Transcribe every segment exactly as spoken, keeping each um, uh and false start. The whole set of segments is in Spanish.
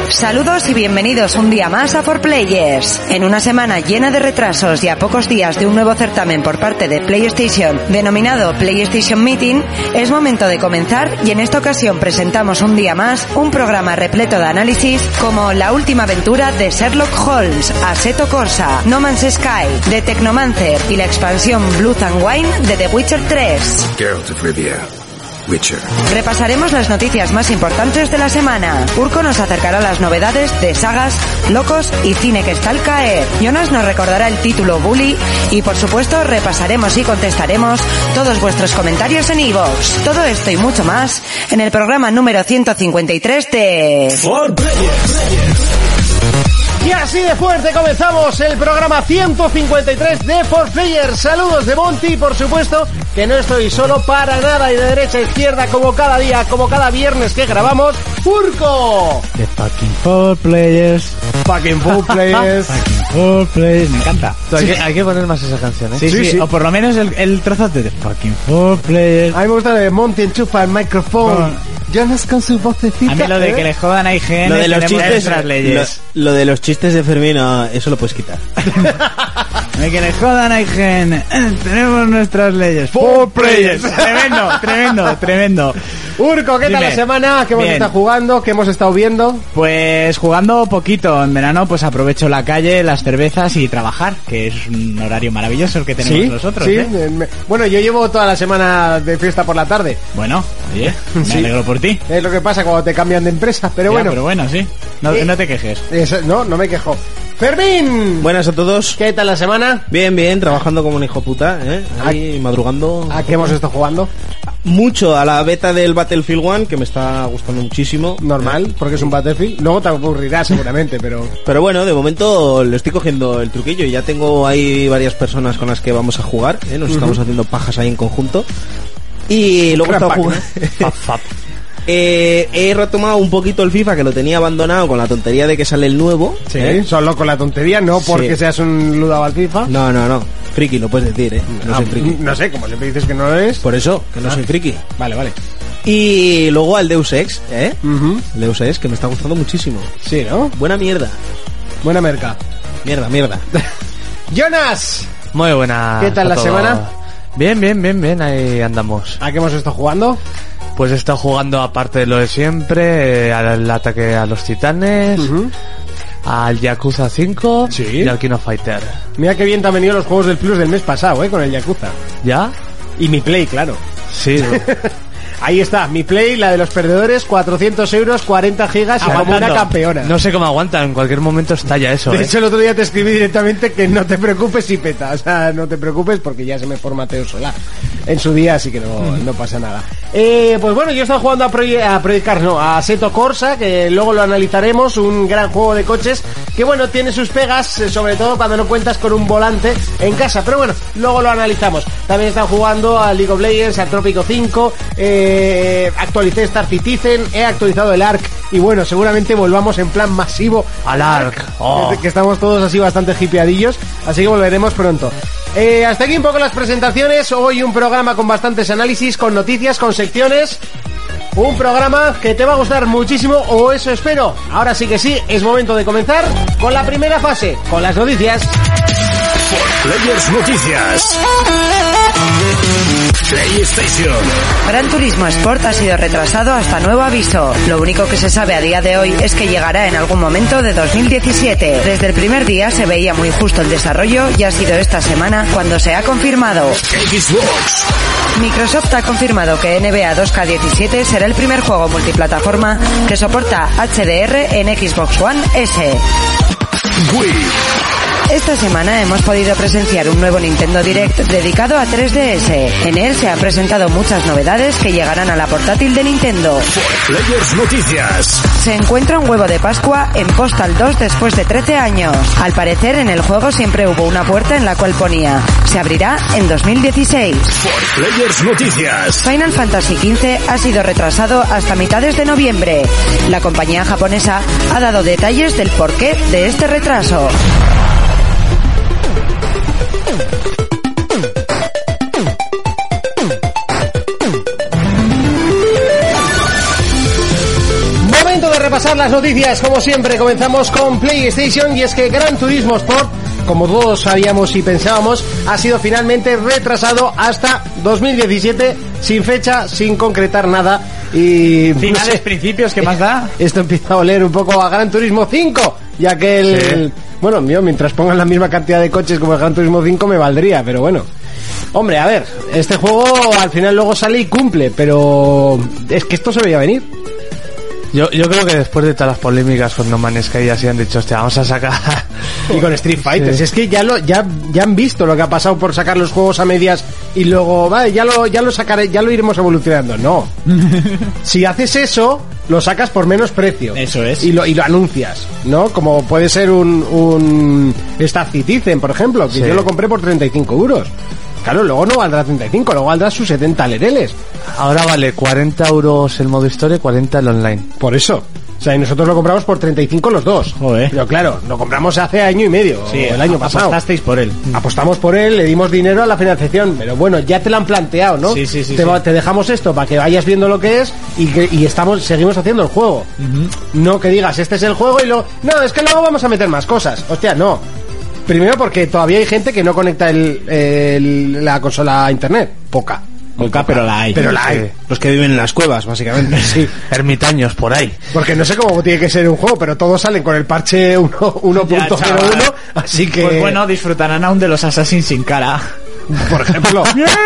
Saludos y bienvenidos un día más a cuatro Players. En una semana llena de retrasos y a pocos días de un nuevo certamen por parte de PlayStation denominado PlayStation Meeting, es momento de comenzar y en esta ocasión presentamos un día más un programa repleto de análisis como la última aventura de Sherlock Holmes, Assetto Corsa, No Man's Sky, The Technomancer y la expansión Blood and Wine de The Witcher tres. Geralt of Rivia. Witcher. Repasaremos las noticias más importantes de la semana. Urko nos acercará las novedades de sagas, locos y cine que está al caer. Jonas nos recordará el título Bully y por supuesto repasaremos y contestaremos todos vuestros comentarios en iVoox. Todo esto y mucho más en el programa número ciento cincuenta y tres de cuatro Players. Y así de fuerte comenzamos el programa ciento cincuenta y tres de cuatro Players. Saludos de Monty, por supuesto, que no estoy solo para nada y de derecha a izquierda como cada día, como cada viernes que grabamos. ¡Urko! The fucking cuatro Players. Fucking cuatro Players. Fucking cuatro Players. Me encanta. Hay, sí. que, hay que poner más esa canción, ¿eh? Sí, sí, sí, sí. O por lo menos el, el trozo de The fucking cuatro Players. A mí me gusta de Monty enchufa el micrófono. Jonas con su vocecita. A mí lo de ¿eh? que le jodan a I G N. Lo de los chistes, nuestras leyes. Lo, lo de los chistes de Fermín, no, eso lo puedes quitar. De que le jodan a I G N. Tenemos nuestras leyes. cuatro Players. Tremendo, tremendo, tremendo. Urko, ¿qué tal Dime. la semana? ¿Qué hemos Bien. estado jugando? ¿Qué hemos estado viendo? Pues jugando poquito. En verano pues aprovecho la calle, las cervezas y trabajar, que es un horario maravilloso el que tenemos Sí, nosotros. sí. ¿eh? Me- Bueno, yo llevo toda la semana de fiesta por la tarde. Bueno, oye, me Sí. alegro por ti. Es lo que pasa cuando te cambian de empresa, pero Ya, bueno. pero bueno, sí. No, Eh, no te quejes. Eso- no, no me quejo. Fermín, Buenas a todos. ¿qué tal la semana? Bien, bien, trabajando como un hijo puta, ¿eh? Ahí madrugando. ¿A qué hemos estado jugando? Mucho a la beta del Battlefield uno, que me está gustando muchísimo. Normal, porque es un Battlefield. Luego te aburrirá seguramente, pero... Pero bueno, de momento le estoy cogiendo el truquillo y ya tengo ahí varias personas con las que vamos a jugar, ¿eh? Nos estamos haciendo pajas ahí en conjunto. Y luego he Gran estado pack, jugando... Fap, fap. Eh, he retomado un poquito el FIFA, que lo tenía abandonado con la tontería de que sale el nuevo. Sí, ¿eh? solo con la tontería, no porque Sí. seas un ludado al FIFA. No, no, no. Friki, lo puedes decir, ¿eh? No Ah, soy friki. no sé, como siempre dices que no lo es. Por eso, que no Ah. soy friki. Vale, vale. Y luego al Deus Ex, ¿eh? Ujú. El Deus Ex, que me está gustando muchísimo. Sí, ¿no? Buena mierda. Buena merca. Mierda, mierda. Jonas, Muy buena. ¿qué tal la todo. semana? Bien, bien, bien, bien, ahí andamos. ¿a qué hemos estado jugando? Pues he estado jugando, aparte de lo de siempre, eh, al ataque a los titanes, Ujú. al Yakuza cinco Sí. y al King of Fighter. Mira qué bien te han venido los juegos del Plus del mes pasado, ¿eh? Con el Yakuza. ¿Ya? Y mi Play, claro. Sí. Ahí está, mi Play, la de los perdedores, cuatrocientos euros, cuarenta gigas y como una Aguantando. campeona. No sé cómo aguantan, en cualquier momento estalla eso, De ¿eh? hecho, el otro día te escribí directamente que no te preocupes y peta. O sea, no te preocupes porque ya se me formateó sola en su día, así que no, no pasa nada. Eh, pues bueno, yo he estado jugando a, Proye- a Project Cars, no, a Assetto Corsa, que luego lo analizaremos, un gran juego de coches, que bueno, tiene sus pegas, eh, sobre todo cuando no cuentas con un volante en casa, pero bueno, luego lo analizamos. También he estado jugando a League of Legends, a Trópico cinco, eh, actualicé Star Citizen, he actualizado el Ark, y bueno, seguramente volvamos en plan masivo Al Ark. Oh. que estamos todos así bastante hipeadillos, así que volveremos pronto. Eh, hasta aquí un poco las presentaciones. Hoy un programa con bastantes análisis, con noticias, con secciones. Un programa que te va a gustar muchísimo, o eso espero. Ahora sí que sí, es momento de comenzar con la primera fase, con las noticias. Players Noticias. PlayStation. Gran Turismo Sport ha sido retrasado hasta nuevo aviso. Lo único que se sabe a día de hoy es que llegará en algún momento de dos mil diecisiete. Desde el primer día se veía muy justo el desarrollo y ha sido esta semana cuando se ha confirmado. Xbox. Microsoft ha confirmado que N B A dos K diecisiete será el primer juego multiplataforma que soporta H D R en Xbox One S. Wii. Esta semana hemos podido presenciar un nuevo Nintendo Direct dedicado a tres D S. En él se han presentado muchas novedades que llegarán a la portátil de Nintendo. Players Noticias. Se encuentra un huevo de Pascua en Postal dos después de trece años. Al parecer en el juego siempre hubo una puerta en la cual ponía se abrirá en dos mil dieciséis. Players Noticias. Final Fantasy quince ha sido retrasado hasta mitades de noviembre. La compañía japonesa ha dado detalles del porqué de este retraso. de repasar las noticias, como siempre, comenzamos con PlayStation y es que Gran Turismo Sport, como todos sabíamos y pensábamos, ha sido finalmente retrasado hasta dos mil diecisiete, sin fecha, sin concretar nada y... Finales, no sé, principios, ¿qué más da? Esto empieza a oler un poco a Gran Turismo cinco, ya que el... Sí. Bueno, mío, mientras pongan la misma cantidad de coches como el Gran Turismo cinco me valdría, pero bueno. Hombre, a ver, este juego al final luego sale y cumple, pero es que esto se veía venir. Yo, yo creo que después de todas las polémicas con No Man's Sky así han dicho, hostia, vamos a sacar... Y con Street Fighter, sí. Es que ya lo ya ya han visto lo que ha pasado por sacar los juegos a medias y luego, vale, ya lo ya lo sacaré, ya lo iremos evolucionando. No. Si haces eso, lo sacas por menos precio. Eso es. Y lo y lo anuncias, ¿no? Como puede ser un un Star Citizen, por ejemplo, que Sí. yo lo compré por treinta y cinco euros. Claro, luego no valdrá treinta y cinco, luego valdrá sus setenta lereles. Ahora vale cuarenta euros el modo historia y cuarenta el online. Por eso. O sea, y nosotros lo compramos por treinta y cinco los dos. Joder. Pero claro, lo compramos hace año y medio, Sí, o el año pasado. apostasteis por él. Apostamos por él, le dimos dinero a la financiación, pero bueno, ya te lo han planteado, ¿no? Sí, sí, sí, te, sí. te dejamos esto para que vayas viendo lo que es y que y estamos seguimos haciendo el juego. Uh-huh. No que digas, este es el juego y lo... No, es que luego vamos a meter más cosas. Hostia, no. Primero porque todavía hay gente que no conecta el, el, la consola a internet. Poca. Poca, pero la hay. Pero la hay. Sí. Los que viven en las cuevas, básicamente. Sí. Ermitaños por ahí. Porque no sé cómo tiene que ser un juego, pero todos salen con el parche uno punto cero uno, así que... Pues bueno, disfrutarán aún de los Assassin's sin cara. Por ejemplo.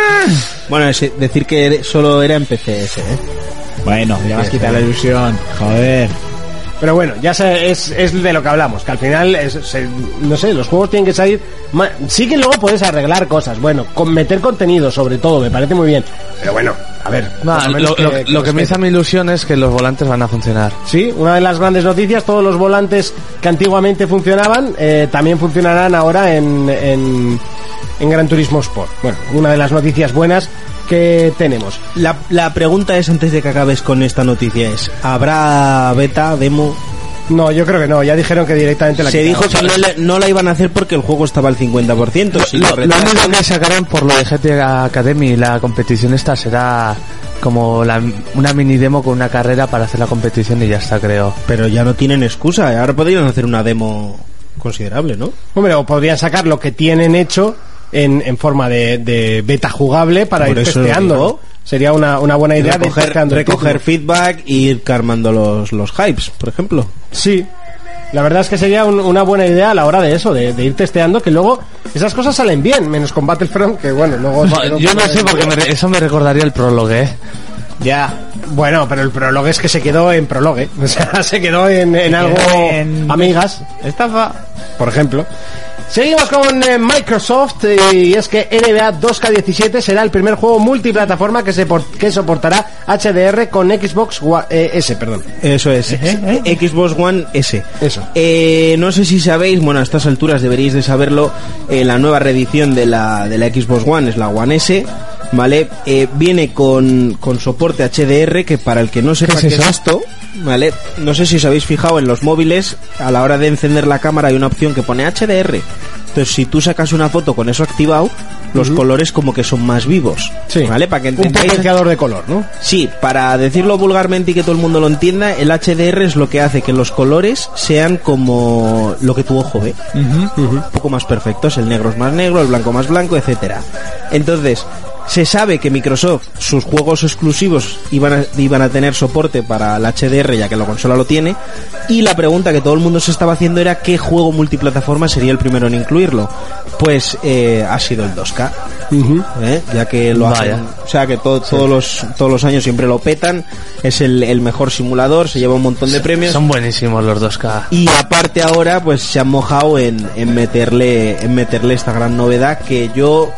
Bueno, es decir que solo era en P C ese, ¿eh? Bueno, ya vas a quitar la ilusión. Joder. Pero bueno, ya se, es, es de lo que hablamos, que al final, es, se, no sé, los juegos tienen que salir... Ma, sí que luego puedes arreglar cosas, bueno, con meter contenido sobre todo, me parece muy bien. Pero bueno, a ver... No, lo, lo, que, lo, que, lo que me hizo mi ilusión es que los volantes van a funcionar. Sí, una de las grandes noticias, todos los volantes que antiguamente funcionaban, eh, también funcionarán ahora en, en, en Gran Turismo Sport. Bueno, una de las noticias buenas que tenemos. La, la pregunta es, antes de que acabes con esta noticia, es: ¿habrá beta, demo? No, yo creo que no, ya dijeron que directamente la Se quitaron. dijo que no, le, no la iban a hacer porque el juego estaba al cincuenta por ciento. Si lo, lo, lo único que sacarán por lo de G T A Academy, la competición esta será como la, una mini demo con una carrera para hacer la competición y ya está, creo. Pero ya no tienen excusa, ahora podrían hacer una demo considerable, ¿no? Hombre, o podrían sacar lo que tienen hecho en, en forma de, de beta jugable para Por ir eso testeando. digo. Sería una, una buena idea de ir recoger, testeando el recoger título. feedback e ir calmando los, los hypes, por ejemplo. Sí, la verdad es que sería un, una buena idea a la hora de eso, de, de ir testeando, que luego esas cosas salen bien, menos con Battlefront, que bueno, luego... Bueno, yo no sé, porque me, eso me recordaría el prólogo, ¿eh? Ya, bueno, pero el prólogo es que se quedó en prólogo, o sea, se quedó en, en algo... en- Amigas, Estafa. por ejemplo. Seguimos con eh, Microsoft eh, y es que N B A dos K diecisiete será el primer juego multiplataforma que se por- que soportará H D R con Xbox One, eh, S, perdón. Eso es, ¿Eh? ¿Eh? Xbox One S. Eso. Eh, no sé si sabéis, bueno, a estas alturas deberíais de saberlo, eh, la nueva reedición de la, de la Xbox One es la One S, ¿vale? Eh, viene con, con soporte H D R, que para el que no sepa ¿Qué qué es es, eso? esto, ¿vale? No sé si os habéis fijado en los móviles, a la hora de encender la cámara hay una opción que pone H D R. Entonces, si tú sacas una foto con eso activado, los Ujú. colores como que son más vivos, Sí. ¿vale? Para que Un entendáis... potenciador de color, ¿no? Sí, para decirlo vulgarmente y que todo el mundo lo entienda, el H D R es lo que hace que los colores sean como lo que tu ojo ve. Un poco más perfectos, el negro es más negro, el blanco más blanco, etcétera. Entonces, se sabe que Microsoft, sus juegos exclusivos iban a, iban a tener soporte para el H D R, ya que la consola lo tiene, y la pregunta que todo el mundo se estaba haciendo era qué juego multiplataforma sería el primero en incluirlo. Pues eh, ha sido el dos K. ¿Eh? Ya que lo Vaya. hacen, o sea que todo, todos los todos los años siempre lo petan, es el, el mejor simulador, se lleva un montón de premios. Son buenísimos los dos K. Y aparte ahora pues se han mojado en, en meterle en meterle esta gran novedad, que yo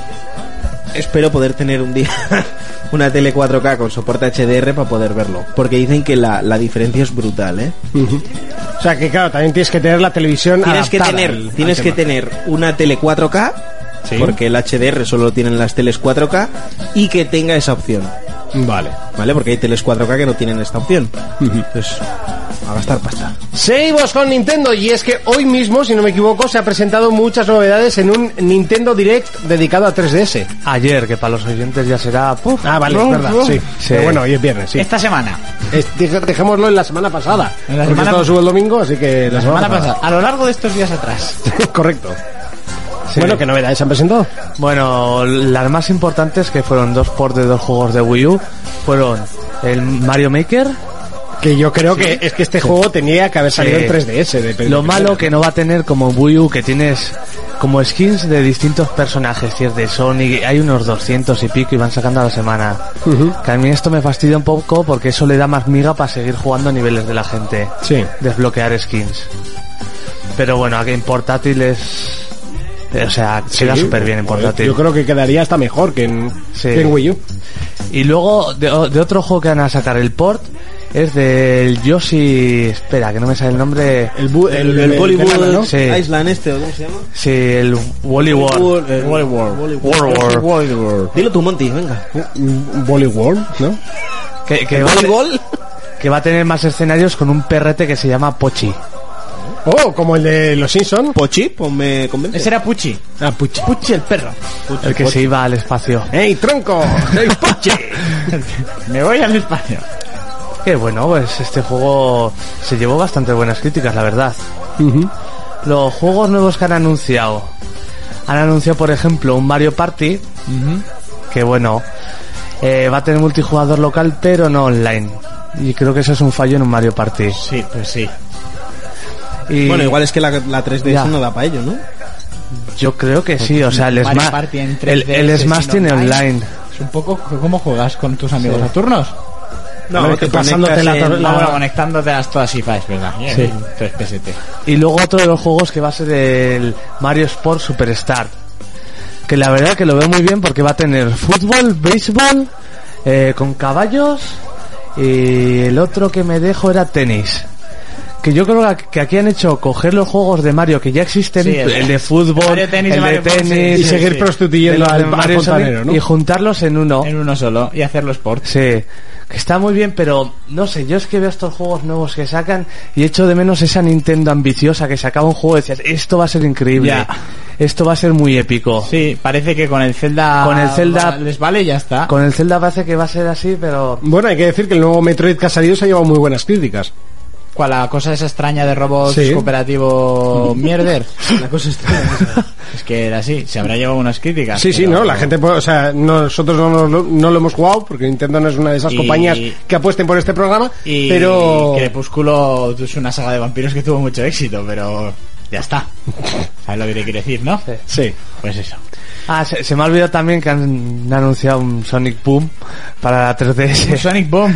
espero poder tener un día una tele cuatro K con soporte H D R para poder verlo, porque dicen que la, la diferencia es brutal, ¿eh? O sea que claro, también tienes que tener la televisión Tienes que adaptada tener al- al tienes que tema. tener una tele cuatro K, Sí. porque el H D R solo lo tienen las teles cuatro K, y que tenga esa opción. Vale. ¿Vale? Porque hay teles cuatro K que no tienen esta opción. Entonces, a gastar pasta. Seguimos con Nintendo y es que hoy mismo, si no me equivoco, se ha presentado muchas novedades en un Nintendo Direct dedicado a tres D S. Ayer, que para los oyentes ya será... Puf, Ah, vale, puf, es verdad, puf. sí. Sí. Pero bueno, hoy es viernes, sí. Esta semana. Es- dej- dejémoslo en la semana pasada. En la porque semana- esto lo sube el domingo, así que la, La semana pasada. A lo largo de estos días atrás. Correcto. Sí. Bueno, ¿qué novedades se han presentado? Bueno, las más importantes, que fueron dos ports de dos juegos de Wii U, fueron el Mario Maker. Que yo creo que es que este juego tenía que haber salido Sí. en tres D S. de- de Lo primera, malo ¿no? que no va a tener como en Wii U, que tienes como skins de distintos personajes, si es de Sonic, hay unos doscientos y pico y van sacando a la semana. Ujú. Que a mí esto me fastidia un poco porque eso le da más miga para seguir jugando a niveles de la gente. Sí. Desbloquear skins. Pero bueno, aquí en portátil es... O sea, queda Sí, súper bien en joder, portátil. Yo creo que quedaría hasta mejor que en, Sí. que en Wii U. Y luego, de, de otro juego que van a sacar el port, es del Yoshi... Espera, que no me sale el nombre... El, bu- El, el, el, Bollywood canal, ¿no? Sí. Island este, ¿o cómo se llama? Sí, el Wally World. el- Wally World. Wally World War. World. Dilo tú, Monty, venga. Un Bollywood, ¿no? Que, que, va, ¿Voleibol? que va a tener más escenarios con un perrete que se llama Pochi. Oh, como el de los Simpsons. Pochi, pues me convence. Ese era Pucci. Ah, Puchi. Pucci el perro. El que se iba al espacio. ¡Ey, tronco! ¡Ey, Puchi! Me voy al espacio. Que bueno, pues este juego se llevó bastante buenas críticas, la verdad. Ujú. Los juegos nuevos que han anunciado. Han anunciado, por ejemplo, un Mario Party. Que bueno, eh, va a tener multijugador local, pero no online. Y creo que eso es un fallo en un Mario Party. Sí, pues sí. Y Bueno, igual es que la, la tres D S Ya. no da para ello, ¿no? yo creo que sí, o sea, el Mario Smash, Party en el, tres D el S Smash sin tiene online. online. Es un poco cómo juegas con tus amigos Sí. a turnos. No, que te pasándote conectas la- en- Ah, bueno, conectándote a las todas I F A, es verdad. Sí. tres P S T. Y luego otro de los juegos que va a ser el Mario Sport Superstar. Que la verdad que lo veo muy bien porque va a tener fútbol, béisbol, eh, con caballos, y el otro que me dejo era tenis. Que yo creo que aquí han hecho coger los juegos de Mario que ya existen, Sí, el- el, de fútbol, Mario Tennis y el de Mario Sport, tenis, sí, Y sí, seguir sí. prostituyendo de los al, de al Mario fontanero, Sonic, ¿no? y juntarlos en uno. En uno solo y hacerlo sport. Sí, que está muy bien, pero no sé, yo es que veo estos juegos nuevos que sacan y echo de menos esa Nintendo ambiciosa que sacaba un juego y decías, esto va a ser increíble, Ya. esto va a ser muy épico. Sí, parece que con el Zelda Con el Zelda- va- les vale y ya está. Con el Zelda parece que va a ser así, pero... Bueno, hay que decir que el nuevo Metroid que ha salido se ha llevado muy buenas críticas. ¿Cuál la cosa esa extraña de robots Sí. cooperativo mierder? La cosa extraña. Es que era así, se habrá llevado unas críticas. Sí, sí, pero- no, la gente, puede- o sea, nosotros no, no, no lo hemos jugado porque Nintendo no es una de esas Y- compañías que apuesten por este programa, Y pero... Crepúsculo es una saga de vampiros que tuvo mucho éxito, pero ya está. ¿Sabes lo que te quiero decir, no? Sí. Pues eso. Ah, se, se me ha olvidado también que han anunciado un Sonic Boom para la tres D S. Sonic Boom.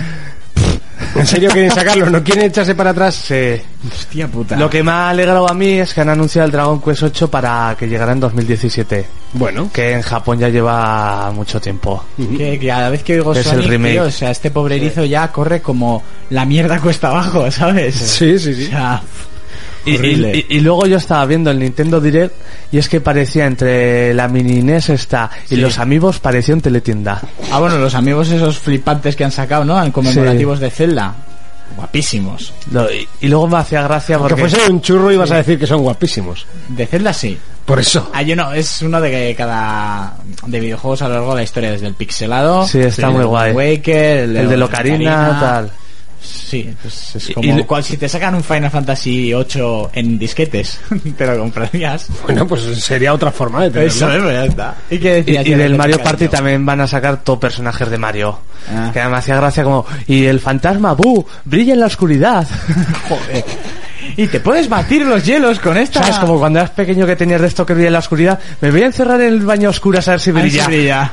¿En serio quieren sacarlo? ¿No quieren echarse para atrás? Sí. Hostia puta. Lo que me ha alegrado a mí es que han anunciado el Dragon Quest ocho para que llegara en dos mil diecisiete, Bueno. que en Japón ya lleva mucho tiempo. Que, que cada vez que oigo Es el Sonic, remake. tío, o sea, este pobre erizo ya corre como la mierda cuesta abajo, ¿sabes? Sí, sí, O sí. sea, Y, horrible. y- y luego yo estaba viendo el Nintendo Direct y es que parecía entre la mini N E S esta y Sí. los amigos parecía un teletienda. Ah, bueno, los amigos esos flipantes que han sacado, ¿no? En conmemorativos de Zelda. Guapísimos. Lo- y, y luego me hacía gracia Aunque porque... fuese un churro ibas a decir que son guapísimos. De Zelda sí. Por eso. Hay uno, es uno de que cada de videojuegos a lo largo de la historia, desde el pixelado, Sí, está el muy de guay. Waker, el de, El de Locarina, tal. Sí, pues es Y- como y- cual, si te sacan un Final Fantasy ocho en disquetes, te lo comprarías. Bueno, pues sería otra forma de tenerlo. Eso es, pues ya está. ¿Y qué Y, decías? y ya del de Mario cariño? Party también van a sacar todo personajes de Mario. Ah. Que me hacía gracia como... Y el fantasma, ¡bu! ¡Brilla en la oscuridad! Joder. Y te puedes batir los hielos con esta. ¿Sabes? Como cuando eras pequeño que tenías de esto que brilla en la oscuridad. Me voy a encerrar en el baño oscuro a saber si A ver si brilla. brilla.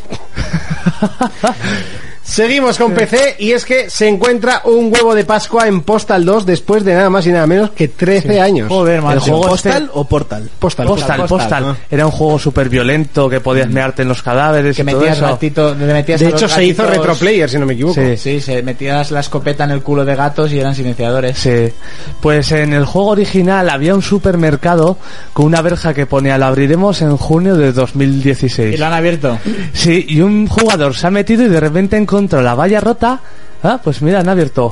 Seguimos con P C y es que se encuentra un huevo de Pascua en Postal dos después de nada más y nada menos que trece años. Joder, macho. El juego ¿Postal este- o Portal? Postal, Postal, Postal, postal. Postal. Era un juego súper violento que podías mearte en los cadáveres Que y todo metías eso. gatito, le metías De a los hecho, se hizo gatitos- retroplayer, si no me equivoco. Sí. Sí, se metías la escopeta en el culo de gatos y eran silenciadores. Sí. Pues en el juego original había un supermercado con una verja que ponía lo abriremos en junio de dos mil dieciséis. ¿Y lo han abierto? Sí, y un jugador se ha metido y de repente ha encontró la valla rota. Ah, pues mira, han abierto.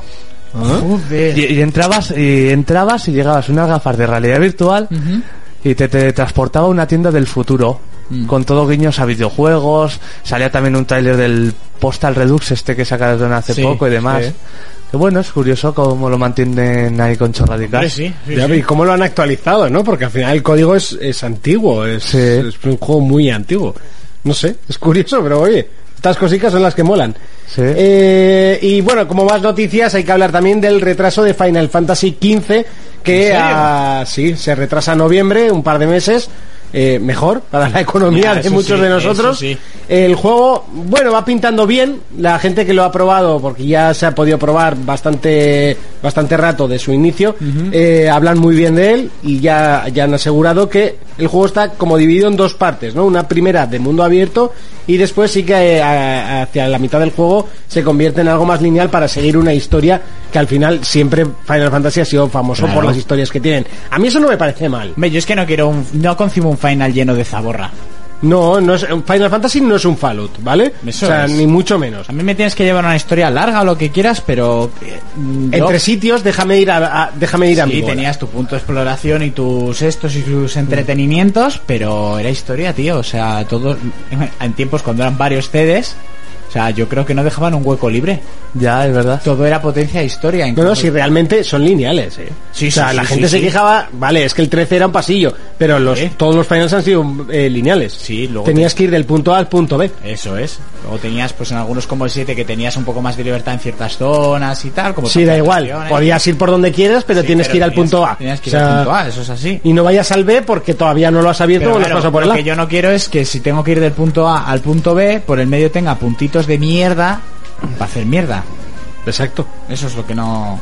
Joder. Y, y entrabas y entrabas y llegabas a unas gafas de realidad virtual Ujú. y te, te transportaba a una tienda del futuro. Mm. Con todo guiños a videojuegos. Salía también un tráiler del Postal Redux este que sacaron hace Sí, poco y demás. sí. Que bueno, es curioso cómo lo mantienen ahí con chorradicas. Hombre, sí, sí, Ya sí. veis cómo lo han actualizado, ¿no? Porque al final el código es, es antiguo, es, Sí. es un juego muy antiguo. No sé, es curioso, pero oye, estas cositas son las que molan. Sí. Eh, y bueno, como más noticias, hay que hablar también del retraso de Final Fantasy quince, que ¿En serio? ah, sí, se retrasa a noviembre, un par de meses. Eh, mejor para la economía Ya, de eso muchos sí, de nosotros. eso sí. El juego, bueno, va pintando bien. La gente que lo ha probado, porque ya se ha podido probar bastante bastante rato de su inicio, eh, hablan muy bien de él y ya, ya han asegurado que el juego está como dividido en dos partes, ¿no? Una primera de mundo abierto y después sí que eh, a- hacia la mitad del juego se convierte en algo más lineal para seguir una historia que al final siempre Final Fantasy ha sido famoso Claro. por las historias que tienen. A mí eso no me parece mal. Hombre, yo es que no quiero un, no concibo un final lleno de zaborra. No, no es, Final Fantasy no es un Fallout, ¿vale? Eso o sea, es. ni mucho menos. A mí me tienes que llevar una historia larga o lo que quieras, pero eh, yo- Entre sitios, déjame ir a, a- déjame ir a mi sí, bola. tenías tu punto de exploración y tus estos y sus entretenimientos, pero era historia, tío. O sea, todo en tiempos cuando eran varios C Ds, o sea, yo creo que no dejaban un hueco libre. Ya, es verdad. Todo era potencia e historia. No, incluso. no, si realmente son lineales, eh. Sí, o sea, sí, la sí, gente sí, se sí. quejaba, vale, es que el trece era un pasillo, pero los, Sí. todos los finals han sido eh, lineales. Sí, luego Tenías que ir del punto A al punto B. Eso es. Luego tenías, pues en algunos como el siete, que tenías un poco más de libertad en ciertas zonas y tal. Como Sí, da igual, transiciones. podías ir por donde quieras, pero Sí, tienes pero que ir al tenías- punto A. Tenías que O ir sea, al punto A, eso es así. Y no vayas al B porque todavía no lo has abierto Pero o lo has claro, pasado por el lo A. que yo no quiero es que si tengo que ir del punto A al punto B, por el medio tenga puntitos de mierda para hacer mierda. Exacto. Eso es lo que no...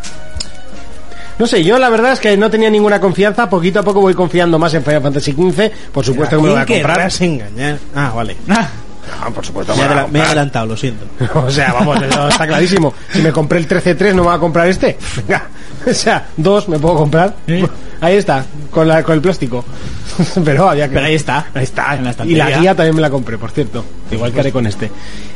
No sé, yo la verdad es que no tenía ninguna confianza, poquito a poco voy confiando más en Final Fantasy quince, por supuesto que me lo voy a ¿Quién comprar. querrás engañar? Ah, vale. No, por supuesto Me, me lo voy a he adela- me he comprar. adelantado, lo siento. O sea, vamos, eso está clarísimo. Si me compré el trece tres, ¿no me voy a comprar este? Venga, o sea, dos me puedo comprar. ¿Sí? Ahí está, con, la, con el plástico. Pero había que... Pero ahí está. Ahí está. En la Y estantería. la guía también me la compré, por cierto. Igual que haré con este.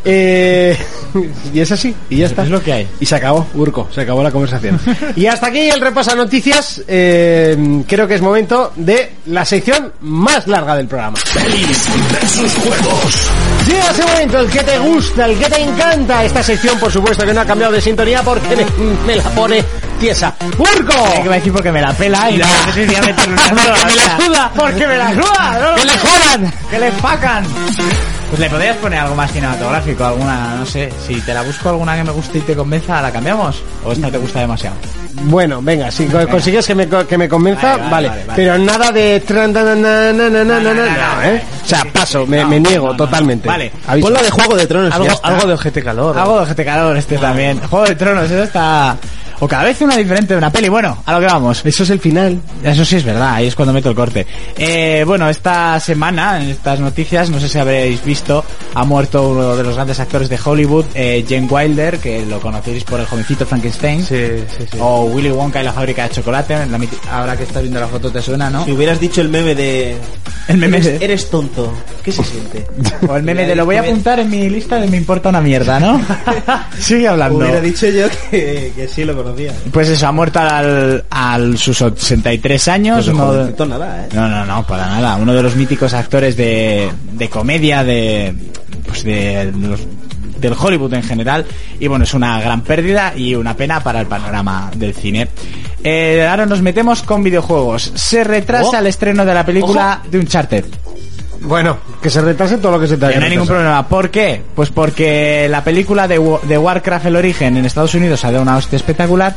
Eh, y es así, y ya está. Es lo que hay. Y se acabó, Urco, se acabó la conversación. Y hasta aquí el repaso a noticias. Eh, creo que es momento de la sección más larga del programa. Pelis versus juegos. Llega ese momento, el que te gusta, el que te encanta. Esta sección, por supuesto, que no ha cambiado de sintonía porque me, me la pone tiesa. ¡Urco! ¿Qué va a decir? Porque me la pela y no sé si ya meterle una Porque sola, me o la sea, suda, porque me la suda, ¿no? ¡Que le jodan! ¡Que le facan! Pues le podrías poner algo más cinematográfico, alguna, no sé, si te la busco alguna que me guste y te convenza, ¿la cambiamos? ¿O esta te gusta demasiado? Bueno, venga, si co- consigues que me, co- que me convenza, Vale, vale, vale, vale, vale. pero nada de tran, na, na, na, na, na, na, na, no, ¿eh? O sea, paso, me, No, me niego no, no, totalmente. vale. Aviso. Ponla de Juego de Tronos. y ya Algo, está. algo de ojete calor. Algo de G T Calor este también. Juego de Tronos, eso está... O cada vez una diferente de una peli. Bueno, a lo que vamos. Eso es el final. Eso sí es verdad, ahí es cuando meto el corte. Eh, bueno, esta semana, en estas noticias, no sé si habréis visto, ha muerto uno de los grandes actores de Hollywood, eh, Gene Wilder, que lo conocéis por el jovencito Frankenstein. Sí, sí, sí. O Willy Wonka y la fábrica de chocolate. La miti- ahora que estás viendo la foto te suena, ¿no? Si hubieras dicho el meme de... El meme eres, de- eres tonto. ¿Qué se siente? O el meme de lo voy a apuntar en mi lista de me importa una mierda, ¿no? Sigue hablando. Hubiera dicho yo que, que sí lo conocía. Pues eso, ha muerto al, al sus ochenta y tres años. Pues de uno de- jovencito nada, ¿eh? No, no, no, para nada. Uno de los míticos actores de, de comedia de, pues de los- del Hollywood en general. Y bueno, es una gran pérdida y una pena para el panorama del cine. Eh, ahora nos metemos con videojuegos. Se retrasa Oh. el estreno de la película de Uncharted. Bueno, que se retrase todo lo que se te Que haya no hay ningún retrasado. problema. ¿Por qué? Pues porque la película de, Wa- de Warcraft El Origen en Estados Unidos ha dado una hostia espectacular.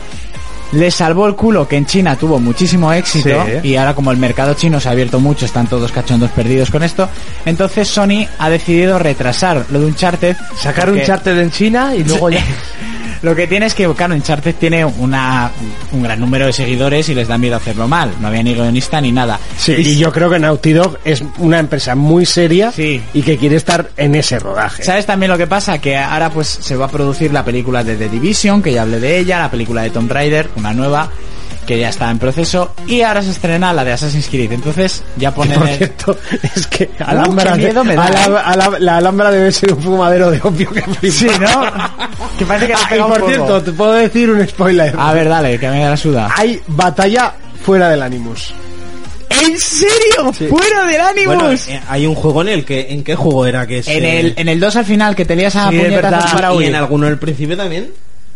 Le salvó el culo que en China tuvo muchísimo éxito Sí. y ahora como el mercado chino se ha abierto mucho, están todos cachondos perdidos con esto. Entonces Sony ha decidido retrasar lo de Uncharted. Sacar porque un charter en China y luego ya... Lo que tiene es que, claro, Uncharted tiene una, un gran número de seguidores y les da miedo hacerlo mal. No había ni guionista ni nada. Sí, y yo creo que Naughty Dog es una empresa muy seria Sí. y que quiere estar en ese rodaje. ¿Sabes también lo que pasa? Que ahora pues se va a producir la película de The Division, que ya hablé de ella, la película de Tomb Raider, una nueva, que ya está en proceso, y ahora se estrena la de Assassin's Creed. Entonces ya ponen Por el... cierto, es que Alhambra, qué miedo me da, Alhambra- Alhambra- la Alhambra debe ser un fumadero de opio que flipas. Sí, ¿no? Que parece que le ha Ah, y pegado por un cierto, poco. te puedo decir un spoiler. A ver, dale, que me da la suda. Hay batalla fuera del Animus. ¿En serio? Sí. ¡Fuera del Animus! Bueno, eh, hay un juego en el que... ¿En qué juego era que es? en, eh, el, en el dos al final, que te lías a Sí, es puñetazos verdad. para ¿Y huir. en alguno del principio también?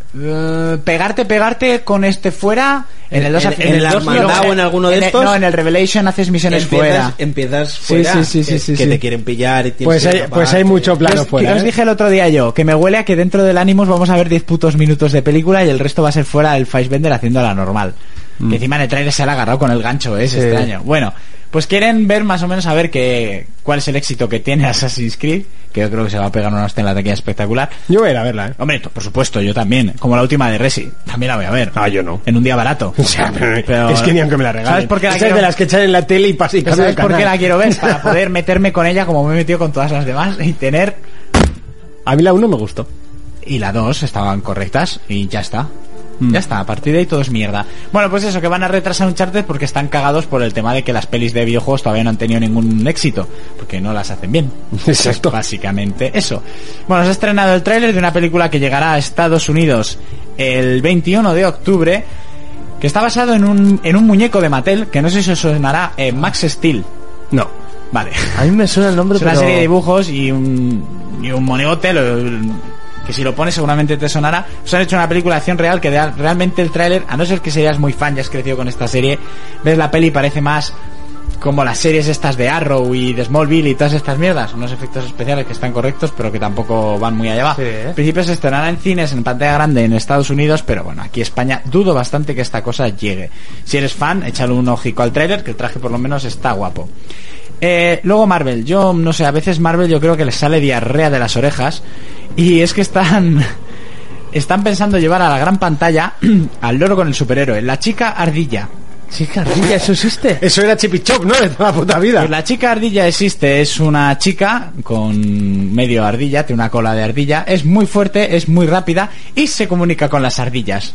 Eh, pegarte, pegarte con este fuera. En el dos En- al en final. el Hermandad o en alguno de el- estos. No, en el Revelation haces misiones fuera. Empiezas Sí, fuera, sí, sí, sí, que, sí, que sí. te quieren pillar y tienes Pues que hay, escapar, pues hay que- mucho plano Pues, fuera. que os ¿eh? dije el otro día yo, que me huele a que dentro del Animus vamos a ver diez putos minutos de película y el resto va a ser fuera del Fassbender haciendo la normal. Que encima en el trailer se le ha agarrado con el gancho, ¿eh? es Sí. extraño. Bueno, pues quieren ver más o menos a ver que, cuál es el éxito que tiene Assassin's Creed, que yo creo que se va a pegar una hostia en la taquilla espectacular. Yo voy a ir a verla, ¿eh? Hombre, por supuesto, yo también. Como la última de Resi. También la voy a ver. Ah, yo no. En un día barato. O sea, Pero- es que ni aunque me la regalen. ¿Sabes por qué la Esa quiero? es de las que echan en la tele y pasan y cambian ¿Sabes de por qué canal. la quiero ver? Para poder meterme con ella como me he metido con todas las demás y tener... A mí la uno me gustó. Y la dos estaban correctas y ya está. Ya está, a partir de ahí todo es mierda. Bueno, pues eso, que van a retrasar Uncharted porque están cagados por el tema de que las pelis de videojuegos todavía no han tenido ningún éxito, porque no las hacen bien. Exacto. Básicamente eso. Bueno, se ha estrenado el tráiler de una película que llegará a Estados Unidos el veintiuno de octubre, que está basado en un, en un muñeco de Mattel, que no sé si os sonará, eh, Max Steel. No. Vale. A mí me suena el nombre, Es una pero... serie de dibujos y un, y un monigote, lo- que si lo pones seguramente te sonará. Os han hecho una película de acción real que de- realmente el tráiler, a no ser que seas muy fan y has crecido con esta serie, ves la peli y parece más como las series estas de Arrow y de Smallville y todas estas mierdas, unos efectos especiales que están correctos pero que tampoco van muy allá abajo. Sí, ¿eh? En principio se estrenará en cines en pantalla grande en Estados Unidos, pero bueno, aquí España dudo bastante que esta cosa llegue. Si eres fan, échale un ojico al tráiler, que el traje por lo menos está guapo. Eh, luego Marvel, yo no sé, a veces Marvel yo creo que les sale diarrea de las orejas y es que están están pensando llevar a la gran pantalla al loro con el superhéroe, la chica ardilla. Chica ardilla, ¿eso existe? Eso era Chip y Chop, ¿no? De toda la puta vida. Pues la chica ardilla existe, es una chica con medio ardilla, tiene una cola de ardilla, es muy fuerte, es muy rápida y se comunica con las ardillas.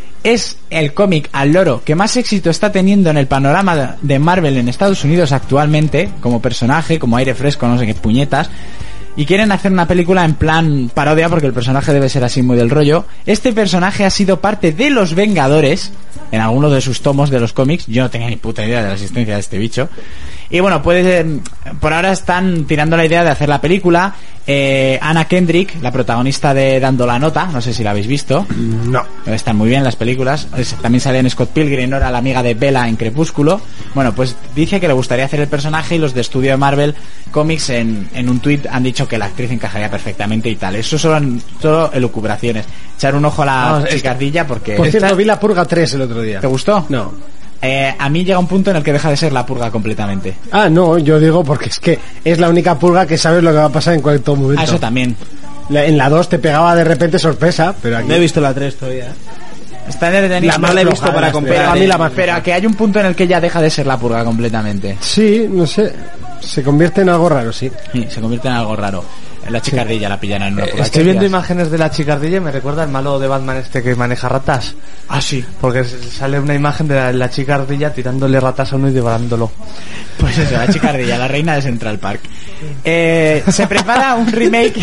Es el cómic al loro que más éxito está teniendo en el panorama de Marvel en Estados Unidos actualmente, como personaje, como aire fresco, no sé qué puñetas. Y quieren hacer una película en plan parodia porque el personaje debe ser así muy del rollo. Este personaje ha sido parte de los Vengadores en algunos de sus tomos de los cómics. Yo no tenía ni puta idea de la existencia de este bicho. Y bueno, pues por ahora están tirando la idea de hacer la película. eh, Anna Kendrick, la protagonista de Dando la Nota, no sé si la habéis visto. No. Están muy bien las películas. Es- También salía en Scott Pilgrim, ¿no? Era la amiga de Bella en Crepúsculo. Bueno, pues dice que le gustaría hacer el personaje y los de estudio de Marvel Comics en, en un tuit han dicho que la actriz encajaría perfectamente y tal. Eso son solo elucubraciones. Echar un ojo a la Vamos, chicardilla porque... Por cierto, vi La Purga tres el otro día. ¿Te gustó? No. Eh, a mí llega un punto en el que deja de ser la purga completamente. Ah, no, yo digo porque es que es la única purga que sabes lo que va a pasar en cualquier momento. Ah, eso también. La- En la dos te pegaba de repente sorpresa, pero aquí... No he visto la tres todavía. Está entretenido. La más la he visto floja de para las comprar. tres. A mí la más Pero a que hay un punto en el que ya deja de ser la purga completamente. Sí, no sé. Se convierte en algo raro, sí. Sí, se convierte en algo raro. La chicardilla la pillan en una purga. Estoy ¿Qué viendo decías? imágenes de la chica ardilla y me recuerda al malo de Batman este que maneja ratas. Ah, sí. Porque s- sale una imagen de la, la chica ardilla tirándole ratas a uno y devorándolo. Pues eso, la chicardilla, la reina de Central Park. Eh, se prepara un remake.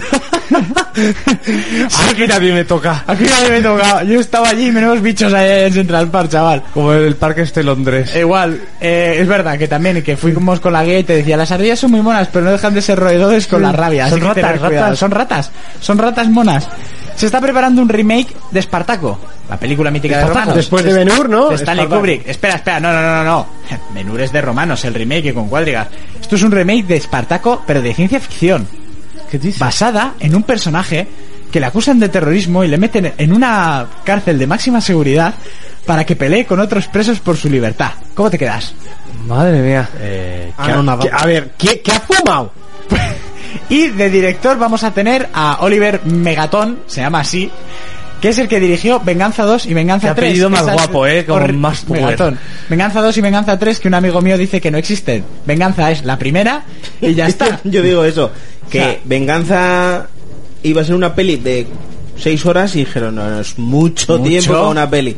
Aquí nadie me toca. Aquí nadie me toca. Yo estaba allí y menos bichos ahí en Central Park, chaval. Como el parque este de Londres. Eh, Igual, eh, es verdad que también que fuimos con la guía y te decía, las ardillas son muy monas, pero no dejan de ser roedores con la rabia. así Son que ratas, tener cuidado. ratas. Son ratas, son ratas monas. Se está preparando un remake de Espartaco, la película mítica de Espartaco, romanos. Después de Ben-Hur, ¿no? De Stanley Espartaco. Kubrick. Espera, espera, no, no, no, no, no. Ben-Hur es de romanos, el remake con cuadrigas. Esto es un remake de Espartaco, pero de ciencia ficción. ¿Qué dices? Basada en un personaje que le acusan de terrorismo y le meten en una cárcel de máxima seguridad para que pelee con otros presos por su libertad. ¿Cómo te quedas? Madre mía. Eh, Ah, ¿qué- no, nada. qué- a ver, ¿qué, qué ha fumado? Y de director vamos a tener a Oliver Megaton, se llama así, que es el que dirigió Venganza dos y Venganza Qué tres. apellido más Esas- guapo, ¿eh? Como horri- más power. Megaton. Venganza dos y Venganza tres, que un amigo mío dice que no existen. Venganza es la primera y ya está. Yo digo eso, que O sea, Venganza iba a ser una peli de seis horas y dijeron, no, no, es mucho, Mucho. tiempo para una peli.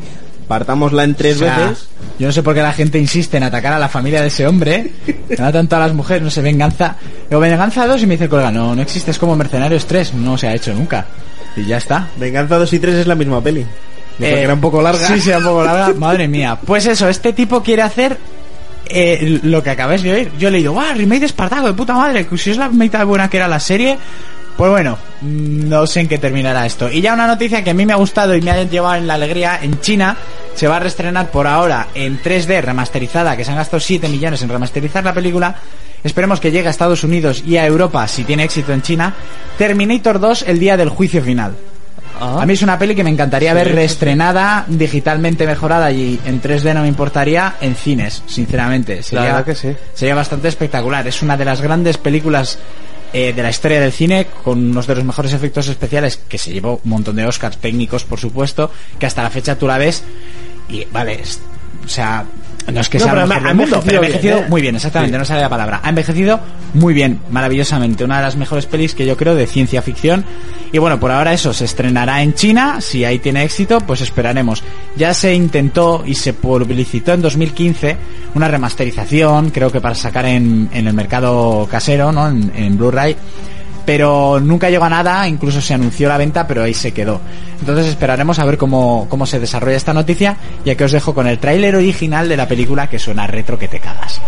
partámosla en tres O sea, veces. Yo no sé por qué la gente insiste en atacar a la familia de ese hombre, que no tanto a las mujeres, no sé, venganza. Digo, venganza dos y me dice el colega, no, no existe, es como Mercenarios tres, no se ha hecho nunca. Y ya está. Venganza dos y tres es la misma peli. Eh, era un poco larga. Sí, sí, era un poco larga. Madre mía. Pues eso, este tipo quiere hacer eh, lo que acabáis de oír. Yo he leído, ¡guau! Remake de Espartaco, de puta madre. Si es la mitad buena que era la serie. Pues bueno, no sé en qué terminará esto. Y ya una noticia que a mí me ha gustado y me ha llevado en la alegría. En China se va a reestrenar por ahora en tres D remasterizada, que se han gastado siete millones en remasterizar la película. Esperemos que llegue a Estados Unidos y a Europa, si tiene éxito en China. Terminator dos, el día del juicio final. A mí es una peli que me encantaría Sí, ver sí, reestrenada, digitalmente mejorada, y en tres D no me importaría, en cines, sinceramente. Sería, La verdad que sí. Sería bastante espectacular. Es una de las grandes películas eh, de la historia del cine, con unos de los mejores efectos especiales, que se llevó un montón de Oscars técnicos, por supuesto, que hasta la fecha tú la ves y, vale, es, o sea... No es que No, sea pero lo mejor ha del mundo, pero ha envejecido bien, ¿eh? muy bien, exactamente, Sí. no sale la palabra. Ha envejecido muy bien, maravillosamente. Una de las mejores pelis que yo creo de ciencia ficción. Y bueno, por ahora eso, se estrenará en China. Si ahí tiene éxito, pues esperaremos. Ya se intentó y se publicitó en dos mil quince una remasterización, creo que para sacar en, en el mercado casero, ¿no? En, en Blu-ray. Pero nunca llegó a nada, incluso se anunció la venta, pero ahí se quedó. Entonces esperaremos a ver cómo, cómo se desarrolla esta noticia, ya que os dejo con el tráiler original de la película, que suena retro que te cagas.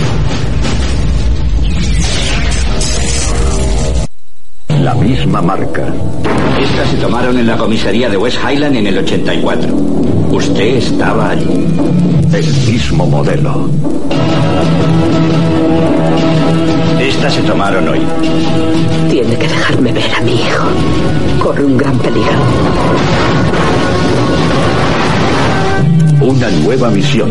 La misma marca. Estas se tomaron en la comisaría de West Highland en el ochenta y cuatro. Usted estaba allí. El mismo modelo. Estas se tomaron hoy. Tiene que dejarme ver a mi hijo. Corre un gran peligro. Una nueva misión.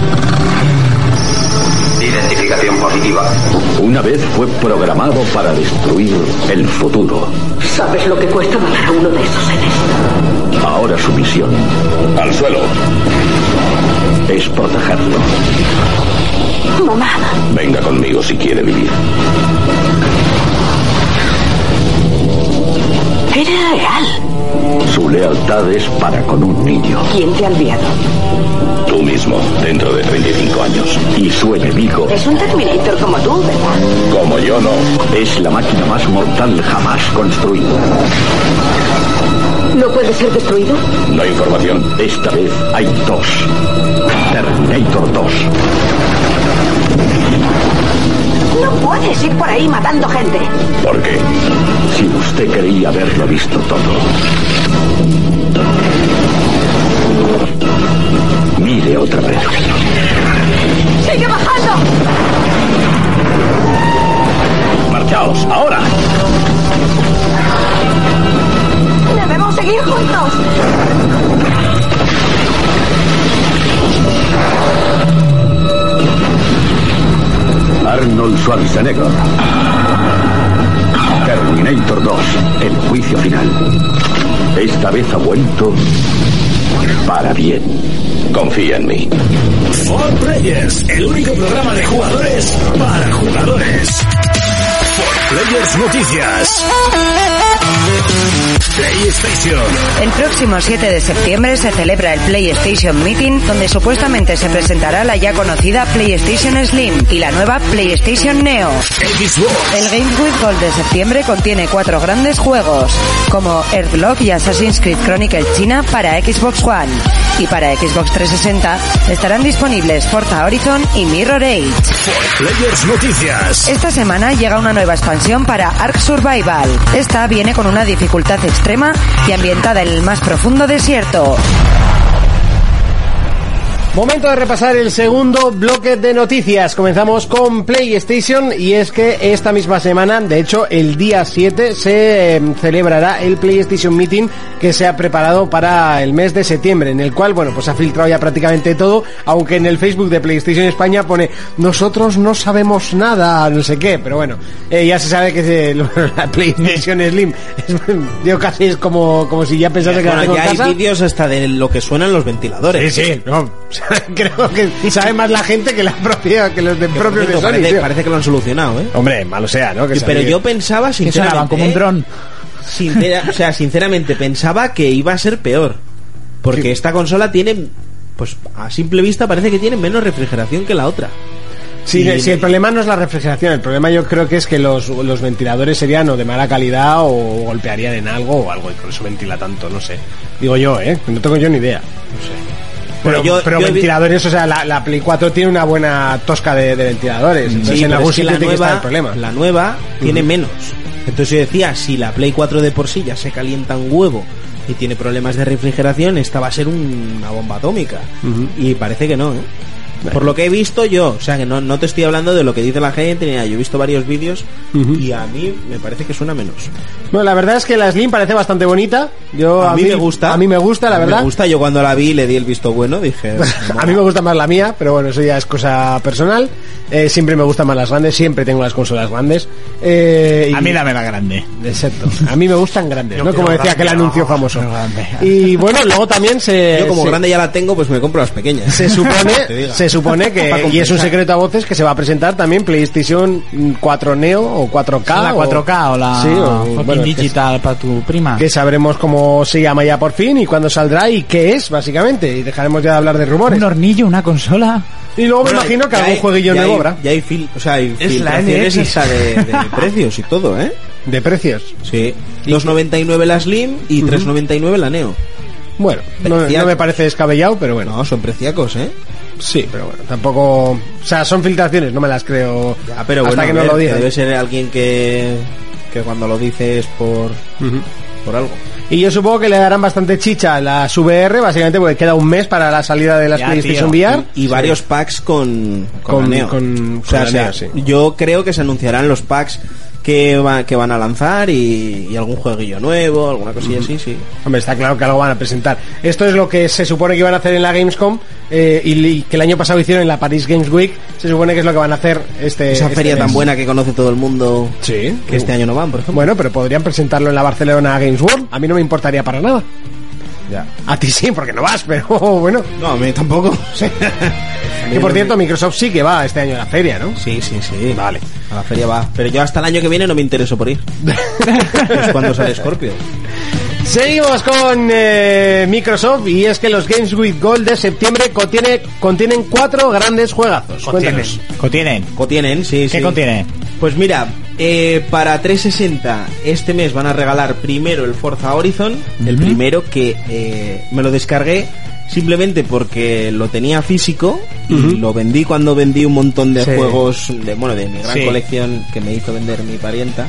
Identificación positiva. Una vez fue programado para destruir el futuro. ¿Sabes lo que cuesta matar a uno de esos seres? Ahora su misión Al suelo. es protegerlo. Mamá, Venga conmigo si quiere vivir. era real. Su lealtad es para con un niño. ¿Quién te ha enviado? Tú mismo, dentro de treinta y cinco años. Y su enemigo, Es un Terminator como tú, ¿verdad? como yo no, es la máquina más mortal jamás construida. ¿No puede ser destruido? No hay información. Esta vez hay dos. Terminator dos. No puedes ir por ahí matando gente. ¿Por qué? Si usted creía haberlo visto todo. Mire otra vez. ¡Sigue bajando! ¡Marchaos! ¡Ahora! ¡Debemos seguir juntos! Arnold Schwarzenegger. Terminator dos. El juicio final. Esta vez ha vuelto para bien. Confía en mí. For Players, el único programa de jugadores para jugadores. For Players Noticias. PlayStation. El próximo siete de septiembre se celebra el PlayStation Meeting, donde supuestamente se presentará la ya conocida PlayStation Slim y la nueva PlayStation Neo. Xbox. El Games with Gold de septiembre contiene cuatro grandes juegos, como Earthlock y Assassin's Creed Chronicles China para Xbox One. Y para Xbox trescientos sesenta estarán disponibles Forza Horizon y Mirror Edge. For Players Noticias. Esta semana llega una nueva expansión para Ark Survival. Esta viene con una dificultad extrema y ambientada en el más profundo desierto. Momento de repasar el segundo bloque de noticias. Comenzamos con PlayStation y es que esta misma semana, de hecho el día siete, se eh, celebrará el PlayStation Meeting que se ha preparado para el mes de septiembre, en el cual, bueno, pues ha filtrado ya prácticamente todo, aunque en el Facebook de PlayStation España pone nosotros no sabemos nada, no sé qué, pero bueno, eh, ya se sabe que se, la PlayStation Slim es, yo casi es como, como si ya pensase que la Bueno, tengo en ya hay casa. vídeos hasta de lo que suenan los ventiladores. Sí, sí, no. Creo que sabe más la gente que la propia, que los de Que, propios por de cierto, Sony. parece, tío. parece que lo han solucionado, ¿eh? Hombre, malo sea, ¿no? Que Pero salir- yo pensaba, Que sinceramente, sonaban como un dron. sincera- o sea, sinceramente pensaba que iba a ser peor, porque esta consola tiene pues a simple vista parece que tiene menos refrigeración que la otra. Sí, Y- si el problema no es la refrigeración, el problema yo creo que es que los, los ventiladores serían o de mala calidad o golpearían en algo o algo y por eso ventila tanto, no sé. Digo yo, ¿eh? No tengo yo ni idea. No sé. Pero, Pero yo- pero yo vi- ventiladores, o sea, la, la Play cuatro tiene una buena tosca de, de ventiladores. Entonces Sí, en pero algún es que sitio la tiene que estar nueva, el problema. la nueva tiene menos. Entonces yo decía, si la Play cuatro de por sí ya se calienta un huevo y tiene problemas de refrigeración, esta va a ser un- una bomba atómica. Y parece que no, ¿eh? Por lo que he visto yo, o sea que no, no te estoy hablando de lo que dice la gente ni nada, yo he visto varios vídeos y a mí me parece que suena menos. Bueno, la verdad es que la Slim parece bastante bonita. Yo, A mí me gusta. A mí me gusta, la A mí verdad. Me gusta, yo cuando la vi le di el visto bueno, dije... A mí me gusta más la mía, pero bueno, eso ya es cosa personal. Eh, siempre me gustan más las grandes, siempre tengo las consolas grandes. Eh, y- A mí dame la grande. Exacto. A mí me gustan grandes, Yo ¿no? Como quiero decía aquel grande, anuncio no, famoso. quiero grande. Y bueno, luego también se... Yo como se- grande ya la tengo, pues me compro las pequeñas. Se Te supone, diga. se supone Para que, y es un compensar. secreto a voces, que se va a presentar también PlayStation cuatro Neo o cuatro K. ¿La o- cuatro K o la Sí, o, fucking bueno, que- digital para tu prima? Que sabremos cómo se llama ya por fin y cuándo saldrá y qué es, básicamente. Y dejaremos ya de hablar de rumores. ¿Un hornillo, una consola? Y luego Bueno, me imagino que ya algún hay- jueguillo ya nuevo hay- habrá. Ya hay, fil, o sea, hay Es la filtraciones N X. hasta de, de precios y todo, ¿eh? De precios. Sí. dos noventa y nueve la Slim y tres noventa y nueve la Neo. Bueno, no, Preciaco. no me parece descabellado, pero bueno. No, son preciacos, ¿eh? Sí, pero bueno, tampoco... O sea, son filtraciones, no me las creo Ya, pero hasta bueno, que no a ver, lo que digan. debe ser alguien que, que cuando lo dice es por, por algo. Y yo supongo que le darán bastante chicha a las V R, básicamente porque queda un mes para la salida de las Ya, PlayStation tío. V R. Y varios packs con, con, Con- la Neo. con- o sea, con la o sea, Neo, sí. yo creo que se anunciarán los packs que, va- que van a lanzar y, y algún jueguillo nuevo, alguna cosilla así, sí. Hombre, está claro que algo van a presentar. Esto es lo que se supone que iban a hacer en la Gamescom eh, y, y que el año pasado hicieron en la Paris Games Week. Se supone que es lo que van a hacer este Esa este feria tan mes. buena que conoce todo el mundo, Sí. que este año no van, por ejemplo. Bueno, pero podrían presentarlo en la Barcelona Games World. A mí no me importaría para nada. Ya. A ti sí, porque no vas, pero bueno. No, a mí tampoco. Que por cierto, Microsoft sí que va este año a la feria, ¿no? Sí, sí, sí. Vale. A la feria va. Pero yo hasta el año que viene no me intereso por ir. Es cuando sale Scorpio. Seguimos con eh, Microsoft y es que los Games with Gold de septiembre contiene, contienen cuatro grandes juegazos. Cuéntanos. ¿Contienen? Contienen, sí, ¿Qué sí. contiene? Pues mira, eh, para trescientos sesenta este mes van a regalar primero el Forza Horizon, el primero que eh, me lo descargué simplemente porque lo tenía físico y lo vendí cuando vendí un montón de Sí. juegos de, bueno, de mi gran Sí. colección que me hizo vender mi parienta.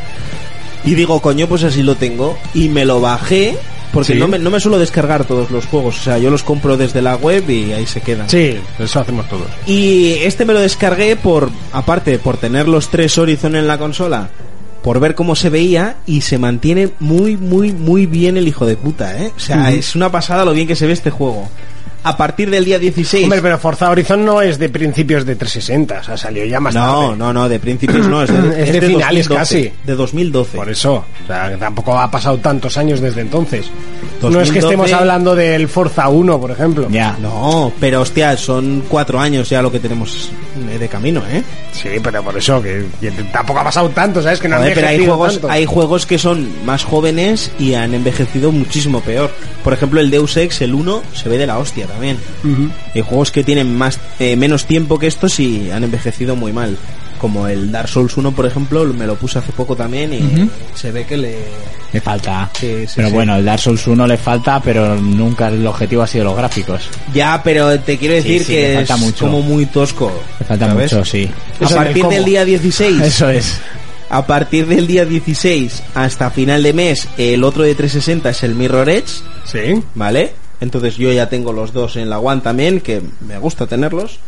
Y digo, coño, pues así lo tengo. Y me lo bajé porque Sí. no, me, no me suelo descargar todos los juegos. O sea, yo los compro desde la web y ahí se quedan. Sí, eso hacemos todos. Y este me lo descargué por, aparte, por tener los tres Horizon en la consola, por ver cómo se veía y se mantiene muy, muy, muy bien el hijo de puta, ¿eh? O sea, es una pasada lo bien que se ve este juego. A partir del día dieciséis... Hombre, pero Forza Horizon no es de principios de trescientos sesenta, o sea, salió ya más no, tarde. no, no, de principios no, es de, Es de finales dos mil doce, casi. De dos mil doce. Por eso, o sea, que tampoco ha pasado tantos años desde entonces. No dos mil es que doce. estemos hablando del Forza uno, por ejemplo. Ya. No, pero hostia, son cuatro años ya lo que tenemos de camino, ¿eh? Sí, pero por eso, que, que tampoco ha pasado tanto, ¿sabes? Que no han Joder, pero hay envejecido juegos, tanto. hay juegos que son más jóvenes y han envejecido muchísimo peor. Por ejemplo, el Deus Ex, el uno, se ve de la hostia también. Hay juegos que tienen más eh, menos tiempo que estos y han envejecido muy mal. Como el Dark Souls uno, por ejemplo, me lo puse hace poco también y se ve que le... Le falta. Sí, sí, pero sí. bueno, el Dark Souls uno le falta, pero nunca el objetivo ha sido los gráficos. Ya, pero te quiero decir sí, que le falta es mucho. como muy tosco. Le falta ¿sabes? mucho, sí. A Eso en el partir combo. del día dieciséis... Eso es. A partir del día dieciséis hasta final de mes, el otro de trescientos sesenta es el Mirror Edge, Sí. ¿vale? Entonces yo ya tengo los dos en la One también, que me gusta tenerlos.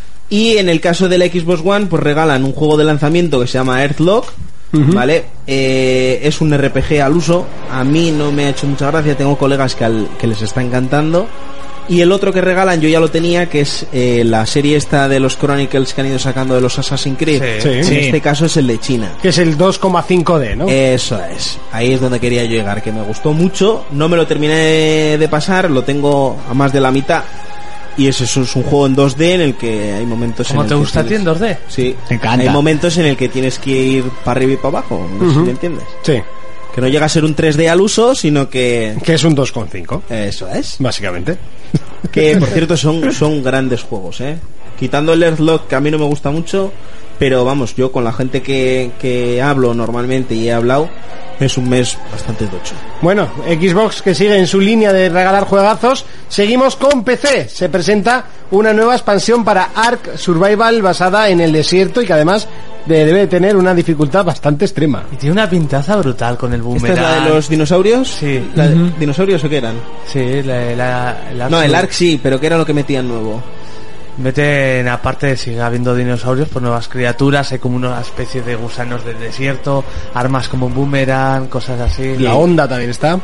Y en el caso del Xbox One, pues regalan un juego de lanzamiento que se llama Earthlock, ¿vale? Eh, es un R P G al uso. A mí no me ha hecho mucha gracia, tengo colegas que, al- que les está encantando. Y el otro que regalan, yo ya lo tenía, que es eh, la serie esta de los Chronicles que han ido sacando de los Assassin's Creed. Sí. En Sí. este caso es el de China. Que es el dos coma cinco D, ¿no? Eso es, ahí es donde quería yo llegar, que me gustó mucho, no me lo terminé de pasar, lo tengo a más de la mitad y eso, eso es un juego en dos D en el que hay momentos en ¿Cómo el te que gusta a ti en tienes- dos D? Sí, Te encanta. hay momentos en el que tienes que ir para arriba y para abajo, no sé si me entiendes. Sí. Que no llega a ser un tres D al uso, sino que... Que es un dos coma cinco. Eso es. Básicamente. Que, por cierto, son, son grandes juegos, ¿eh? Quitando el Earthlock, que a mí no me gusta mucho, pero vamos, yo con la gente que, que hablo normalmente y he hablado, es un mes bastante tocho. Bueno, Xbox, que sigue en su línea de regalar juegazos. Seguimos con P C. Se presenta una nueva expansión para Ark Survival basada en el desierto y que además de, debe tener una dificultad bastante extrema. Y tiene una pintaza brutal con el boomerang. ¿Esta es la de los dinosaurios? Sí. ¿La de, Uh-huh. ¿Dinosaurios o qué eran? Sí, la, la, la No, el Ark sí, pero ¿qué era lo que metían nuevo? Meten, aparte de sigue habiendo dinosaurios, pues nuevas criaturas, hay como una especie de gusanos del desierto, armas como boomerang, cosas así. La onda también está.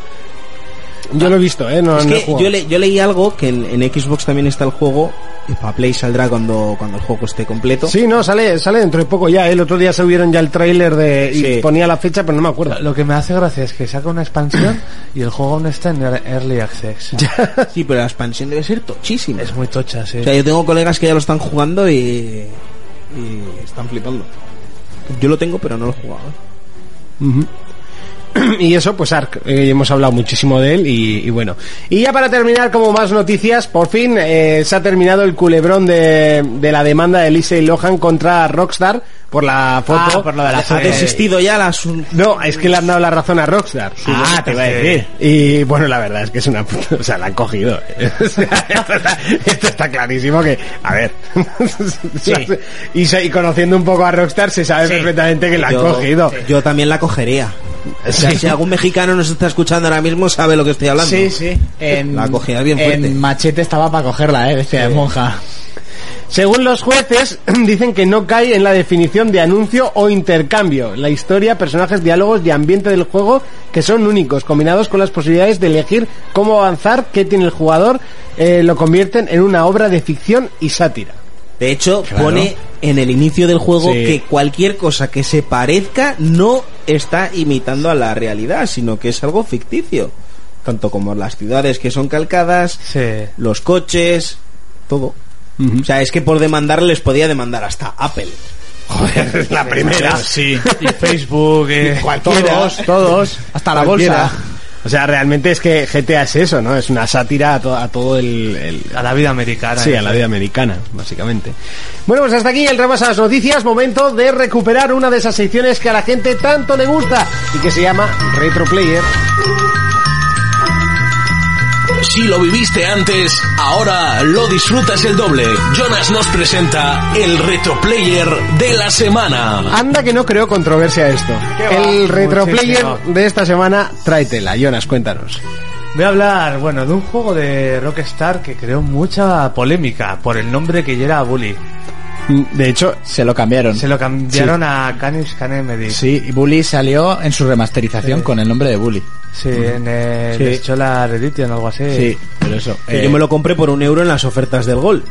Yo lo he visto, ¿eh? No, es no he que jugado. yo, le, yo leí algo que en, en Xbox también está el juego, y para Play saldrá cuando, cuando el juego esté completo. Sí, no, sale sale dentro de poco ya. ¿eh? El otro día subieron ya el tráiler de y Sí. ponía la fecha, pero no me acuerdo. Lo que me hace gracia es que saca una expansión y el juego aún está en Early Access. Sí, pero la expansión debe ser tochísima. Es muy tocha, sí. O sea, yo tengo colegas que ya lo están jugando y, y están flipando. Yo lo tengo, pero no lo he jugado. Uh-huh. Y eso, pues Ark, eh, hemos hablado muchísimo de él y, y bueno. Y ya para terminar, como más noticias, por fin eh, se ha terminado el culebrón de, de la demanda de Lindsay Lohan contra Rockstar por la foto. Ah, por lo de la Ha foto. desistido ya la... No, es que le han dado la razón a Rockstar. Ah, te iba a decir. Y bueno, la verdad es que es una puta... O sea, la han cogido. ¿eh? O sea, esto, está, esto está clarísimo que... A ver. Sí. y, se- y conociendo un poco a Rockstar se sabe Sí. perfectamente que la han yo, cogido. yo también la cogería. O sea, Sí. si algún mexicano nos está escuchando ahora mismo, sabe lo que estoy hablando. Sí, sí. En, La cogida bien fuerte. En Machete estaba para cogerla, eh, decía de monja. Según los jueces, dicen que no cae en la definición de anuncio o intercambio. La historia, personajes, diálogos y ambiente del juego que son únicos, combinados con las posibilidades de elegir cómo avanzar, qué tiene el jugador, eh, lo convierten en una obra de ficción y sátira. De hecho, Claro. pone en el inicio del juego Sí. que cualquier cosa que se parezca no está imitando a la realidad, sino que es algo ficticio. Tanto como las ciudades que son calcadas, Sí. los coches, todo. O sea, es que por demandar les podía demandar hasta Apple. Joder, la primera. Sí. Y Facebook, eh, Todos, todos. Hasta la Cualquiera. bolsa. O sea, realmente es que G T A es eso, ¿no? Es una sátira a, to- a todo el... el- a la vida americana. Sí, eh. a la vida americana, básicamente. Bueno, pues hasta aquí el repaso a las noticias. Momento de recuperar una de esas secciones que a la gente tanto le gusta y que se llama Retro Player. Si lo viviste antes, ahora lo disfrutas el doble. Jonas nos presenta el retroplayer de la semana. Anda que no creo controversia esto. ¿Qué va? El Retro Player Muchísimo. de esta semana, tráetela. Jonas, cuéntanos. Voy a hablar, bueno, de un juego de Rockstar que creó mucha polémica por el nombre que ya era Bully. De hecho, Se lo cambiaron. Se lo cambiaron a Canis Canemedy. Sí, y Bully salió en su remasterización Sí. con el nombre de Bully. Sí, en el Sí. Scholar Edition o algo así. Sí, por eso. Que eh, yo me lo compré por un euro en las ofertas del Gol.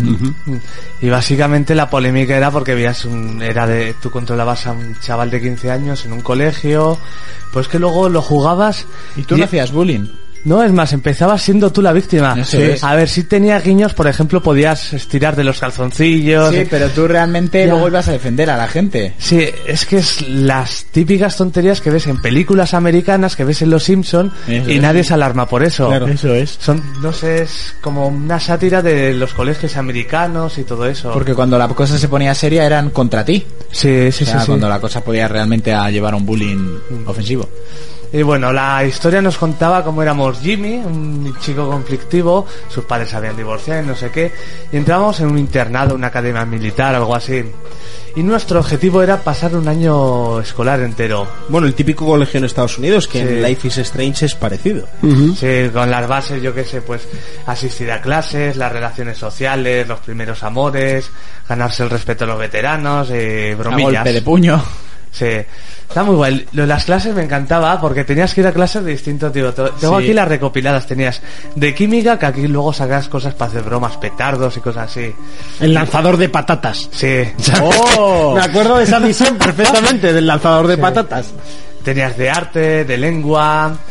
Y básicamente la polémica era porque veías un, era de, tú controlabas a un chaval de quince años en un colegio, pues que luego lo jugabas. ¿Y tú no hacías bullying? No, es más, empezabas siendo tú la víctima. Eso es. A ver, si tenía guiños, por ejemplo, podías estirar de los calzoncillos. Sí, pero tú realmente Ya. luego ibas a defender a la gente. Sí, es que es las típicas tonterías que ves en películas americanas, que ves en Los Simpson Eso y es. nadie se alarma por eso. Claro. Eso es. Son, no sé, es como una sátira de los colegios americanos y todo eso. Porque cuando la cosa se ponía seria eran contra ti. Sí, sí, O sea, sí, sí. cuando la cosa podía realmente a llevar a un bullying ofensivo. Y bueno, la historia nos contaba cómo éramos Jimmy, un chico conflictivo, sus padres se habían divorciado y no sé qué, y entramos en un internado, una academia militar, algo así. Y nuestro objetivo era pasar un año escolar entero. Bueno, el típico colegio en Estados Unidos, que Sí. en Life is Strange es parecido. Sí, con las bases, yo qué sé, pues asistir a clases, las relaciones sociales, los primeros amores, ganarse el respeto de los veteranos, eh, A bromillas. golpe de puño. Sí, está muy guay. Lo de las clases me encantaba porque tenías que ir a clases de distinto tipo. Tengo Sí. aquí las recopiladas. Tenías de química, que aquí luego sacas cosas para hacer bromas, petardos y cosas así. el lanzador de patatas. Sí. ¡Oh! Me acuerdo de esa misión perfectamente, del lanzador de patatas. Tenías de arte, de lengua.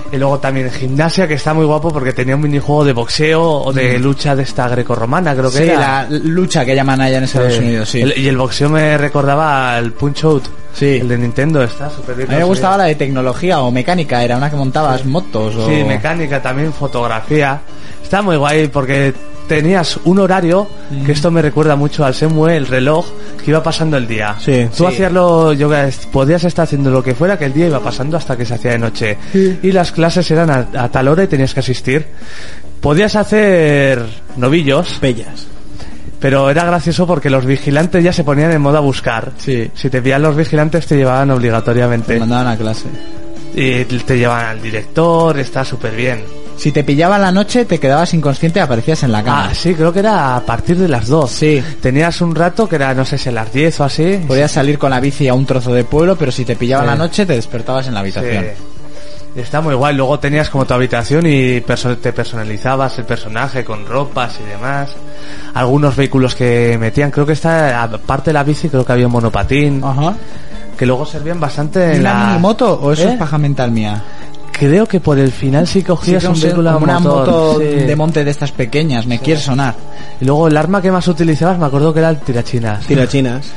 Y luego también gimnasia, que está muy guapo porque tenía un minijuego de boxeo o de lucha de esta grecorromana, creo que Sí, era. la lucha que llaman allá en Estados Sí. Unidos, sí. El- y el boxeo me recordaba al Punch Out. Sí. El de Nintendo, está súper bien. A mí me conseguido. gustaba la de tecnología o mecánica, era una que montabas motos o... Sí, mecánica, también fotografía. Está muy guay porque tenías un horario, que esto me recuerda mucho al Semue, el reloj, que iba pasando el día. Sí. Tú Sí. hacías lo, yo que- podías estar haciendo lo que fuera, que el día iba pasando hasta que se hacía de noche. Y las clases eran a, a tal hora y tenías que asistir. Podías hacer novillos, Bellas. pero era gracioso porque los vigilantes ya se ponían en modo a buscar. Sí. Si te pillan los vigilantes te llevaban obligatoriamente. Te mandaban a clase. Y te llevaban al director, está súper bien. Si te pillaba la noche, te quedabas inconsciente y aparecías en la cama. Ah, sí, creo que era a partir de las dos. Sí. Tenías un rato que era, no sé si a las diez o así. Podías salir con la bici a un trozo de pueblo, pero si te pillaba Sí. la noche, te despertabas en la habitación. Sí. Está muy guay. Luego tenías como tu habitación y perso- te personalizabas el personaje con ropas y demás. Algunos vehículos que metían, creo que está, aparte de la bici, creo que había un monopatín. Ajá. Que luego servían bastante en ¿Una la... minimoto o eso ¿Eh? es paja mental mía? Creo que por el final sí cogías Sí, un sé, vehículo a como una motor. moto Sí. de monte de estas pequeñas, me quiere sonar. Y luego el arma que más utilizabas, me acuerdo que era el tirachinas. Tirachinas.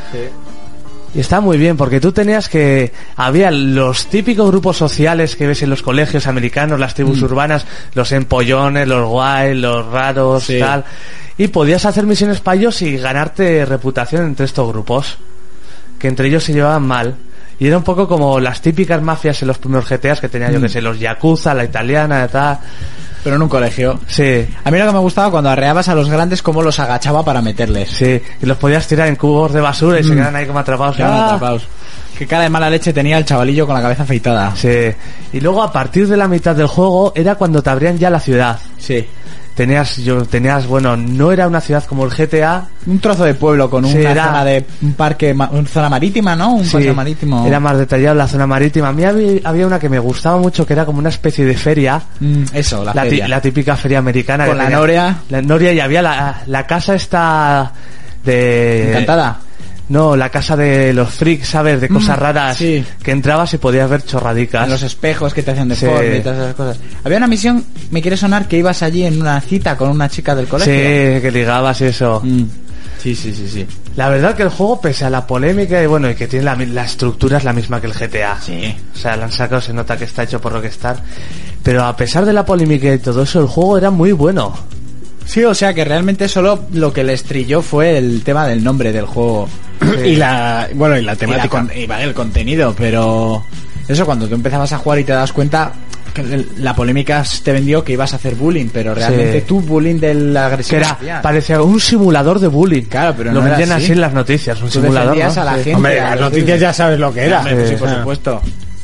Y está muy bien, porque tú tenías que... Había los típicos grupos sociales que ves en los colegios americanos, las tribus urbanas, los empollones, los guay, los raros, Sí. tal. Y podías hacer misiones para ellos y ganarte reputación entre estos grupos, que entre ellos se llevaban mal. Y era un poco como las típicas mafias en los primeros G T As que tenía, yo que sé, los Yakuza, la italiana, tal. Pero en un colegio. Sí, A mí lo que me gustaba cuando arreabas a los grandes, cómo los agachaba para meterles. sí. Y los podías tirar en cubos de basura y se quedan ahí como atrapados. Quedaban ¡Ah! atrapados. Qué cara de mala leche tenía el chavalillo con la cabeza afeitada. Sí. Y luego a partir de la mitad del juego era cuando te abrían ya la ciudad. Sí. Tenías, yo, tenías, bueno, no era una ciudad como el G T A. Un trozo de pueblo con Sí, una era- zona de un parque, ma- una zona marítima, ¿no? Un Sí, paseo marítimo. era más detallado la zona marítima. A mí había, había una que me gustaba mucho, que era como una especie de feria. Mm, eso, la, La, ti- feria. la típica feria americana. Con que la tenía- noria. La noria, y había la, la casa esta de... Encantada. No, la casa de los freaks, ¿sabes? De cosas Mm, raras. sí. Que entrabas y podías ver chorradicas. En los espejos que te hacían Sí. deforme y todas esas cosas. Había una misión, me quiere sonar, que ibas allí en una cita con una chica del Sí, colegio. que ligabas y eso. Mm. Sí, sí, sí, sí. La verdad que el juego, pese a la polémica y bueno, y que tiene la, mi- la estructura es la misma que el G T A. Sí. O sea, la han sacado, se nota que está hecho por Rockstar. Pero a pesar de la polémica y todo eso, el juego era muy bueno. Sí, o sea que realmente solo lo que le estrilló fue el tema del nombre del juego. Y la, bueno, y la Y, la temática. con- y vale, el contenido, pero eso cuando tú empezabas a jugar y te das cuenta que el- la polémica te vendió que ibas a hacer bullying, pero realmente Sí. tú bullying de la Que agresión era, social. parecía un simulador de bullying. Claro, pero Lo no era vendían así. así en las noticias, un Tú simulador, defendías ¿no? a la Sí. gente. Hombre, a las los noticias ya sabes lo que era. Hombre, pues sí, por Ah. supuesto.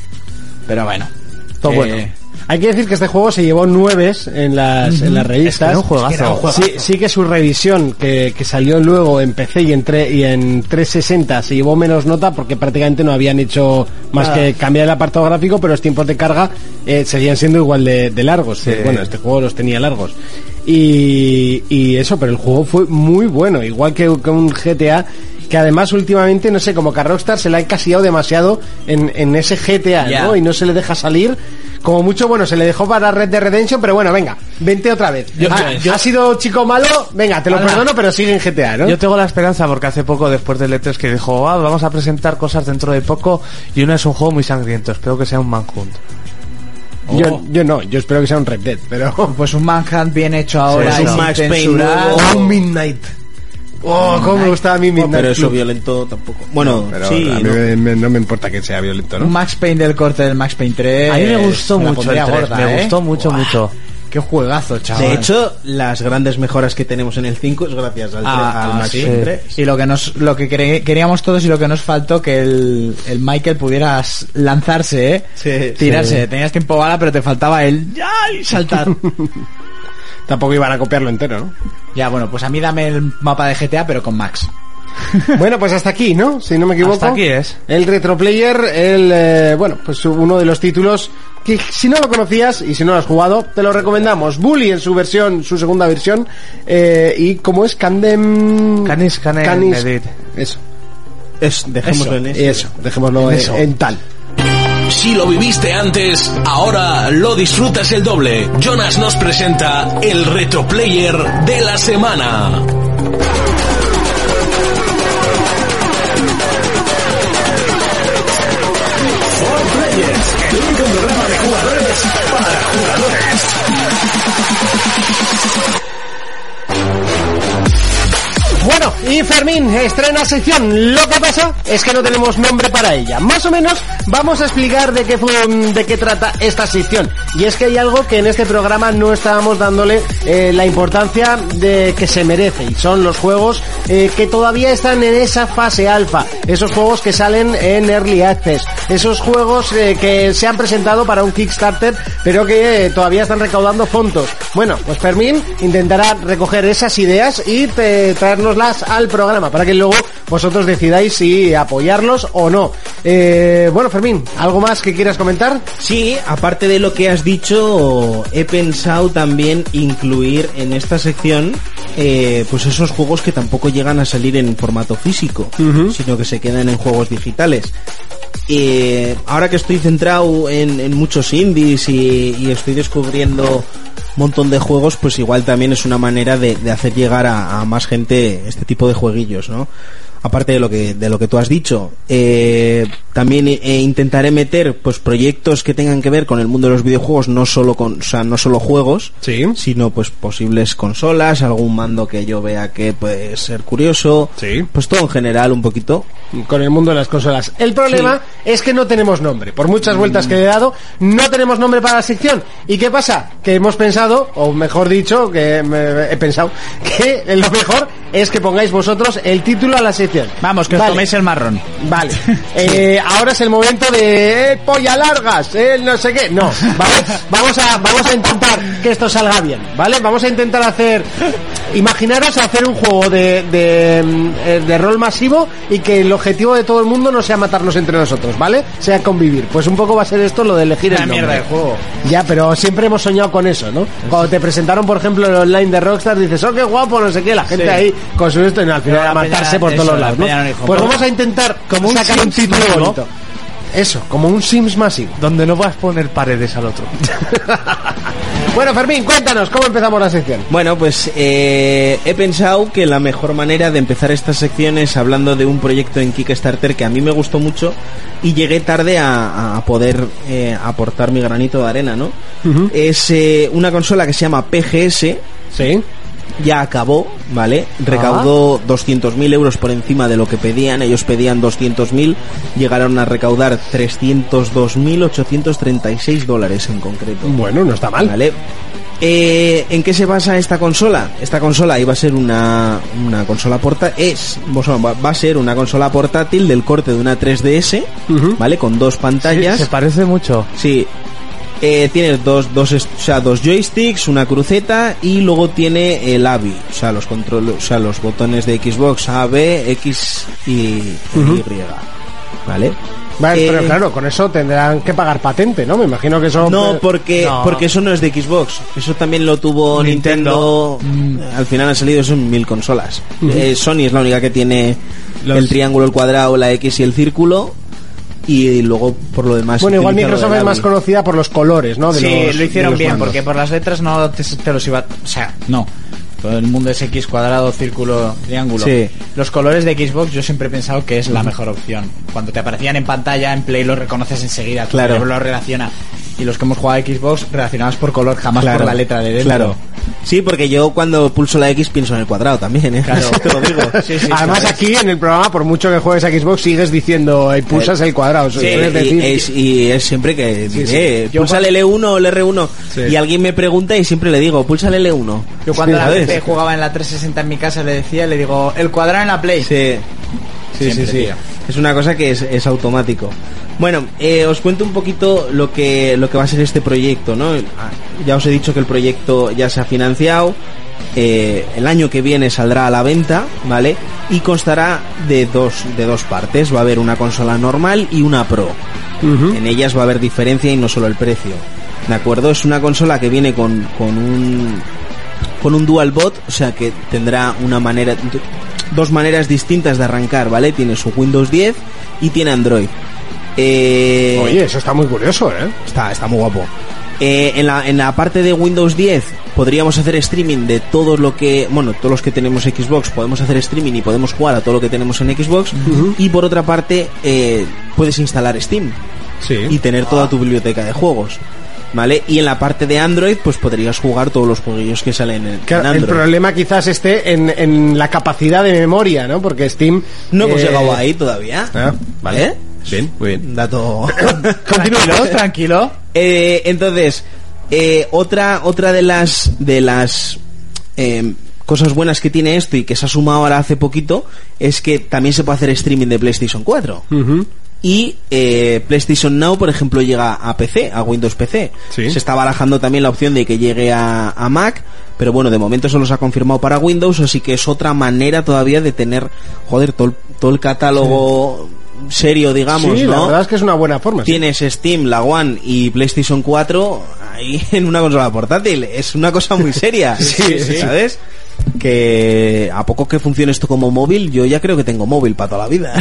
Pero bueno. Todo que- bueno. Hay que decir que este juego se llevó nueves en las, en las revistas. Es que era un juegazo. Es que era un juegazo. Sí, sí que su revisión que, que salió luego en P C y en, tre- y en trescientos sesenta se llevó menos nota porque prácticamente no habían hecho más Nada. que cambiar el apartado gráfico, pero los tiempos de carga eh, seguían siendo igual de, de largos. Sí. Que, bueno, este juego los tenía largos. Y, y eso, pero el juego fue muy bueno, igual que, que un G T A, que además últimamente, no sé, como que a Rockstar se le ha encasillado demasiado en, en ese G T A, Ya. ¿no? Y no se le deja salir. Como mucho, bueno, se le dejó para Red Dead Redemption, pero bueno, venga, vente otra vez. Yo- Ah, yo- ha sido chico malo, venga, te lo Ala. perdono, pero sigue en G T A, ¿no? Yo tengo la esperanza porque hace poco, después del E tres, que dijo, ah, vamos a presentar cosas dentro de poco, y uno es un juego muy sangriento. Espero que sea un Manhunt. Yo, yo no, yo espero que sea un Red Dead, pero... Pues un Manhunt bien hecho ahora Sí, y un sin Max Payne censurar. nuevo. Oh, un Midnight. Oh, cómo me gustaba a mí Midnight Pero eso Club. violento tampoco. Bueno, Pero sí, a mí ¿no? me- me- no me importa que sea violento, ¿no? Un Max Payne del corte del Max Payne tres. A mí me gustó me la mucho el pondría tres, gorda, me ¿eh? gustó mucho, Buah, mucho. Qué juegazo, chaval. De hecho, las grandes mejoras que tenemos en el cinco es gracias al, Ah, tre- al ah, Max sí. Payne tres. Y lo que nos lo que cre- queríamos todos y lo que nos faltó que el, el Michael pudiera s- lanzarse, ¿eh? Sí, Tirarse. sí. Tenías tiempo bala, pero te faltaba el ¡ya! Y saltar. Tampoco iban a copiarlo entero, ¿no? Ya, bueno, pues a mí dame el mapa de G T A, pero con Max. Bueno, pues hasta aquí, ¿no? Si no me equivoco. Hasta aquí es. El Retroplayer, el, eh, bueno, pues uno de los títulos que si no lo conocías y si no lo has jugado, te lo recomendamos. Bully en su versión, su segunda versión, eh, y como es Candem... Canis Canem Canis- Edit. Eso, Es, dejémoslo eso, en ese. eso, dejémoslo En en, eso. en tal. Si lo viviste antes, ahora lo disfrutas el doble. Jonas nos presenta el retroplayer de la semana. El único programa de jugadores para jugadores. Bueno, y Fermín estrena sección. Lo que pasa es que no tenemos nombre para ella. Más o menos vamos a explicar de qué, de qué trata esta sección. Y es que hay algo que en este programa no estábamos dándole eh, la importancia de que se merece. Y son los juegos eh, que todavía están en esa fase alfa. Esos juegos que salen en Early Access. Esos juegos eh, que se han presentado para un Kickstarter, pero que eh, todavía están recaudando fondos. Bueno, pues Fermín intentará recoger esas ideas y eh, traernoslas al programa para que luego vosotros decidáis si apoyarlos o no. Eh, bueno, Fermín, ¿algo más que quieras comentar? Sí, aparte de lo que has dicho, he pensado también incluir en esta sección eh, pues esos juegos que tampoco llegan a salir en formato físico, uh-huh. sino que se quedan en juegos digitales. Eh, ahora que estoy centrado en, en muchos indies y, y estoy descubriendo un montón de juegos, pues igual también es una manera de, de hacer llegar a, a más gente este tipo de jueguillos, ¿no? Aparte de lo que de lo que tú has dicho, eh, también eh, intentaré meter pues proyectos que tengan que ver con el mundo de los videojuegos, no solo con, o sea, no solo juegos, sí. sino pues posibles consolas, algún mando que yo vea que puede ser curioso, sí. pues todo en general un poquito con el mundo de las consolas. El problema sí. es que no tenemos nombre. Por muchas vueltas que he dado, no tenemos nombre para la sección. ¿Y qué pasa? Que hemos pensado, o mejor dicho, que me, he pensado que lo mejor es que pongáis vosotros el título a la sección. Vamos, que os vale. toméis el marrón. Vale. eh, ahora es el momento de eh, polla largas, eh, no sé qué. No, ¿vale? Vamos a, vamos a intentar que esto salga bien, ¿vale? Vamos a intentar hacer... Imaginaros hacer un juego de, de, de rol masivo y que el objetivo de todo el mundo no sea matarnos entre nosotros, ¿vale? Sea convivir. Pues un poco va a ser esto lo de elegir el nombre. Una mierda de juego. Ya, pero siempre hemos soñado con eso, ¿no? Cuando te presentaron, por ejemplo, el online de Rockstar, dices, oh, qué guapo, no sé qué, la gente sí. ahí con su esto y no, al final a matarse por todos los lados, ¿no? Pues vamos a intentar como un sacar un título bonito. ¿No? Eso, como un Sims masivo. Donde no vas a poner paredes al otro. Bueno, Fermín, cuéntanos, ¿cómo empezamos la sección? Bueno, pues eh, he pensado que la mejor manera de empezar estas secciones hablando de un proyecto en Kickstarter que a mí me gustó mucho y llegué tarde a, a poder eh, aportar mi granito de arena, ¿no? Uh-huh. Es eh, una consola que se llama P G S. Sí. Ya acabó, ¿vale? Recaudó ah. doscientos mil euros por encima de lo que pedían. Ellos pedían doscientos mil, llegaron a recaudar trescientos dos mil ochocientos treinta y seis dólares en concreto. Bueno, no está mal. ¿Vale? Eh, ¿En qué se basa esta consola? Esta consola iba a ser una, una consola portátil. Es, va a ser una consola portátil del corte de una tres D S, uh-huh. ¿vale? Con dos pantallas. Sí, se parece mucho. Sí. Eh, tiene dos, dos, o sea, dos joysticks, una cruceta y luego tiene el A B I, o sea, los controles, o sea, los botones de Xbox A, B, X y uh-huh. Y, ¿vale? Vale, eh, pero claro, con eso tendrán que pagar patente, ¿no? Me imagino que eso... No, porque no. porque eso no es de Xbox. Eso también lo tuvo Nintendo. Nintendo. Mm. Al final han salido son mil consolas. Uh-huh. Eh, Sony es la única que tiene los... el triángulo, el cuadrado, la X y el círculo. Y luego por lo demás... Bueno, igual Microsoft es más conocida por los colores, ¿no? De sí, los, lo hicieron bien, mandos. Porque por las letras no te, te los iba... O sea, no. Todo el mundo es X, cuadrado, círculo, triángulo. Sí. Los colores de Xbox yo siempre he pensado que es la mejor opción. Cuando te aparecían en pantalla, en Play los reconoces enseguida. Claro. Los relaciona. Y los que hemos jugado a Xbox relacionados por color, jamás claro. por la letra de dentro. Claro. Sí, porque yo cuando pulso la X pienso en el cuadrado también, ¿eh? Claro. Te lo digo. Sí, sí, Además sí, aquí en el programa, por mucho que juegues a Xbox, sigues diciendo, y pulsas el cuadrado. Sí, y, decir... es, y es siempre que sí, diré, sí. pulsa el L uno o el R uno. Sí. Y alguien me pregunta y siempre le digo, pulsa el L uno. Yo cuando sí, la P C jugaba en la trescientos sesenta en mi casa le decía, le digo, el cuadrado en la Play. Sí. Sí, siempre, sí, sí. Tío. Es una cosa que es, es automático. Bueno, eh, os cuento un poquito lo que lo que va a ser este proyecto, ¿no? Ya os he dicho que el proyecto ya se ha financiado. Eh, el año que viene saldrá a la venta, ¿vale? Y constará de dos de dos partes. Va a haber una consola normal y una Pro. Uh-huh. En ellas va a haber diferencia y no solo el precio. ¿De acuerdo? Es una consola que viene con, con un con un dual boot, o sea que tendrá una manera dos maneras distintas de arrancar, ¿vale? Tiene su Windows diez y tiene Android. Eh, Oye, eso está muy curioso, ¿eh? Está, está muy guapo. Eh, en, la, en la parte de Windows diez podríamos hacer streaming de todo lo que... Bueno, todos los que tenemos Xbox podemos hacer streaming y podemos jugar a todo lo que tenemos en Xbox. Uh-huh. Y por otra parte, eh, puedes instalar Steam. Sí. Y tener toda tu biblioteca de juegos. ¿Vale? Y en la parte de Android, pues podrías jugar todos los jueguillos que salen en, claro, en Android. El problema quizás esté en, en la capacidad de memoria, ¿no? Porque Steam... No hemos eh... llegado ahí todavía. Ah, vale. ¿Eh? Bien, muy bien. Dato... Tranquilo, tranquilo. Eh, entonces, eh, otra otra de las de las eh, cosas buenas que tiene esto y que se ha sumado ahora hace poquito es que también se puede hacer streaming de PlayStation cuatro. Uh-huh. Y eh, PlayStation Now, por ejemplo, llega a P C, a Windows P C. ¿Sí? Se está barajando también la opción de que llegue a, a Mac, pero bueno, de momento solo se ha confirmado para Windows, así que es otra manera todavía de tener, joder, todo el, todo el catálogo sí. serio, digamos, sí, ¿no? La verdad es que es una buena forma. Tienes sí. Steam, la One y PlayStation cuatro ahí en una consola portátil. Es una cosa muy seria, sí, sí, ¿sabes? Sí. Que a poco que funcione esto como móvil, yo ya creo que tengo móvil para toda la vida.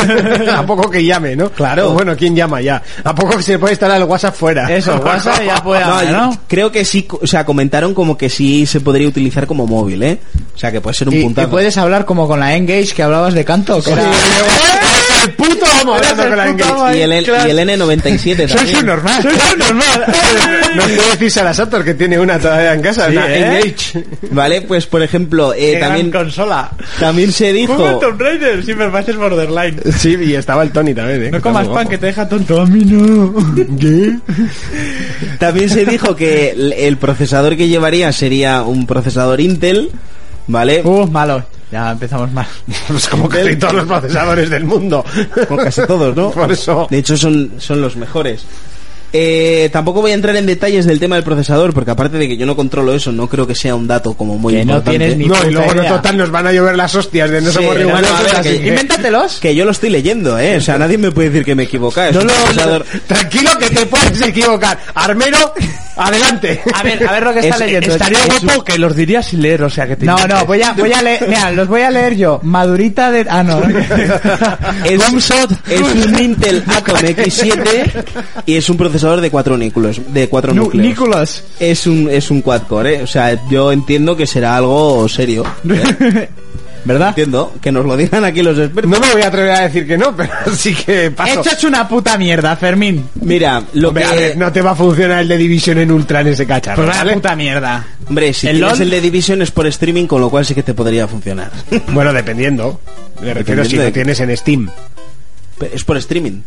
A poco que llame, ¿no? Claro. O bueno, ¿quién llama ya? A poco que se puede instalar el WhatsApp fuera. Eso, WhatsApp ya puede no, haber, ¿no? Creo que sí, o sea, comentaron como que sí se podría utilizar como móvil, ¿eh? O sea, que puede ser un y, puntazo. Y puedes hablar como con la Engage que hablabas de canto. Que sí, era... el puto amo hablando con la Engage. Y el, claro. y el N noventa y siete también. Soy un normal. Soy un normal. No puedo decir Sarasator que tiene una todavía en casa, sí, una ¿eh? Engage. Vale, pues por ejemplo, eh, también consola. También se dijo Tomb Raider, sí me pareces borderline. Sí, y estaba el Tony también, ¿eh? No comas pan que te deja tonto. A mí no. ¿Qué? También se dijo que el, el procesador que llevaría sería un procesador Intel, ¿vale? Uh, malo. Ya empezamos mal. Pues como casi todos los procesadores del mundo. Como casi todos, ¿no? Por eso. De hecho son, son los mejores. Eh, tampoco voy a entrar en detalles del tema del procesador, porque aparte de que yo no controlo eso, no creo que sea un dato como muy que importante. No tienes ni no, y luego idea. no, total, nos van a llover las hostias de no sí, somos rigurosos. No, no, que, que, Invéntatelos. Que yo lo estoy leyendo, ¿eh? O sea, nadie me puede decir que me equivoca. No, no, procesador... Tranquilo que te puedes equivocar. Armero, adelante. A ver, a ver lo que está es, leyendo. Estaría es guapo un... que los dirías sin leer, o sea que te No, no, voy a, voy a leer, mira, los voy a leer yo. Madurita de... Ah, no. es, es un Intel Atom X siete y es un procesador de cuatro núcleos. De cuatro no, núcleos. Nicolás. Es un, es un quad-core, ¿eh? O sea, yo entiendo que será algo serio, ¿eh? ¿Verdad? Entiendo, que nos lo digan aquí los expertos. No me voy a atrever a decir que no, pero sí que paso. Esto es una puta mierda, Fermín. Mira, lo Hombre, que... a ver, no te va a funcionar el de Division en Ultra en ese cacharro, Pues ¿vale? una puta mierda. Hombre, si ¿El tienes LOL? el de Division es por streaming, con lo cual sí que te podría funcionar. Bueno, dependiendo. Me refiero si de... lo tienes en Steam. Es por streaming.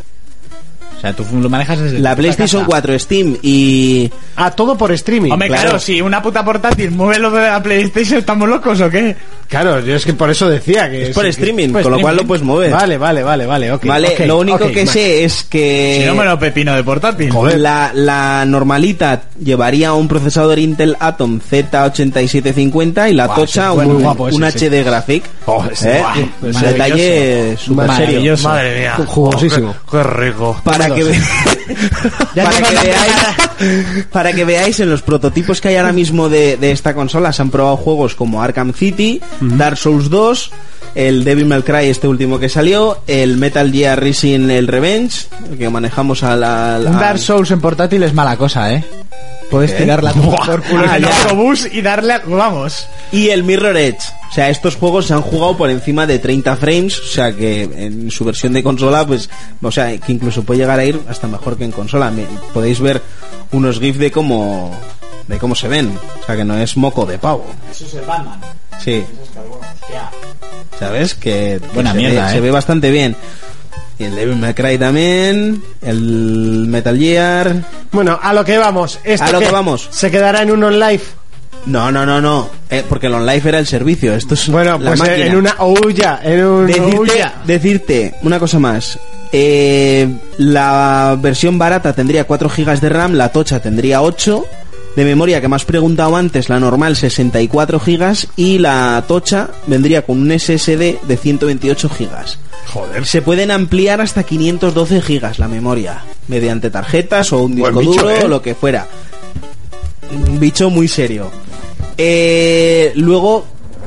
O sea, tú lo manejas desde la PlayStation cuatro, Steam y... Ah, todo por streaming. Hombre, claro, claro, si una puta portátil mueve lo de la PlayStation, ¿estamos locos o qué? Claro, yo es que por eso decía que... Es por sí, streaming, que... con pues lo cual streaming. lo puedes mover. Vale, vale, vale, vale, ok. Vale, okay, lo único okay, que vale. sé es que... Si no me lo pepino de portátil. Joder. La, la normalita llevaría un procesador Intel Atom Z ochenta y siete cincuenta y la Buah, tocha ese es un, muy guapo ese, un sí. H D Graphic. Oh, ese, ¿eh? guau, Un detalle súper serio. Maravilloso. Madre mía. Jugosísimo. Oh, qué, qué rico. Para que, ve- Ya para, tengo que la veáis, para que veáis en los prototipos que hay ahora mismo de, de esta consola se han probado juegos como Arkham City, uh-huh. Dark Souls dos, el Devil May Cry este último que salió, el Metal Gear Rising el Revenge, que manejamos a la... a la- Un Dark Souls en portátil es mala cosa, ¿eh? Puedes ¿Qué? tirarla por culo Ah, en el ya. autobús y darle a... Vamos. Y el Mirror Edge. O sea, estos juegos se han jugado por encima de treinta frames, o sea que en su versión de consola, pues, o sea, que incluso puede llegar a ir hasta mejor que en consola. Me, podéis ver unos GIFs de cómo, de cómo se ven. O sea, que no es moco de pavo. Eso es el Batman. Sí. ¿Sabes? Que, que Buena se, mierda, ve, ¿eh? se ve bastante bien. Y el Devil May Cry también, el Metal Gear... Bueno, a lo que vamos. ¿Esto A lo qué? que vamos. ¿Se quedará en un on-live? No, no, no, no. Eh, porque el OnLive era el servicio. Esto es Bueno, la pues máquina. en una olla, en un... Decirte, olla. decirte una cosa más. Eh, la versión barata tendría cuatro gigas de RAM, la tocha tendría ocho. De memoria, que me has preguntado antes, la normal sesenta y cuatro gigas y la tocha vendría con un S S D de ciento veintiocho gigas. Joder. Se pueden ampliar hasta quinientos doce gigas la memoria, mediante tarjetas o un disco Buen bicho, duro ¿eh? o lo que fuera. Un bicho muy serio. Eh, luego,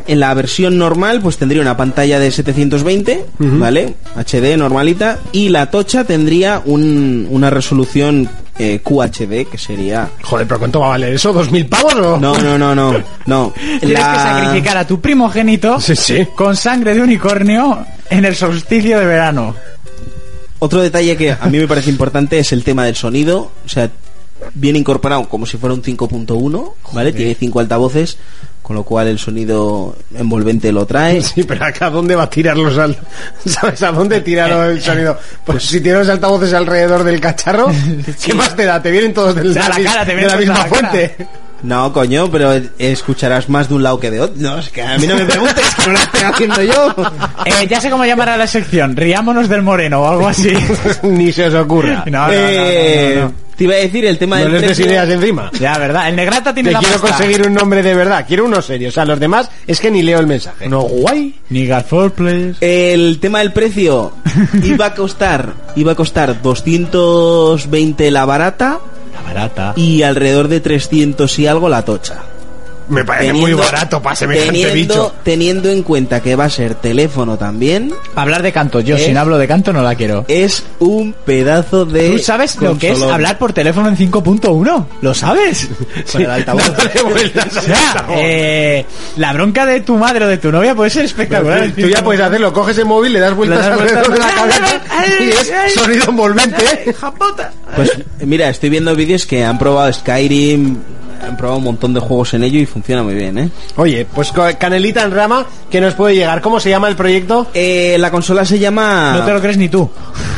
en la versión normal pues tendría una pantalla de setecientos veinte, uh-huh. ¿vale? H D normalita, y la tocha tendría un, una resolución eh, Q H D, que sería... Joder, ¿pero cuánto va a valer eso? ¿Dos mil pavos o...? No, no, no, no, no. Tienes la... que sacrificar a tu primogénito sí, sí. con sangre de unicornio en el solsticio de verano. Otro detalle que a mí me parece importante es el tema del sonido, o sea, viene incorporado como si fuera un cinco punto uno, ¿vale? Joder. Tiene cinco altavoces, con lo cual el sonido envolvente lo trae. Sí, pero acá, ¿a dónde va a tirar los al... ¿Sabes? ¿A dónde tira el sonido? Pues si tienes altavoces alrededor del cacharro, ¿qué sí. más te da? Te vienen todos del, la de, cara, te de la misma fuente. No, coño, pero escucharás más de un lado que de otro. No, es que a mí no me preguntes, que no lo estoy haciendo yo. Eh, ya sé cómo llamar a la sección. Riámonos del moreno o algo así. Ni se os ocurra. No, no, eh, no, no, no, no. Te iba a decir el tema no del les des precio. ideas encima. Ya, verdad. El Negrata tiene Te la quiero pasta. conseguir un nombre de verdad. Quiero uno serio. O sea, los demás es que ni leo el mensaje. No, guay. Ni God for Players. El tema del precio iba a costar iba a costar doscientos veinte la barata. La barata. Y alrededor de trescientos y algo la tocha. Me parece teniendo, muy barato para semejante teniendo, bicho. Teniendo en cuenta que va a ser teléfono también. Para hablar de canto, yo es, si no hablo de canto no la quiero. Es un pedazo de... ¿Tú sabes consolón. Lo que es hablar por teléfono en cinco punto uno? ¿Lo sabes? Con el altavoz. vueltas o sea, eh, la bronca de tu madre o de tu novia puede ser espectacular. Tú ya puedes hacerlo, coges el móvil, le das vueltas, le das vueltas alrededor de la cabeza y es sonido envolvente. Pues mira, estoy viendo vídeos que han probado Skyrim, han probado un montón de juegos en ello y funciona muy bien, ¿eh? Oye, pues canelita en rama que nos puede llegar. ¿Cómo se llama el proyecto? Eh, la consola se llama... No te lo crees ni tú.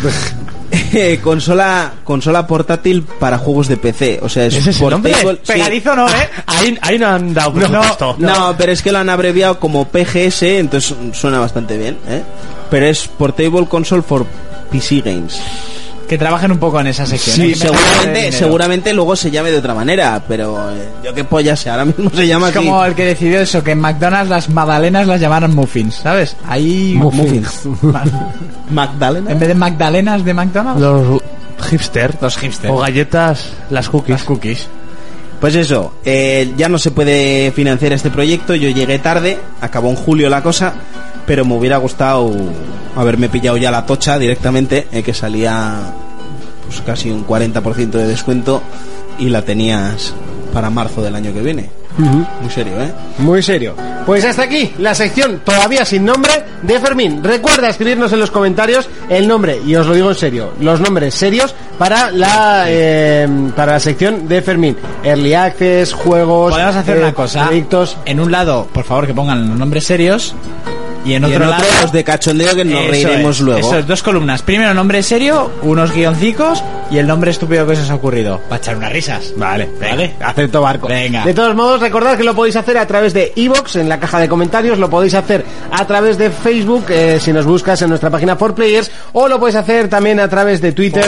consola consola portátil para juegos de P C, o sea, es ¿Ese es el nombre? portable, Pegadizo sí. no, ¿eh? Ahí, ahí no han dado no, no, no, pero es que lo han abreviado como P G S, entonces suena bastante bien, ¿eh? Pero es Portable Console for P C Games. Que trabajen un poco en esa sección. Sí, ¿eh? seguramente, seguramente luego se llame de otra manera, pero eh, yo qué polla sé, ahora mismo se llama es así. como el que decidió eso, que en McDonald's las magdalenas las llamaran muffins, ¿sabes? Ahí... Muffins. ¿Magdalena? En vez de magdalenas de McDonald's. Los hipster. Los hipster. O galletas, las cookies. Las cookies. Pues eso, eh, ya no se puede financiar este proyecto, yo llegué tarde, acabó en julio la cosa, pero me hubiera gustado haberme pillado ya la tocha directamente, eh, que salía pues casi un cuarenta por ciento de descuento y la tenías para marzo del año que viene. Uh-huh. Muy serio, ¿eh? Muy serio. Pues hasta aquí la sección todavía sin nombre de Fermín. Recuerda escribirnos en los comentarios el nombre, y os lo digo en serio, los nombres serios para la eh, para la sección de Fermín. Early Access, juegos... Podemos hacer eh, una cosa. Proyectos. En un lado, por favor, que pongan los nombres serios. Y en otro, y en lado, otro los de cachondeo que nos eso reiremos es, luego. Eso es, dos columnas. Primero nombre serio, unos guioncicos y el nombre estúpido que se os ha ocurrido. Para echar unas risas. Vale, vale. Acepto barco. Venga. De todos modos, recordad que lo podéis hacer a través de iVoox, en la caja de comentarios, lo podéis hacer a través de Facebook, eh, si nos buscas en nuestra página cuatro Players, o lo podéis hacer también a través de Twitter,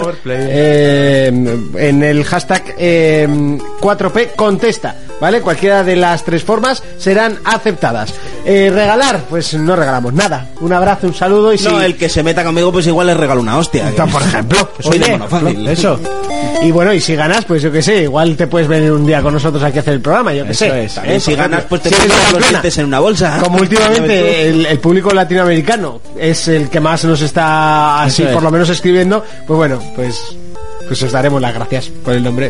eh, en el hashtag eh, cuatro P Contesta, ¿vale? Cualquiera de las tres formas serán aceptadas. Eh, regalar, pues no regalamos nada. Un abrazo, un saludo y si... No, el que se meta conmigo pues igual le regalo una hostia. Que... Por ejemplo. Soy de monofácil. Eso. Y bueno, y si ganas, pues yo que sé, igual te puedes venir un día con nosotros aquí a hacer el programa, yo que eso sé. Es. También, si ganas, pues te si pones los dientes en una bolsa. Como últimamente el, el público latinoamericano es el que más nos está así, por lo menos escribiendo, pues bueno, pues pues os daremos las gracias por el nombre.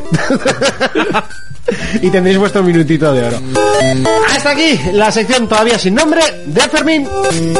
Y tendréis vuestro minutito de oro. Hasta aquí la sección todavía sin nombre de Fermín.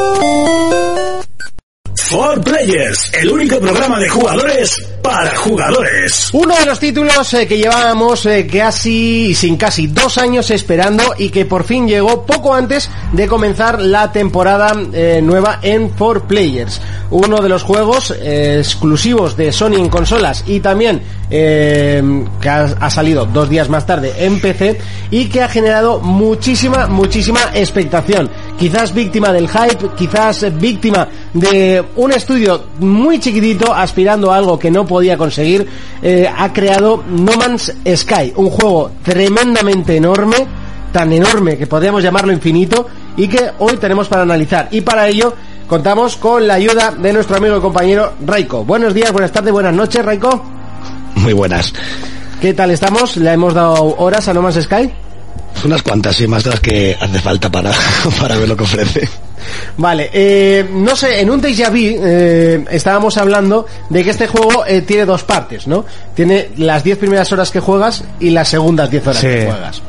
cuatro Players, el único programa de jugadores para jugadores. Uno de los títulos eh, que llevábamos eh, casi, sin casi dos años esperando y que por fin llegó poco antes de comenzar la temporada eh, nueva en cuatro Players. Uno de los juegos eh, exclusivos de Sony en consolas y también eh, que ha, ha salido dos días más tarde en P C y que ha generado muchísima, muchísima expectación. Quizás víctima del hype, quizás víctima de un estudio muy chiquitito aspirando a algo que no podía conseguir. Eh, ha creado No Man's Sky, un juego tremendamente enorme, tan enorme que podríamos llamarlo infinito, y que hoy tenemos para analizar, y para ello contamos con la ayuda de nuestro amigo y compañero Raiko. Buenos días, buenas tardes, buenas noches, Raiko. Muy buenas. ¿Qué tal estamos? ¿Le hemos dado horas a No Man's Sky? Unas cuantas, sí, más de las que hace falta para, para ver lo que ofrece. Vale, eh, no sé, en un Déjà Vu eh, estábamos hablando de que este juego eh, tiene dos partes, ¿no? Tiene las diez primeras horas que juegas y las segundas diez horas sí. que juegas.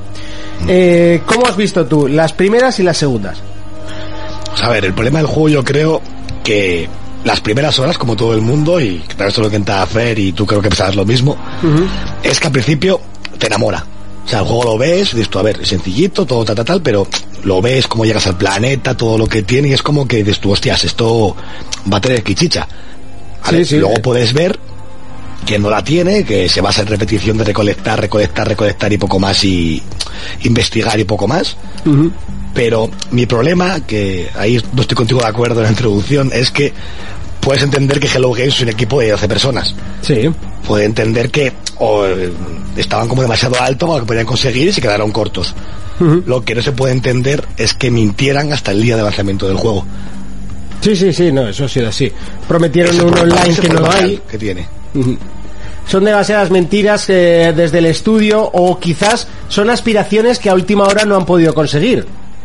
Eh, ¿Cómo has visto tú las primeras y las segundas? Pues a ver, el problema del juego yo creo que las primeras horas, como todo el mundo, y claro, esto lo que intenta hacer, y tú creo que pensabas lo mismo, uh-huh. es que al principio te enamora. O sea, el juego lo ves, dices tú, a ver, es sencillito, todo tal, tal, tal, pero lo ves, cómo llegas al planeta, todo lo que tiene, y es como que dices tú, hostias, esto va a tener quichicha. ¿Vale? Sí, sí, Luego sí. puedes ver que no la tiene, que se basa en repetición de recolectar, recolectar, recolectar y poco más, y investigar y poco más. Uh-huh. Pero mi problema, que ahí no estoy contigo de acuerdo en la introducción, es que puedes entender que Hello Games es un equipo de doce personas. Sí. Puede entender que o, eh, estaban como demasiado alto para lo que podían conseguir y se quedaron cortos. Uh-huh. Lo que no se puede entender es que mintieran hasta el día de lanzamiento del juego. Sí, sí, sí, no, eso ha sido así. Prometieron ese un online que no hay. Que tiene. Uh-huh. Son demasiadas mentiras eh, desde el estudio, o quizás son aspiraciones que a última hora no han podido conseguir.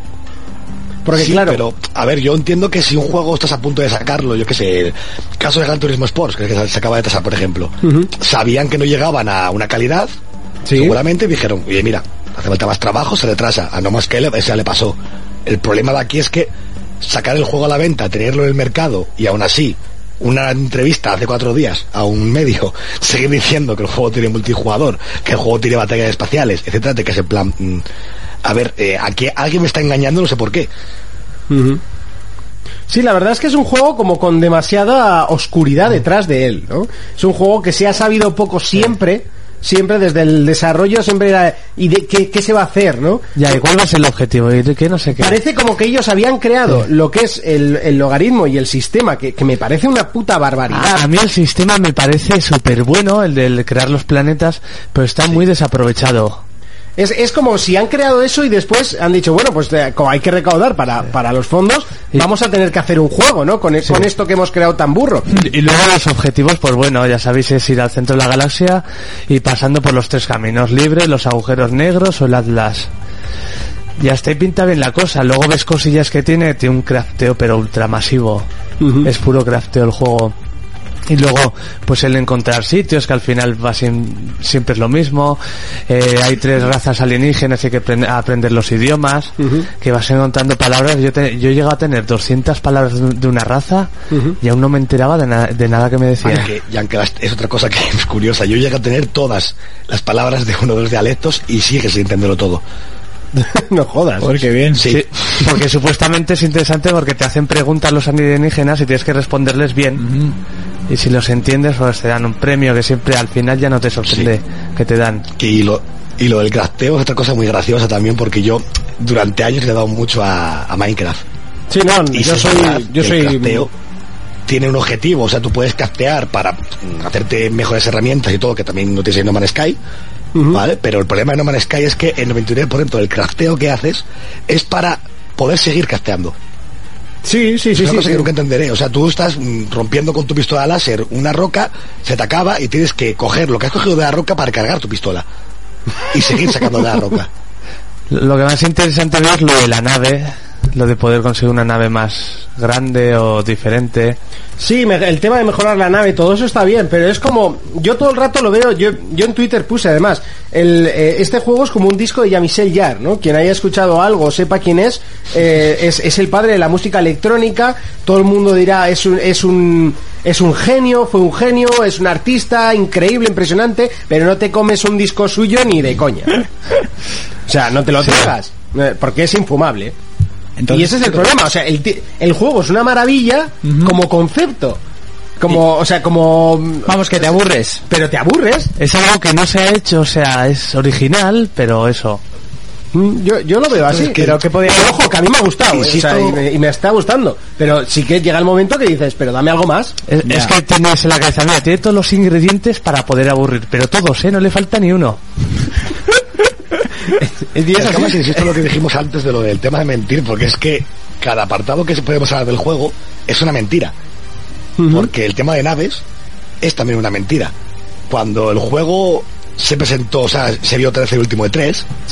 Porque sí, claro, pero a ver, yo entiendo que si un juego estás a punto de sacarlo, yo qué sé, el caso de Gran Turismo Sports, que se acaba de tasar, por ejemplo, uh-huh. sabían que no llegaban a una calidad, ¿sí? seguramente dijeron, oye, mira, hace falta más trabajo, se retrasa. A No Man's Sky ese le pasó. El problema de aquí es que sacar el juego a la venta, tenerlo en el mercado, y aún así, una entrevista hace cuatro días a un medio, seguir diciendo que el juego tiene multijugador, que el juego tiene batallas espaciales, etcétera, de que es en plan... Mmm, a ver, eh, aquí alguien me está engañando, no sé por qué. Uh-huh. Sí, la verdad es que es un juego como con demasiada oscuridad detrás de él, ¿no? Es un juego que se ha sabido poco siempre, siempre desde el desarrollo, siempre era, ¿y de qué, qué se va a hacer, no? Ya, ¿y cuál va a ser el objetivo? ¿Y de qué? No sé qué. Parece como que ellos habían creado sí. lo que es el, el logaritmo y el sistema, que, que me parece una puta barbaridad. A, a mí el sistema me parece súper bueno, el de crear los planetas, pero está sí. muy desaprovechado. Es, es como si han creado eso y después han dicho, bueno, pues eh, como hay que recaudar para, para los fondos, sí. vamos a tener que hacer un juego, ¿no? Con, sí. con esto que hemos creado tan burro. Y luego los objetivos, pues bueno, ya sabéis, es ir al centro de la galaxia y pasando por los tres caminos libres, los agujeros negros o el Atlas. Y hasta ahí pinta bien la cosa. Luego ves cosillas que tiene, tiene un crafteo pero ultramasivo. Uh-huh. Es puro crafteo el juego. Y luego pues el encontrar sitios, que al final va sin, siempre es lo mismo. Eh, hay tres razas alienígenas y hay que aprend- aprender los idiomas. Uh-huh. Que vas encontrando palabras. Yo te, yo llego a tener doscientas palabras de, de una raza. Uh-huh. Y aún no me enteraba de, na- de nada que me decían. Aunque, y aunque es otra cosa que es curiosa, yo llego a tener todas las palabras de uno de los dialectos y sigue sin entenderlo todo. No jodas. Porque bien. Sí. sí. Porque supuestamente es interesante porque te hacen preguntas los alienígenas y tienes que responderles bien. Uh-huh. Y si los entiendes, pues te dan un premio que siempre al final ya no te sorprende sí. que te dan. Y lo, y lo del crafteo es otra cosa muy graciosa también, porque yo durante años le he dado mucho a, a Minecraft. Sí, no, y yo soy... Yo soy... El crafteo tiene un objetivo, o sea, tú puedes craftear para hacerte mejores herramientas y todo, que también no tienes en No Man's Sky. Uh-huh. ¿Vale? Pero el problema de No Man's Sky es que el noventa y nueve por ciento del crafteo que haces es para poder seguir crafteando. Sí, sí, sí. Es una sí, cosa sí. que nunca entenderé. O sea, tú estás mm, rompiendo con tu pistola láser una roca, se te acaba y tienes que coger lo que has cogido de la roca para cargar tu pistola y seguir sacando de la roca. Lo que más interesante es lo de la nave, lo de poder conseguir una nave más grande o diferente. Sí, me, el tema de mejorar la nave, todo eso está bien, pero es como, yo todo el rato lo veo, yo yo en Twitter puse además, el, eh, este juego es como un disco de Jean-Michel Jarre, ¿no? Quien haya escuchado algo, sepa quién es, eh, es, es el padre de la música electrónica, todo el mundo dirá, es un, es un, es un genio, fue un genio, es un artista increíble, impresionante, pero no te comes un disco suyo ni de coña. O sea, no te lo tragas, porque es infumable. Entonces, y ese es el problema, o sea, el, el juego es una maravilla uh-huh. como concepto, como, o sea, como... Vamos, que te aburres. Pero te aburres. Es algo que no se ha hecho, o sea, es original, pero eso... Yo, yo lo veo así, que, pero que podía... Pero, ojo, que a mí me ha gustado, o sea, y, me, y me está gustando, pero sí que llega el momento que dices, pero dame algo más. Es, es que tienes en la cabeza, mira, tiene todos los ingredientes para poder aburrir, pero todos, ¿eh? No le falta ni uno. Es que además insisto lo que dijimos antes de lo del tema de mentir, porque es que cada apartado que podemos hablar del juego es una mentira. Uh-huh. Porque el tema de naves es también una mentira. Cuando el juego se presentó, o sea, se vio otra vez el último de tres, sí,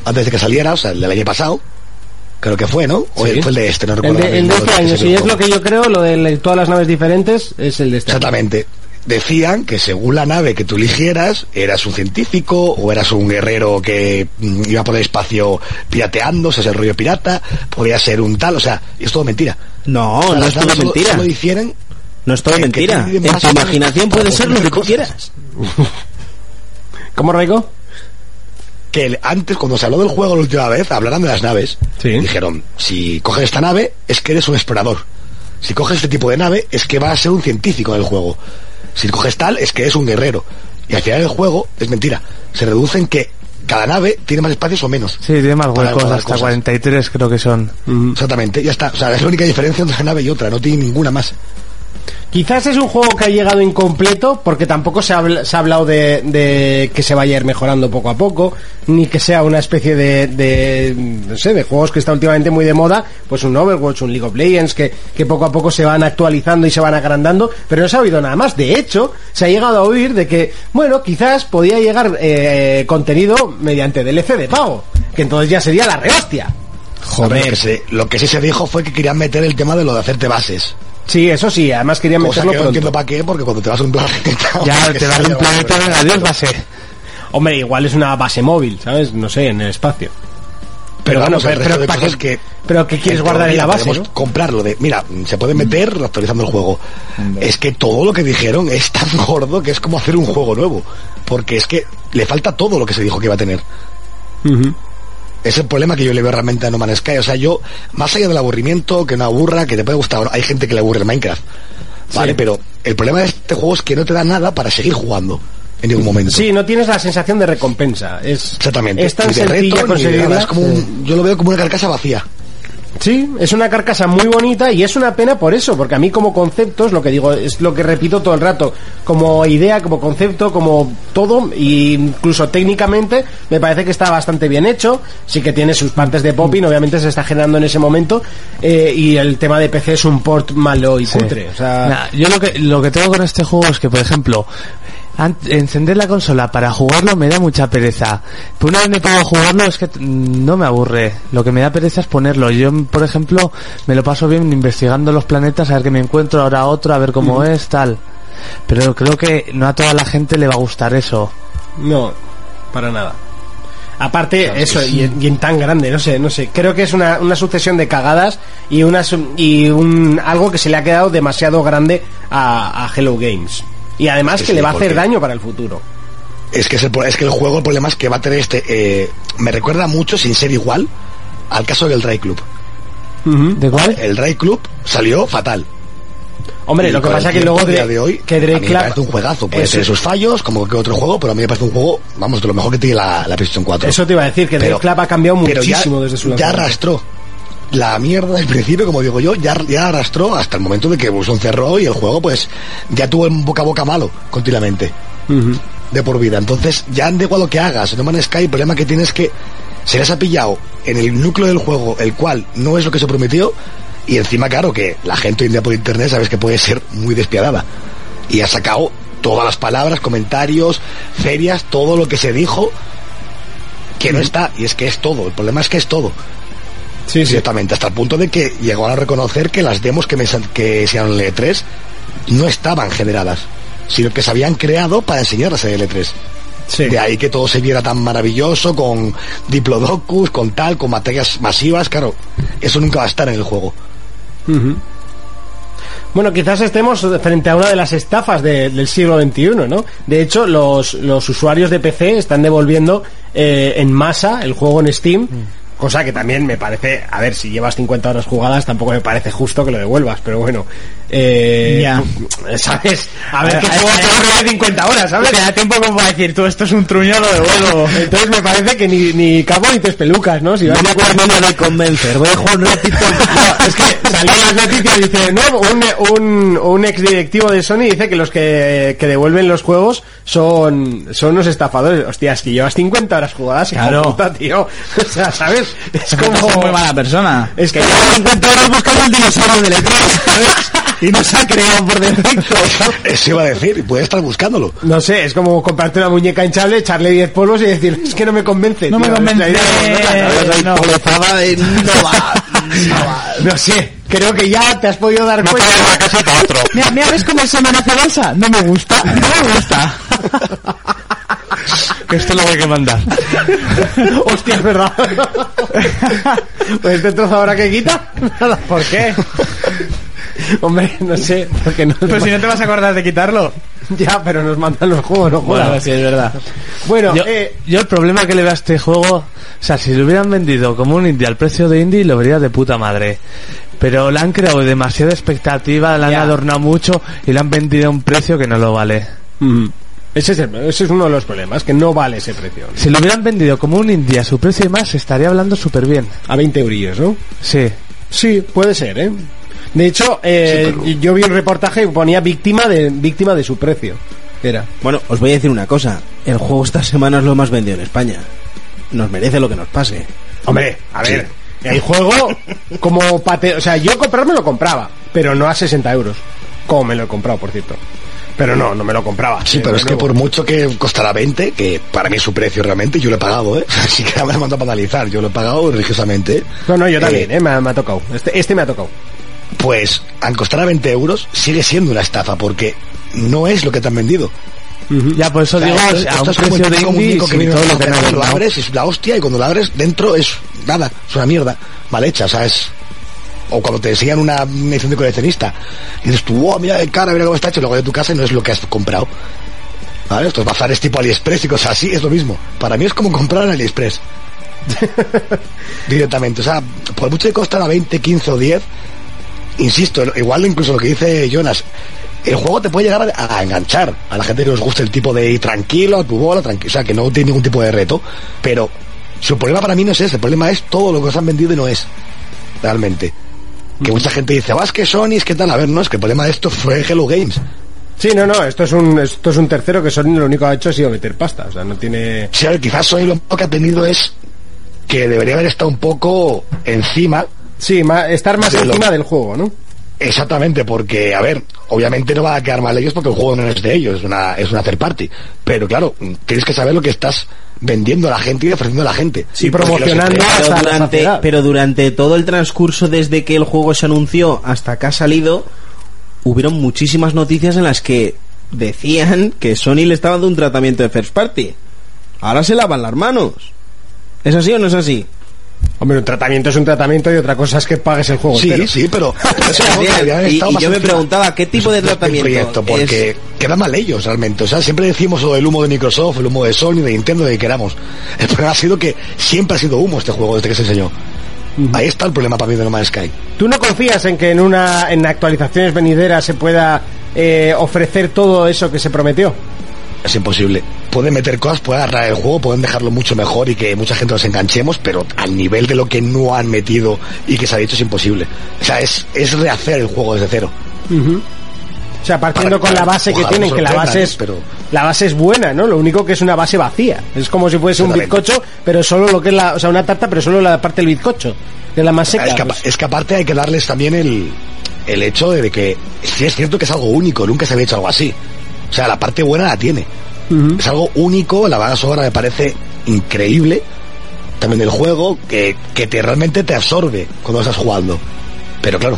antes de que saliera, o sea, el del año pasado, creo que fue, ¿no? O sí. fue el de este, no El recuerdo. de, el de este año, si es lo que yo creo, lo de todas las naves diferentes, es el de este Exactamente. año. Decían que según la nave que tú eligieras, eras un científico o eras un guerrero que mm, iba por el espacio pirateando, o sea, es el rollo pirata, podía ser un tal, o sea, es todo mentira. No, o sea, no las es todo naves solo- mentira. Solo difieren. No es todo que- mentira. que En tienen más tu o menos imaginación puede para ser lo que tú cosas. quieras. ¿Cómo, Raiko? Que el- antes, cuando se habló del juego la última vez, hablaron de las naves. Sí. Dijeron, si coges esta nave, es que eres un explorador. Si coges este tipo de nave, es que vas a ser un científico en el juego. Si coges tal, es que es un guerrero. Y al final el juego es mentira. Se reduce en que cada nave tiene más espacios o menos. Sí, tiene más Para huecos, guardar hasta cosas. cuarenta y tres creo que son. Exactamente, ya está. O sea, es la única diferencia entre una nave y otra. No tiene ninguna más. Quizás es un juego que ha llegado incompleto porque tampoco se ha, habl- se ha hablado de, de que se vaya a ir mejorando poco a poco, ni que sea una especie de, de no sé, de juegos que está últimamente muy de moda, pues un Overwatch, un League of Legends, que, que poco a poco se van actualizando y se van agrandando, pero no se ha oído nada más. De hecho, se ha llegado a oír de que, bueno, quizás podía llegar eh, contenido mediante D L C de pago, que entonces ya sería la rehostia. Joder. Lo que, se, lo que sí se dijo fue que querían meter el tema de lo de hacerte bases. Sí, eso sí, además querían Cosa meterlo que no pronto. entiendo para qué, porque cuando te vas a un planeta... Ya, te vas a un planeta, venga, adiós, base. Hombre, igual es una base móvil, ¿sabes? No sé, en el espacio. Pero, Pero vamos, bueno, el pero- resto de ¿para cosas qué- que... pero ¿qué quieres en guardar en la teoría base, podemos no? comprarlo de... Mira, se puede meter actualizando el juego. Es que todo lo que dijeron es tan gordo que es como hacer un juego nuevo. Porque es que le falta todo lo que se dijo que iba a tener. Es el problema que yo le veo realmente a No Man's Sky. O sea, yo, más allá del aburrimiento, que no aburra, que te puede gustar, hay gente que le aburre el Minecraft. Vale, Sí. pero el problema de este juego es que no te da nada para seguir jugando en ningún momento. Sí, no tienes la sensación de recompensa. Es, Exactamente. es tan Ni de sencillo reto, ni de conseguirla. nada. Es como un- yo lo veo como una carcasa vacía. Sí, es una carcasa muy bonita y es una pena por eso, porque a mí como concepto, es lo que digo, es lo que repito todo el rato, como idea, como concepto, como todo, e incluso técnicamente, me parece que está bastante bien hecho, sí que tiene sus partes de popping, obviamente se está generando en ese momento, eh, y el tema de P C es un port malo y Sí. cutre, o sea... Nah, yo lo que lo que tengo con este juego es que, por ejemplo, an- encender la consola para jugarlo me da mucha pereza. Pero una vez me pongo a jugarlo es que mm, no me aburre. Lo que me da pereza es ponerlo. Yo, por ejemplo, me lo paso bien investigando los planetas, a ver qué me encuentro, ahora otro, a ver cómo Ujú. es, tal. Pero creo que no a toda la gente le va a gustar eso. No, para nada. Aparte, Claro, eso, sí. y, en- y en tan grande, no sé, no sé. Creo que es una, una sucesión de cagadas y una su- y un algo que se le ha quedado demasiado grande a, a Hello Games. Y además Sí, que sí, le va a hacer porque- daño para el futuro. Es que, es, el, pro- es que el juego, el problema es que va a tener este... eh, me recuerda mucho, sin ser igual, al caso del Dry Club. ¿De cuál? El Dry Club salió fatal. Hombre, Y lo que con pasa el que luego tiempo, de, a día de hoy, que a Drake mí me Club- parece un juegazo. Puede eso, tener sus fallos, como que otro juego, pero a mí me parece un juego, vamos, de lo mejor que tiene la, la PlayStation cuatro. eso te iba a decir, que Pero- Drake Club ha cambiado pero ya- muchísimo desde su Ya lanzamiento. arrastró la mierda del principio, como digo yo, ya, ya arrastró hasta el momento de que Evolution cerró y el juego, pues, ya tuvo un boca a boca malo continuamente. Ujú. De por vida. Entonces, ya da igual lo que hagas. En No Man's Sky, el problema que tienes es que se les ha pillado en el núcleo del juego, el cual no es lo que se prometió, y encima, claro, que la gente hoy en día por internet sabes que puede ser muy despiadada. Y ha sacado todas las palabras, comentarios, ferias, todo lo que se dijo, que no está, y es que es todo. El problema es que es todo. Sí, sí. Directamente, hasta el punto de que llegó a reconocer que las demos que, me, san- que se en el E tres no estaban generadas, sino que se habían creado para enseñarlas en el E tres. Sí. De ahí que todo se viera tan maravilloso, con diplodocus, con tal, con materias masivas, claro, eso nunca va a estar en el juego. Ujú. Bueno, quizás estemos frente a una de las estafas de- del siglo veintiuno, ¿no? De hecho, los, los usuarios de P C están devolviendo eh, en masa el juego en Steam, cosa que también me parece, a ver, si llevas cincuenta horas jugadas tampoco me parece justo que lo devuelvas, pero bueno, eh, Ya. ¿sabes? A ver, A qué ver, juego a ver, te ahorra de cincuenta horas, ¿sabes? Te da tiempo como para decir, tú, esto es un truño, lo devuelvo. Entonces me parece que ni, ni cabo ni te espelucas, ¿no? Si vas No me acuerdo de convencer. Voy a jugar un ratito. No, es que salió las noticias y dice, no, un, un, un ex directivo de Sony dice que los que, que devuelven los juegos son, son los estafadores. Hostia, es que llevas cincuenta horas jugadas, hijo de Claro. puta, tío. O sea, ¿sabes? Es Es como... muy mala persona. Es que llevas cincuenta horas buscando el dinosaurio del E tres, ¿sabes? y no se ha creado por defecto. Eso iba a decir, puedes estar buscándolo. No sé, es como comprarte una muñeca hinchable, echarle diez polvos y decir, es que no me convence. No tío, me convence. No, no va. no sé, creo que ya te has podido dar cuenta. Mira, mira, ¿ves cómo se me hace balsa? No me gusta, no me gusta. Que esto lo hay que mandar. Hostia, es verdad. Pues este trozo ahora que quita. ¿Por qué? Hombre, no sé, porque no. Pues si no te vas a acordar de quitarlo. Ya, pero nos mandan los juegos, no jodas. Bueno, sí, es verdad. Bueno, yo, eh... yo el problema que le veo a este juego, o sea, si lo hubieran vendido como un indie al precio de indie, lo vería de puta madre. Pero le han creado demasiada expectativa, le han ya. adornado mucho y le han vendido a un precio que no lo vale. Mm. Ese es, el, ese es uno de los problemas, que no vale ese precio. Si lo hubieran vendido como un indie a su precio y más, estaría hablando súper bien. A veinte eurillos, ¿no? Sí. Sí, puede ser, ¿eh? De hecho, eh, sí, pero... yo vi un reportaje que ponía víctima de víctima de su precio. Era. Bueno, os voy a decir una cosa. El juego esta semana es lo más vendido en España. Nos merece lo que nos pase. Hombre, a ver, sí. El juego como pate... O sea, yo comprarme lo compraba, pero no a sesenta euros. Como me lo he comprado, por cierto. Pero no, no me lo compraba. Sí, pero es que por mucho que costará veinte, que para mí es su precio realmente, yo lo he pagado, ¿eh? Así que me lo mando para analizar, yo lo he pagado religiosamente. No, no, yo también, ¿eh? ¿eh? Me, ha, me ha tocado. Este, este me ha tocado. Pues, al costar a veinte euros, sigue siendo una estafa, porque no es lo que te han vendido. Uh-huh. Ya, por eso o sea, digo, esto, a un precio de indie, que viene todo lo que no, lo abres, es la hostia, y cuando lo abres, dentro es nada, es una mierda, mal hecha, o sea, es... O cuando te enseñan una edición de coleccionista y dices tú, oh, mira el cara, mira cómo está hecho, y luego de tu casa y no es lo que has comprado. ¿Vale? Estos bazares tipo AliExpress y cosas así, es lo mismo. Para mí es como comprar en AliExpress. Directamente. O sea, por mucho que costara veinte, quince o diez, insisto, igual incluso lo que dice Jonas, el juego te puede llegar a, a enganchar a la gente que os guste el tipo de ir tranquilo, a tu bola, tranquilo, o sea, que no tiene ningún tipo de reto, pero su problema para mí no es ese, el problema es todo lo que os han vendido y no es. Realmente. Que mucha gente dice, vas, que Sony, es que tal, a ver, no, es que el problema de esto fue Hello Games. Sí, no, no, esto es un esto es un tercero que Sony lo único que ha hecho ha sido meter pasta, o sea, no tiene... Sí, a ver, quizás Sony lo que ha tenido es que debería haber estado un poco encima. Sí, ma, estar más de encima lo... del juego, ¿no? Exactamente, porque, a ver, obviamente no va a quedar mal ellos porque el juego no es de ellos, es una, es una third party. Pero claro, tienes que saber lo que estás vendiendo a la gente y ofreciendo a la gente. Sí, promocionando pero durante, pero durante todo el transcurso desde que el juego se anunció hasta que ha salido, hubieron muchísimas noticias en las que decían que Sony le estaba dando un tratamiento de first party. Ahora se lavan las manos. ¿Es así o no es así? Hombre, un tratamiento es un tratamiento y otra cosa es que pagues el juego sí, entero. Sí, pero... y, y yo me preguntaba, ¿qué tipo de tratamiento? Proyecto, porque es... quedan mal ellos realmente. O sea, siempre decimos lo del humo de Microsoft, el humo de Sony, de Nintendo, de que queramos. El problema ha sido que siempre ha sido humo este juego desde que se enseñó. Uh-huh. Ahí está el problema para mí de No Man's Sky. ¿Tú no confías en que en una en actualizaciones venideras se pueda eh, ofrecer todo eso que se prometió? Es imposible. Pueden meter cosas, pueden agarrar el juego, pueden dejarlo mucho mejor y que mucha gente nos enganchemos, pero al nivel de lo que no han metido y que se ha dicho es imposible. O sea, es, es rehacer el juego desde cero. Uh-huh. O sea, partiendo para, con la base que tienen, que la base es pero... la base es buena, ¿no? Lo único que es una base vacía. Es como si fuese un bizcocho, pero solo lo que es la, o sea, una tarta, pero solo la parte del bizcocho, de la más seca. Es que, pues... es que aparte hay que darles también el, el hecho de que sí es cierto que es algo único, nunca se había hecho algo así. O sea, la parte buena la tiene. Uh-huh. Es algo único, la banda sonora me parece increíble. También del juego, que, que te realmente te absorbe cuando estás jugando. Pero claro,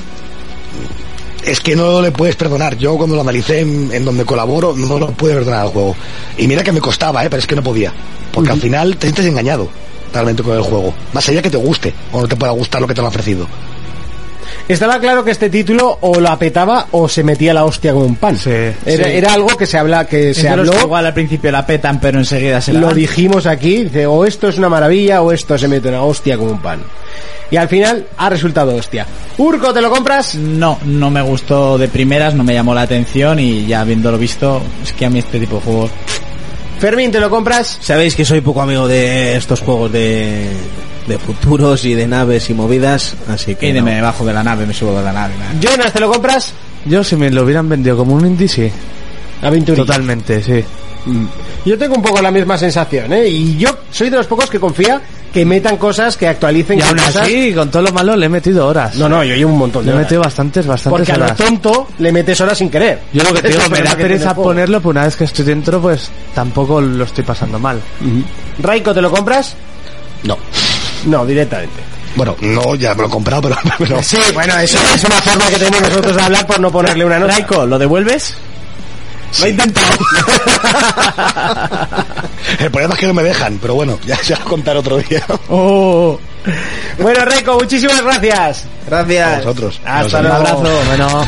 es que no le puedes perdonar. Yo cuando lo analicé en, en donde colaboro, no lo pude perdonar al juego. Y mira que me costaba, ¿eh? Pero es que no podía. Porque uh-huh. al final te sientes engañado realmente con el juego. Más allá que te guste, o no te pueda gustar lo que te han ofrecido. Estaba claro que este título o lo apetaba o se metía la hostia como un pan. Sí, era, sí. era algo que se habla, que se habló. Que igual al principio la petan, pero enseguida se la Lo dan. dijimos aquí, dice, o esto es una maravilla o esto se mete una hostia como un pan. Y al final ha resultado hostia. Urco, ¿te lo compras? No, no me gustó de primeras, no me llamó la atención y ya habiéndolo visto, es que a mí este tipo de juegos... Fermín, ¿te lo compras? Sabéis que soy poco amigo de estos juegos de... de futuros y de naves y movidas, así que y de no. me bajo de la nave, me subo de la nave. ¿no? Jonas, ¿te lo compras? Yo si me lo hubieran vendido como un indie, sí. Aventurilla. Totalmente, sí. Mm. Yo tengo un poco la misma sensación, ¿eh? Y yo soy de los pocos que confía que metan cosas, que actualicen Y aún cosas. así, con todo lo malo, le he metido horas. No, no, yo llevo un montón de Le he horas. metido bastantes, bastantes Porque a horas. lo tonto le metes horas sin querer. Yo lo que te Ese digo, es el me da problema que tiene pereza el juego. ponerlo, pero una vez que estoy dentro, pues tampoco lo estoy pasando mal. Raiko, ¿te lo compras? No. No, directamente. Bueno, no, ya me lo he comprado, pero... pero... Sí, bueno, eso es una forma que tenemos nosotros de hablar por no ponerle una nota. Raiko, ¿lo devuelves? Lo he intentado. El problema es que no me dejan, pero bueno, ya se va a contar otro día. Oh. Bueno, Raiko, muchísimas gracias. Gracias. A vosotros. Hasta Nos luego. vemos. Un abrazo, bueno.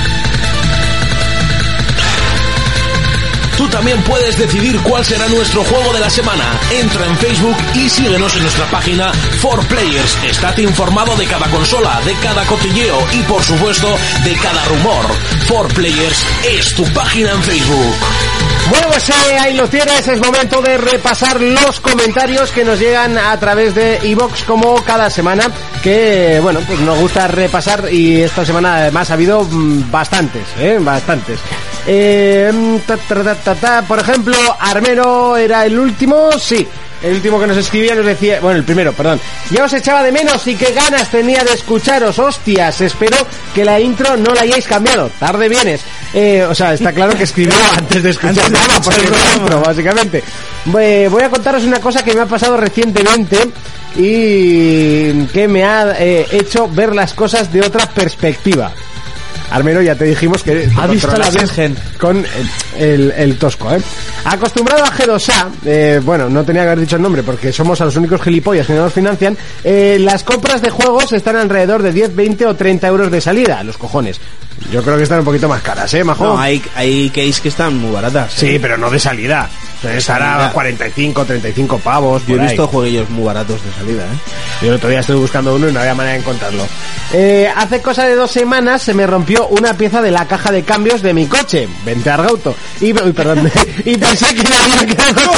Tú también puedes decidir cuál será nuestro juego de la semana. Entra en Facebook y síguenos en nuestra página cuatro Players. Estate informado de cada consola, de cada cotilleo y por supuesto de cada rumor. cuatro Players es tu página en Facebook. Bueno, pues eh, ahí lo tienes, es momento de repasar los comentarios que nos llegan a través de iVoox como cada semana, que bueno, pues nos gusta repasar y esta semana además ha habido mm, bastantes, eh, bastantes. Eh, ta, ta, ta, ta, ta, por ejemplo, Armero era el último, sí. El último que nos escribía nos decía... Bueno, el primero, perdón. Ya os echaba de menos y qué ganas tenía de escucharos. Hostias, espero que la intro no la hayáis cambiado. Tarde vienes. Eh, o sea, está claro que escribió antes de escuchar el programa, porque es la intro, básicamente. Voy, voy a contaros una cosa que me ha pasado recientemente y que me ha eh, hecho ver las cosas de otra perspectiva. Armero, ya te dijimos que te Ha visto a la controlases Virgen. con el, el, el tosco, ¿eh? Acostumbrado a G dos A, eh, bueno, no tenía que haber dicho el nombre porque somos a los únicos gilipollas que no nos financian, eh, las compras de juegos están alrededor de diez, veinte o treinta euros de salida, los cojones. Yo creo que están un poquito más caras, ¿eh, majo? No, hay, hay case que están muy baratas. Sí, ¿eh? pero no de salida. Estará salida. cuarenta y cinco, treinta y cinco pavos. Yo he por ahí. visto jueguillos muy baratos de salida, ¿eh? Yo el otro día estuve buscando uno y no había manera de encontrarlo. Eh, hace cosa de dos semanas se me rompió una pieza de la caja de cambios de mi coche. Vente Argauto. Y, uy, perdón. Y pensé que la había quedado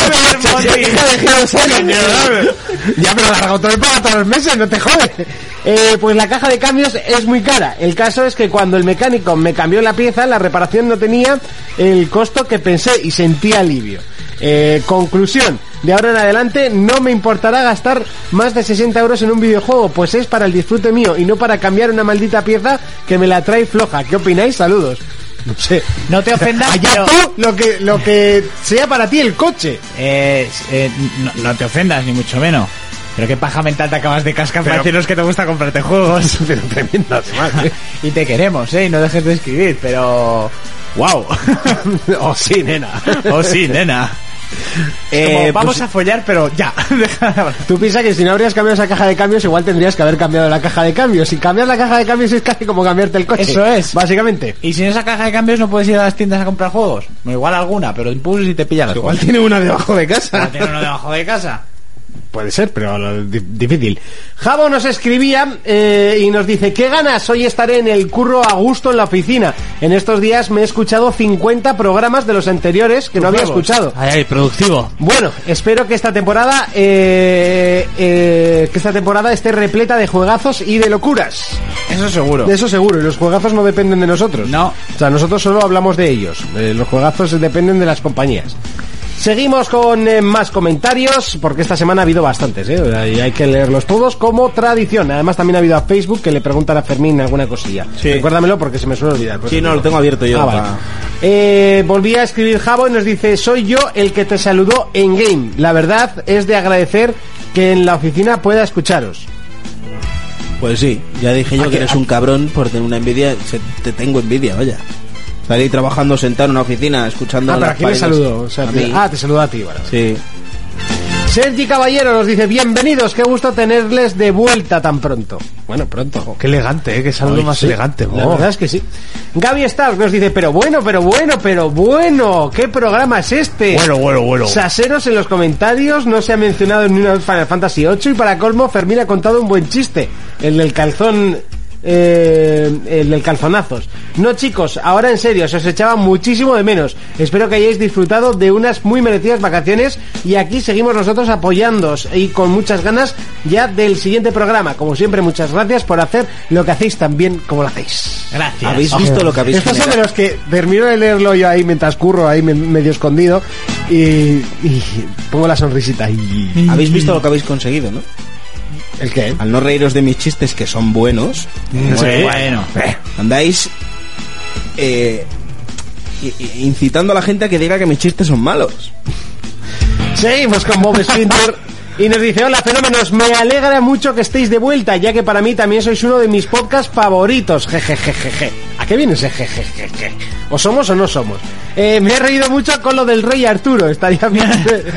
Ya, pero el Argauto me paga todos los meses, no te jodes. Eh, pues la caja de cambios es muy cara. El caso es que cuando el mecánico me cambió la pieza, la reparación no tenía el costo que pensé y sentí alivio. Eh, conclusión, de ahora en adelante no me importará gastar más de sesenta euros en un videojuego, pues es para el disfrute mío y no para cambiar una maldita pieza que me la trae floja. ¿Qué opináis? Saludos. No sé. No te ofendas, Allá pero... tú lo que, lo que sea para ti el coche. Eh, eh, no, no te ofendas, ni mucho menos. Pero qué paja mental te acabas de cascar para Pero- decirnos que te gusta comprarte juegos. Pero tremendo además, ¿eh? Y te queremos, ¿eh? Y no dejes de escribir, pero... ¡Wow! Oh, sí, nena. Oh, sí, nena. Es como, Eh, vamos pues- a follar, pero ya. Tú piensas que si no habrías cambiado esa caja de cambios, igual tendrías que haber cambiado la caja de cambios. Si cambias la caja de cambios es casi como cambiarte el coche. Eso es. Básicamente. Y sin esa caja de cambios no puedes ir a las tiendas a comprar juegos. Bueno, igual alguna, pero impulsas y te pillan las Igual cosas. tiene una debajo de casa. Igual tiene uno debajo de casa. Puede ser, pero lo di- difícil. Javo nos escribía eh, y nos dice: ¿qué ganas? Hoy estaré en el curro a gusto en la oficina. En estos días me he escuchado cincuenta programas de los anteriores que no había Huevos. escuchado. Ay, ay, productivo. Bueno, espero que esta temporada eh, eh, que esta temporada esté repleta de juegazos y de locuras. Eso seguro. De eso seguro, y los juegazos no dependen de nosotros. No. O sea, nosotros solo hablamos de ellos. Eh, los juegazos dependen de las compañías. Seguimos con eh, más comentarios, porque esta semana ha habido bastantes, ¿eh? O sea, y hay que leerlos todos como tradición. Además también ha habido a Facebook que le preguntan a Fermín alguna cosilla. Sí. Recuérdamelo porque se me suele olvidar. por Sí, eso no, lo tengo abierto yo. Ah, vale. pa- Eh, volví a escribir Javo y nos dice: soy yo el que te saludó en game. La verdad es de agradecer que en la oficina pueda escucharos. Pues sí, ya dije yo que eres un cabrón por tener una envidia. se- Te tengo envidia, vaya. Estar ahí trabajando sentado en una oficina, escuchando Ah, pero las ¿a quién le páginas. saludó? O sea, A te- mí. ah, te saludó a ti, vale. Sí. Sergi Caballero nos dice: bienvenidos, qué gusto tenerles de vuelta tan pronto. Bueno, pronto. Qué elegante, ¿eh? Qué saludo Ay, más sí, elegante. La oh. verdad es que sí. Gaby Stark nos dice: pero bueno, pero bueno, pero bueno, ¿qué programa es este? Bueno, bueno, bueno. Saseros en los comentarios, no se ha mencionado ni una vez Final Fantasy ocho y para colmo Fermín ha contado un buen chiste, el del calzón, eh, el del calzonazos. No chicos, ahora en serio, se os echaba muchísimo de menos. Espero que hayáis disfrutado de unas muy merecidas vacaciones y aquí seguimos nosotros apoyándoos y con muchas ganas ya del siguiente programa. Como siempre, muchas gracias por hacer lo que hacéis tan bien como lo hacéis. Gracias. ¿Habéis visto lo que habéis Estos son de generado? los que termino de leerlo yo ahí mientras curro ahí me- medio escondido y, y pongo la sonrisita. Y... Habéis visto lo que habéis conseguido, ¿no? ¿El qué? Al no reíros de mis chistes, que son buenos. Sí, bueno. Andáis eh, incitando a la gente a que diga que mis chistes son malos. Seguimos con Bob Spinter y nos dice: hola fenómenos, me alegra mucho que estéis de vuelta, ya que para mí también sois uno de mis podcasts favoritos. Jejejeje. ¿A qué viene ese jejejeje? ¿O somos o no somos? Eh, me he reído mucho con lo del rey Arturo. Estaría bien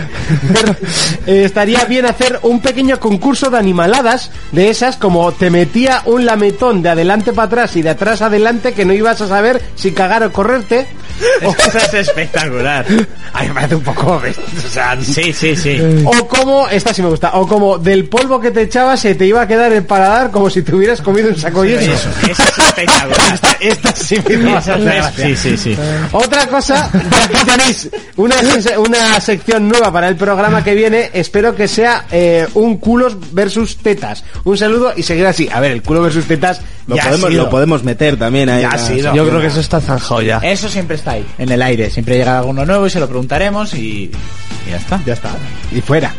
eh, estaría bien hacer un pequeño concurso de animaladas, de esas como te metía un lametón de adelante para atrás y de atrás adelante, que no ibas a saber si cagar o correrte. Esto es espectacular. Ay, me parece un poco... O sea, sí, sí, sí. O como... Esta sí me gusta. O como del polvo que te echabas se te iba a quedar el paladar como si te hubieras comido un saco de eso. Eso, eso es espectacular. Esta, esta sí me hizo bastante gracia. Sí, sí, sí. Otra cosa, aquí tenéis una, una sección nueva para el programa que viene. Espero que sea eh, un culos versus tetas. Un saludo y seguir así. A ver, el culo versus tetas lo, ya podemos, lo podemos meter también ahí. Ya ha sido. Yo creo que eso está zanjado ya. Eso siempre está ahí, en el aire. Siempre llega alguno nuevo y se lo preguntaremos y, y ya está. Ya está. Y fuera.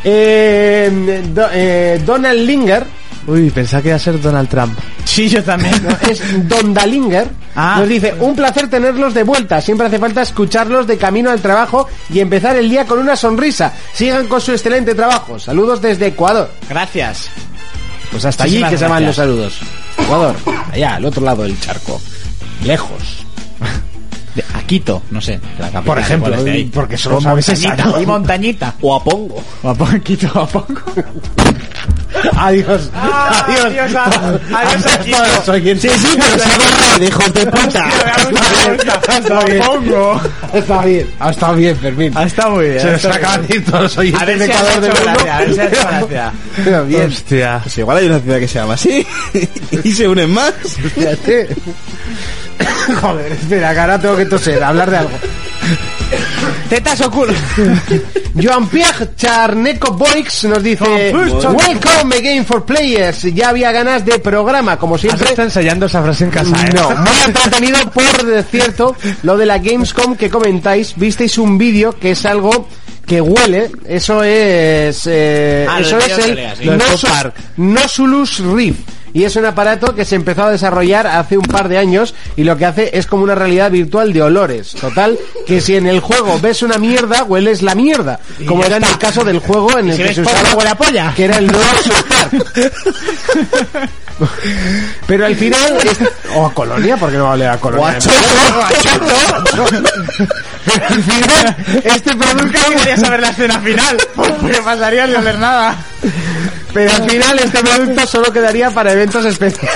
Eh, do, eh, Donald Linger. Uy, pensaba que iba a ser Donald Trump. Sí, yo también. No, es Dondalinger. Ah. Nos dice: un placer tenerlos de vuelta. Siempre hace falta escucharlos de camino al trabajo y empezar el día con una sonrisa. Sigan con su excelente trabajo. Saludos desde Ecuador. Gracias. Pues hasta allí que se van los saludos. Ecuador, allá, al otro lado del charco. Lejos. De a Quito, no sé, de la capital. Por ejemplo, porque solo sabes esa, ¿no? Y Montañita. O a Pongo. O a Pongo, Quito, a Pongo. Adiós. Ah, adiós. Adiós a, adiós a Quito. Sí, sí, pero se va de hijos de puta. Está bien. Pongo. Está bien. Ha estado bien, Fermín. Ha estado muy bien. Se nos acaban de ir todos los oyentes de Ecuador del mundo. A ver si ha hecho gracia. Pero bien. Hostia. Pues igual hay una ciudad que se llama así y se unen más. Fíjate. Joder, espera, que ahora tengo que toser, hablar de algo. Tetas o culo. Jean-Pierre Charneco Boix nos dice: welcome again for players. Ya había ganas de programa, como siempre. Está ensayando esa frase en casa, ¿eh? No, muy entretenido, por cierto, lo de la Gamescom que comentáis. Visteis un vídeo que es algo que huele. Eso es eh, ah, eso es el leas, ¿sí? Nosus, Nosulus Rift. Y es un aparato que se empezó a desarrollar hace un par de años y lo que hace es como una realidad virtual de olores. Total, que si en el juego ves una mierda, hueles la mierda. Como era en el caso del juego en el si que se usaba huele a polla, que era el nuevo Park. Pero al final es... o a Colonia, porque no va a oler a Colonia. Pero al final este producto no quería saber la escena final, porque pasaría sin oler nada. Pero al final este producto solo quedaría para eventos especiales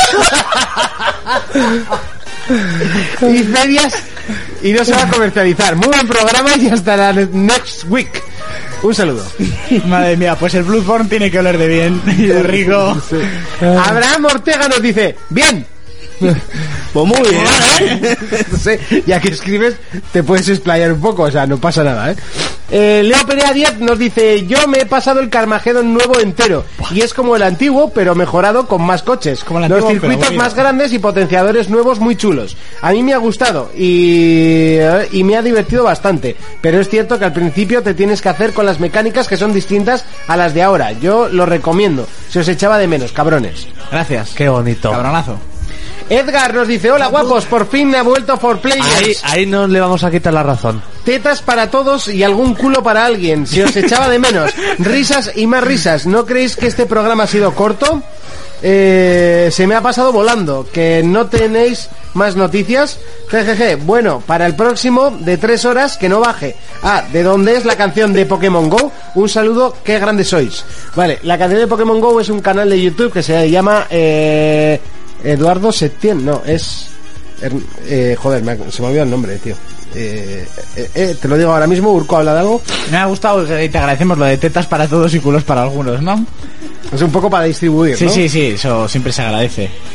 y ferias y no se va a comercializar. Muy buen programa y hasta la next week. Un saludo. Madre mía, pues el Bloodborne tiene que oler de bien y de rico. Sí. Abraham Ortega nos dice: bien. Pues muy bien, ¿eh? No sé, ya que escribes te puedes explayar un poco, o sea, no pasa nada, ¿eh? Eh, Leo Perea diez nos dice: yo me he pasado el Carmageddon nuevo entero y es como el antiguo pero mejorado con más coches, como el los antiguo, circuitos más grandes y potenciadores nuevos muy chulos. A mí me ha gustado y, y me ha divertido bastante, pero es cierto que al principio te tienes que hacer con las mecánicas que son distintas a las de ahora. Yo lo recomiendo, se os echaba de menos, cabrones. Gracias. Qué bonito. Cabronazo. Edgar nos dice: hola guapos, por fin me ha vuelto for players. Ahí, ahí no le vamos a quitar la razón. Tetas para todos y algún culo para alguien. Si os echaba de menos. Risas y más risas. ¿No creéis que este programa ha sido corto? Eh, se me ha pasado volando. Que no tenéis más noticias. Jejeje. Bueno, para el próximo de tres horas que no baje. Ah, ¿de dónde es la canción de Pokémon Go? Un saludo, qué grandes sois. Vale, la canción de Pokémon Go es un canal de YouTube que se llama eh, Eduardo Septién. No, es... Eh, joder, me ha, se me ha olvidado el nombre, tío. Eh, eh, eh, te lo digo ahora mismo. Urco, ¿habla de algo? Me ha gustado y te agradecemos lo de tetas para todos y culos para algunos, ¿no? Es un poco para distribuir, sí, ¿no? Sí, sí, eso siempre se agradece.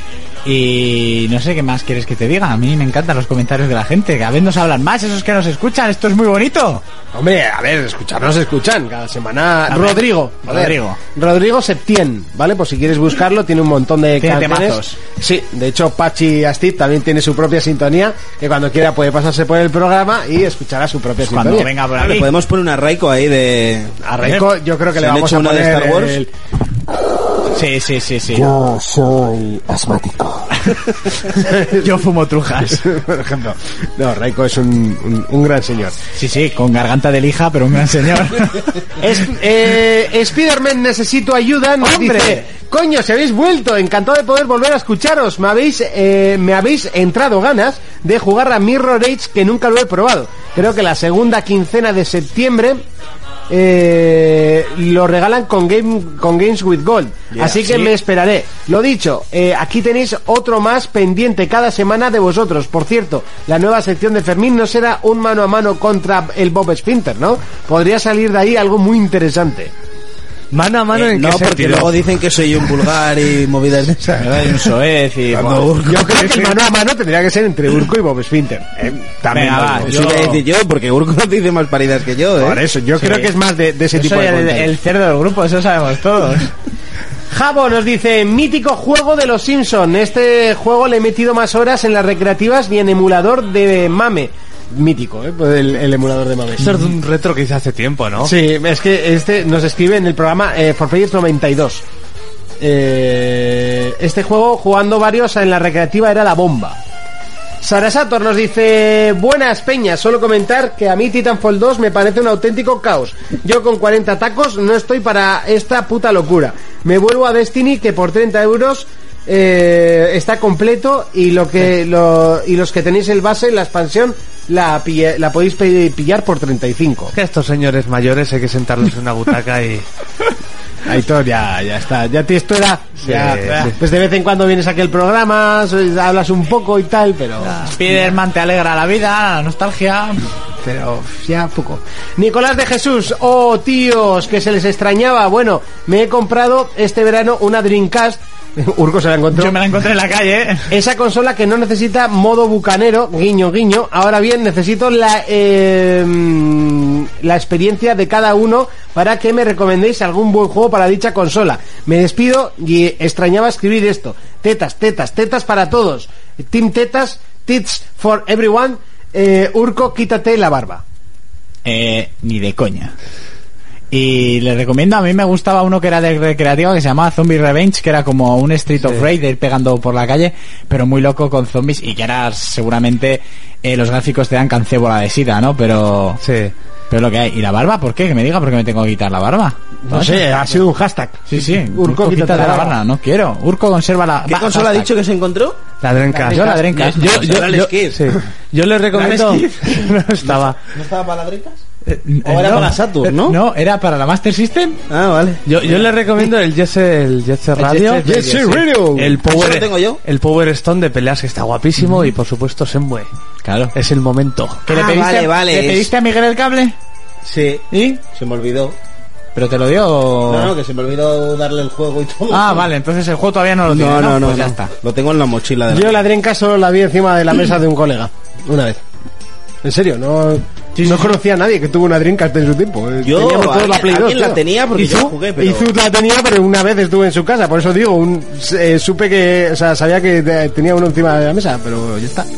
Y no sé qué más quieres que te diga. A mí me encantan los comentarios de la gente. Cada vez nos hablan más, esos que nos escuchan. Esto es muy bonito. Hombre, a ver, escucharnos escuchan cada semana. A ver, Rodrigo, joder, Rodrigo. Rodrigo Septien, ¿vale? Pues si quieres buscarlo, tiene un montón de Tiene canciones. temazos. Sí, de hecho Pachi Astid también tiene su propia sintonía, que cuando quiera puede pasarse por el programa y escuchará su propia Cuando sintonía. venga por Le aquí. podemos poner una Raiko ahí de... A Raiko yo creo que ¿Se le han vamos hecho a una de poner Star Wars? el- Sí, sí, sí, sí. Yo soy asmático. Yo fumo trujas. Por ejemplo. No, Raiko es un, un, un gran señor. Sí, sí, con garganta de lija, pero un gran señor. Es, eh, Spiderman, necesito ayuda. Nos ¡Hombre! dice, coño, si habéis vuelto, encantado de poder volver a escucharos. Me habéis, eh, me habéis entrado ganas de jugar a Mirror Edge, que nunca lo he probado. Creo que la segunda quincena de septiembre eh, lo regalan con game con Games with Gold. Yeah, Así que sí. me esperaré. Lo dicho, eh, aquí tenéis otro más pendiente cada semana de vosotros. Por cierto, la nueva sección de Fermín no será un mano a mano contra el Bob Esfínter, ¿no? Podría salir de ahí algo muy interesante. Mano a mano Eh, en no, qué porque sentido? luego dicen que soy un vulgar y movidas de esas. Hay un soez y... Cuando Buah. Urco- Yo creo que el mano a mano tendría que ser entre Urco y Bob Esfínter. Eh, también Venga, lo va, digo. Eso yo- iba a decir yo, porque Urco dice más paridas que yo, ¿eh? Por eso, yo Sí. creo que es más de, de ese Yo tipo soy de el, contenido. el cerdo del grupo, eso sabemos todos. Jabo nos dice, mítico juego de los Simpson. Este juego le he metido más horas en las recreativas y en emulador de mame. Mítico, ¿eh? Pues el, el emulador de mame. Esto es de un retro que hice hace tiempo, ¿no? Sí, es que este nos escribe en el programa eh, For Players noventa y dos. Eh, este juego, jugando varios en la recreativa, era la bomba. Sarasator nos dice, buenas peñas, solo comentar que a mí Titanfall dos me parece un auténtico caos. Yo con cuarenta tacos no estoy para esta puta locura. Me vuelvo a Destiny, que por treinta euros eh, está completo, y lo que lo, y los que tenéis el base, la expansión, la, pilla- la podéis pe- pillar por treinta y cinco. Que a estos señores mayores hay que sentarlos en una butaca y... Aitor, ya, ya está, ya tienes tu edad. Sí, ya, sí. Pues de vez en cuando vienes aquí al programa, sois- hablas un poco y tal, pero... Spiderman te alegra la vida, la nostalgia. Pero ya poco. Nicolás de Jesús, oh tíos, que se les extrañaba. Bueno, me he comprado este verano una Dreamcast. Urco se la encontró. Yo me la encontré en la calle, ¿eh? Esa consola que no necesita modo bucanero, guiño guiño. Ahora bien, necesito la eh, la experiencia de cada uno para que me recomendéis algún buen juego para dicha consola. Me despido y extrañaba escribir esto. Tetas, tetas, tetas para todos. Team Tetas, tits for everyone. Eh, Urco, quítate la barba. Eh, ni de coña. Y les recomiendo, a mí me gustaba uno que era de recreativa, que se llamaba Zombie Revenge, que era como un Street of Rage de ir pegando por la calle, pero muy loco con zombies, y que era seguramente eh, los gráficos te dan cancébola de sida, ¿no? Pero Sí. pero lo que hay. ¿Y la barba? ¿Por qué? Que me diga por qué me tengo que quitar la barba. No sé, ha sido un hashtag. Sí, sí. Urco, Urco, quítate quítate la la barba. barba. No quiero. Urco, conserva la... ¿Qué va, consola ha hashtag. dicho que se encontró? La Dreamcast. Yo la Dreamcast. Yo, yo, Era el yo, Skid. sí. Yo les recomiendo... ¿La Skid? No estaba. ¿No estaba para la Dreamcast? Eh, ¿O era para Saturn, no? No, era para la Master System. Ah, vale. Yo, yo les recomiendo el Jet Set, el Jet Set Radio. Jet Set Jet Set Radio. El Eso Power, lo tengo yo. el Power Stone de peleas, que está guapísimo, y por supuesto Semue. Claro. Es el momento. ¿Que le Ah, pediste, vale, vale, ¿Le es- pediste a Miguel el cable? Sí. ¿Y? Se me olvidó. ¿Pero te lo dio o...? No, no, que se me olvidó darle el juego y todo. Ah, vale, entonces el juego todavía no lo tiene. No, no, no. Pues ya no. está. Lo tengo en la mochila de la... Yo la Dreamcast solo la vi encima de la mesa de un colega. Una vez. En serio, no, no conocía a nadie que tuvo una Dreamcast en su tiempo. Yo, Teníamos todos la alguien- Play dos, alguien la tío. tenía porque ¿Y yo Zu? jugué, pero- Y Zu la tenía, pero una vez estuve en su casa. Por eso digo, un, eh, supe que... O sea, sabía que te- tenía uno encima de la mesa, pero ya está.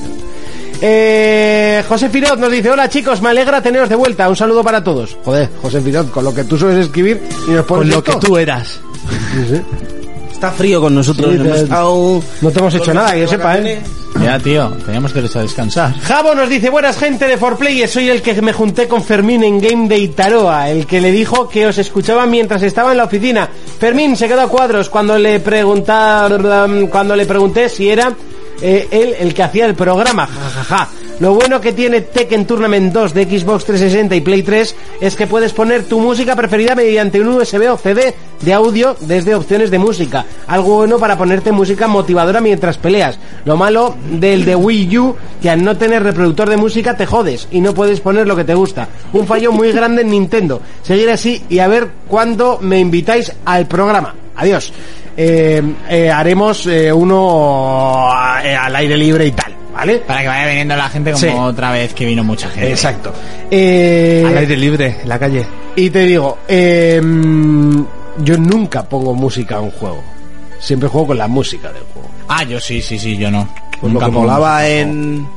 Eh, José Firot nos dice, hola chicos, me alegra teneros de vuelta. Un saludo para todos. Joder, José Firot, con lo que tú sueles escribir y nos pones Con lo esto. que tú eras. Sí, sí. Está frío con nosotros. Sí, hemos te- estado... No te hemos hecho nada, que yo sepa, ¿eh? Ya, tío, teníamos derecho a descansar. Jabo nos dice, buenas gente de cuatro Players, soy el que me junté con Fermín en Game Day Taroa, el que le dijo que os escuchaba mientras estaba en la oficina. Fermín se quedó a cuadros cuando le preguntaron, cuando le pregunté si era eh, él el que hacía el programa, jajaja. Ja, ja. Lo bueno que tiene Tekken Tournament dos de Xbox trescientos sesenta y Play tres es que puedes poner tu música preferida mediante un U S B o C D de audio desde opciones de música. Algo bueno para ponerte música motivadora mientras peleas. Lo malo del de Wii U, que al no tener reproductor de música te jodes y no puedes poner lo que te gusta. Un fallo muy grande en Nintendo. Seguir así y a ver cuándo me invitáis al programa. Adiós. eh, eh, haremos eh, uno eh, al aire libre y tal, ¿vale? Para que vaya viniendo la gente como Sí. otra vez que vino mucha gente. Exacto. Eh, Al aire libre, en la calle. Y te digo, eh, yo nunca pongo música a un juego. Siempre juego con la música del juego. Ah, yo sí, sí, sí, yo no. Pues Nunca lo que pongo molaba música. en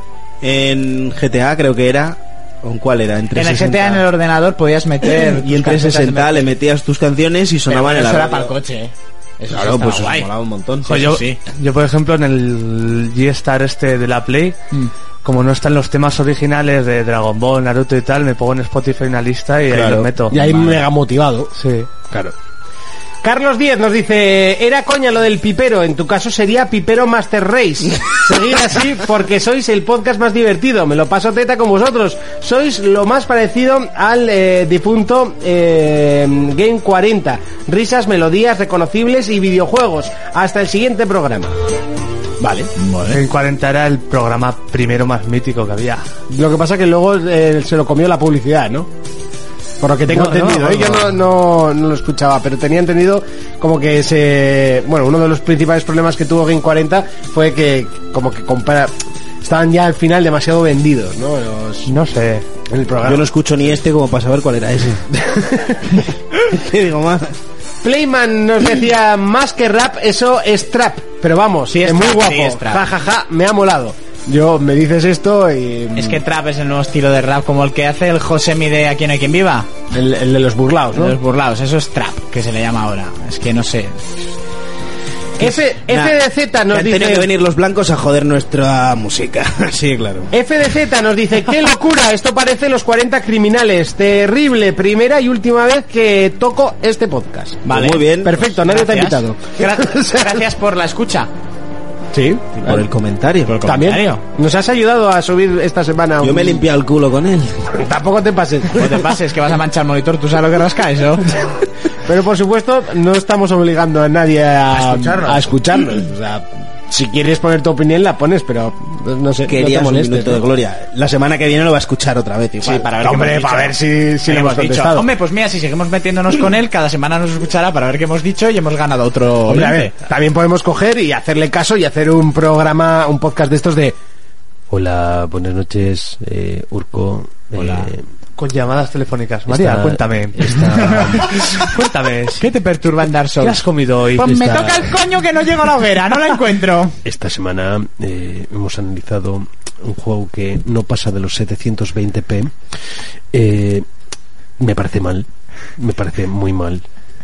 en G T A creo que era, ¿o en cuál era? En En el trescientos G T A en el ordenador podías meter... y en tus trescientos sesenta carpetas de- le metías tus canciones y Pero sonaban bueno, en la eso era radio. para el coche, ¿eh? Eso Claro, sí pues estaba eso guay. molaba un montón. Pues yo, sí. yo, por ejemplo, en el G-Star este de la Play, Mm. como no están los temas originales de Dragon Ball, Naruto y tal, me pongo en Spotify una lista y ahí Claro. los meto. Y ahí mega motivado. Sí. Claro. Carlos Díez nos dice, era coña lo del pipero, en tu caso sería Pipero Master Race. Seguid así porque sois el podcast más divertido, me lo paso teta con vosotros. Sois lo más parecido al eh, difunto eh, Game cuarenta. Risas, melodías reconocibles y videojuegos. Hasta el siguiente programa. Vale. En cuarenta era el programa primero más mítico que había. Lo que pasa que luego eh, se lo comió la publicidad, ¿no? Por lo que tengo No, entendido, no, ¿eh? Yo no, no, no lo escuchaba, pero tenía entendido como que se... Bueno, uno de los principales problemas que tuvo Game cuarenta fue que como que compara... Estaban ya al final demasiado vendidos, ¿no? Los- No sé. en el programa. Yo no escucho ni este como para saber cuál era ese. ¿Qué digo más? Playman nos decía, más que rap, eso es trap. Pero vamos, Sí, es es muy trap, guapo. sí, es trap. Ja, ja, ja, me ha molado. Yo, me dices esto y... Es que trap es el nuevo estilo de rap, como el que hace el Josemi de Aquí no hay quien viva. El, el de los burlaos, ¿no? Los burlaos, eso es trap, que se le llama ahora. Es que no sé. F, Nah, F D Z nos que han tenido dice... que venir los blancos a joder nuestra música. Sí, claro. F D Z nos dice, ¡qué locura! Esto parece los cuarenta criminales. Terrible, primera y última vez que toco este podcast. Vale. Muy bien. Perfecto, nadie te ha Gracias. invitado. Gra- Gracias por la escucha. Sí, Y por el comentario. Por el también. comentario. Nos has ayudado a subir esta semana. Yo un- me he limpiado el culo con él. Tampoco te pases. No te pases, que vas a manchar el monitor. ¿Tú sabes lo que rasca eso? Pero por supuesto, no estamos obligando a nadie a, A escucharnos. a escucharnos. O sea, si quieres poner tu opinión, la pones, pero no sé. Querías no un te molestes, minuto de ¿no? gloria. La semana que viene lo va a escuchar otra vez. Igual. Sí, para ver qué Hombre, hemos dicho. para ver si, si ¿Qué le hemos hemos dicho? contestado. Hombre, pues mira, si seguimos metiéndonos con él, cada semana nos escuchará para ver qué hemos dicho y hemos ganado otro Hombre, a ver, oyente. también podemos coger y hacerle caso y hacer un programa, un podcast de estos de... Hola, buenas noches, eh, Urco. Hola. eh, Con llamadas telefónicas. María, Está- cuéntame. está- Cuéntame. ¿Qué te perturba en Dark ¿Qué Souls? has comido hoy? Pues me Está- toca el coño que no llego a la hoguera, no la encuentro. Esta semana eh, hemos analizado un juego que no pasa de los setecientos veinte p. Eh, me parece mal, me parece muy mal.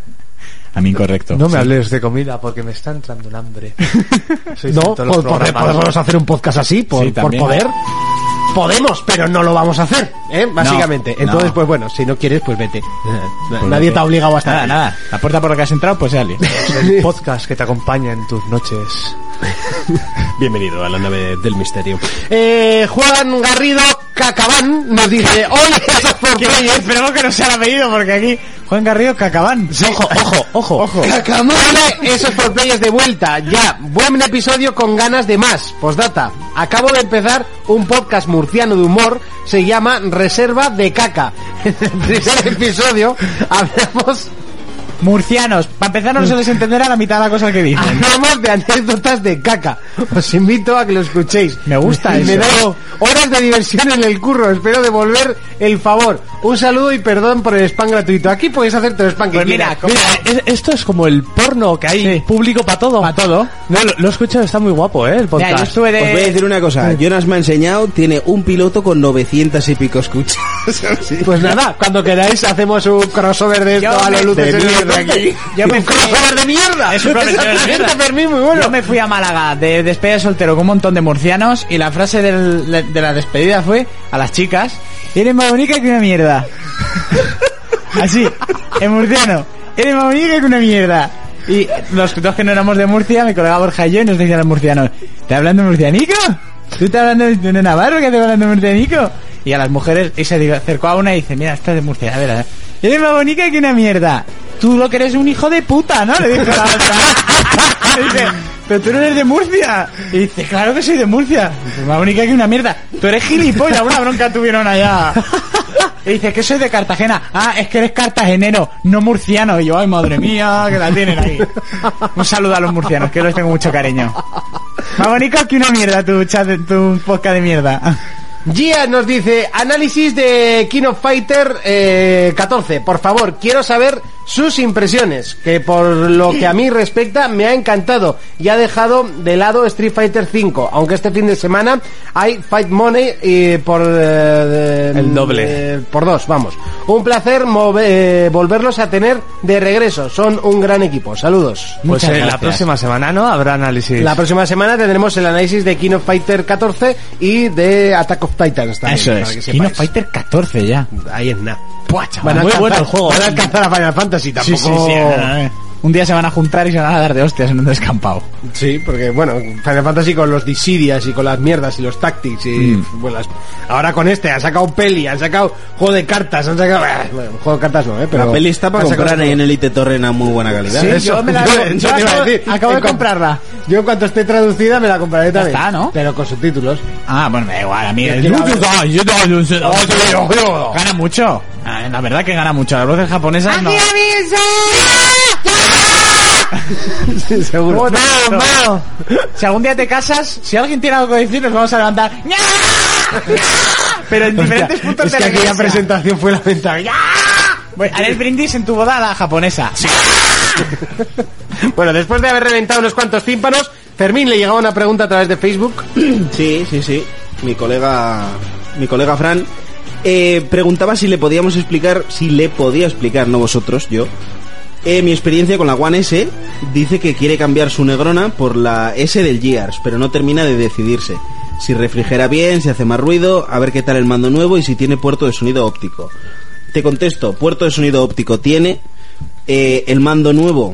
A mí incorrecto. No me hables de comida porque me está entrando un hambre. Sois No, en todos los po- pode- programas. podemos hacer un podcast así, por, Sí, por también. poder. Podemos, pero no lo vamos a hacer, ¿eh? Básicamente. No, Entonces, no. pues bueno, si no quieres, pues vete. Pues Nadie vete. te ha obligado a estar Nada, ahí. nada. La puerta por la que has entrado, pues sale. El podcast que te acompaña en tus noches. Bienvenido a la nave del misterio. Eh, Juan Garrido Cacabán nos dice, oye, esos for players. Esperemos que no sea el apellido, porque aquí Juan Garrido Cacabán. Ojo, ojo, ojo. Ojo. Vale, esos for players de vuelta, ya. Buen episodio con ganas de más. Postdata. Acabo de empezar un podcast murciano de humor, se llama Reserva de Caca. En el primer episodio hablamos, Murcianos. Para empezar, no se les entenderá la mitad de la cosa que dicen. hablamos de anécdotas de caca. Os invito a que lo escuchéis. Me gusta Y me eso. da horas de diversión en el curro. Espero devolver el favor. Un saludo y perdón por el spam gratuito. Aquí puedes hacerte el spam que Pues mira, quieras. como- Mira, es- esto es como el porno que hay Sí. público para todo. Pa' todo. No, lo, lo he escuchado, está muy guapo, ¿eh? El Mira, podcast. yo estuve de... Os voy a decir una cosa. Jonas me ha enseñado, tiene un piloto con novecientas y pico escuchas. Pues nada, cuando queráis hacemos un crossover de esto Yo a los me- luces de en el mierda horizonte. aquí. Yo me un fui- crossover de mierda. Es un crossover de Exactamente, mierda. Fermín, muy bueno. Yo me fui a Málaga de despedida de soltero con un montón de murcianos y la frase del- de la despedida fue a las chicas: eres más bonita que una mierda. Así, en murciano: eres más bonita que una mierda. Y los dos que no éramos de Murcia, mi colega Borja y yo, nos decían los murcianos: ¿estás hablando murcianico? ¿Tú estás hablando de un navarro que estás hablando murcianico? Y a las mujeres, y se acercó a una y dice: mira, esta es de Murcia, a ver, a ver. Eres más bonita que una mierda. Tú lo que eres un hijo de puta, ¿no? Le dijo la otra. Le dice: pero tú no eres de Murcia. Y dice: claro que soy de Murcia. Pues más bonita que una mierda. Tú eres gilipollas. Una bronca tuvieron allá. Y dice que soy de Cartagena. Ah, es que eres cartagenero, no murciano. Y yo, ay, madre mía, que la tienen ahí. Un saludo a los murcianos, que les tengo mucho cariño. Más bonito que una mierda tu chat, tu podcast de mierda. Gia nos dice, análisis de King of Fighter eh, catorce, por favor, quiero saber sus impresiones, que por lo que a mí respecta me ha encantado y ha dejado de lado Street Fighter cinco, aunque este fin de semana hay Fight Money eh, por eh, el doble eh, por dos, vamos. Un placer move, eh, volverlos a tener de regreso, son un gran equipo, saludos. Pues eh, la próxima semana, ¿no? Habrá análisis. La próxima semana tendremos el análisis de King of Fighter catorce y de Attack of Titans también. Eso es, King of Fighter catorce ya. Ahí es nada. Puah, chaval, muy bueno el juego. Van a alcanzar a Final Fantasy tampoco. Sí, sí, sí. Eh. Un día se van a juntar y se van a dar de hostias en un descampado. Sí, porque bueno, Final Fantasy con los Dissidias y con las mierdas y los Tactics y mm. bueno, las... ahora con este han sacado peli, han sacado juego de cartas, han sacado bueno, juego de cartas no, eh, pero la peli está para comprar ahí en Elite Torrent a muy buena calidad. Sí, eso, yo me la yo, yo te iba a decir, acabo de comprarla. Yo en cuanto esté traducida me la compraré también. Está, ¿no? Pero con subtítulos. Ah, bueno, me da igual, a mí gana mucho. La verdad que gana mucho. Las voces japonesas no. Sí, seguro. No, no. Si algún día te casas, si alguien tiene algo que decir, nos vamos a levantar. Pero en diferentes Hostia, puntos es de que la aquella iglesia. presentación fue lamentable. Bueno, haré el brindis en tu boda a la japonesa. Sí. Bueno, después de haber reventado unos cuantos tímpanos, Fermín le llegaba una pregunta a través de Facebook. Sí, sí, sí. Mi colega, mi colega Fran eh, preguntaba si le podíamos explicar, si le podía explicar, no vosotros, yo. Eh, mi experiencia con la One S. Dice que quiere cambiar su Negrona por la S del Gears, pero no termina de decidirse. Si refrigera bien, si hace más ruido, a ver qué tal el mando nuevo y si tiene puerto de sonido óptico. Te contesto, puerto de sonido óptico tiene. Eh, el mando nuevo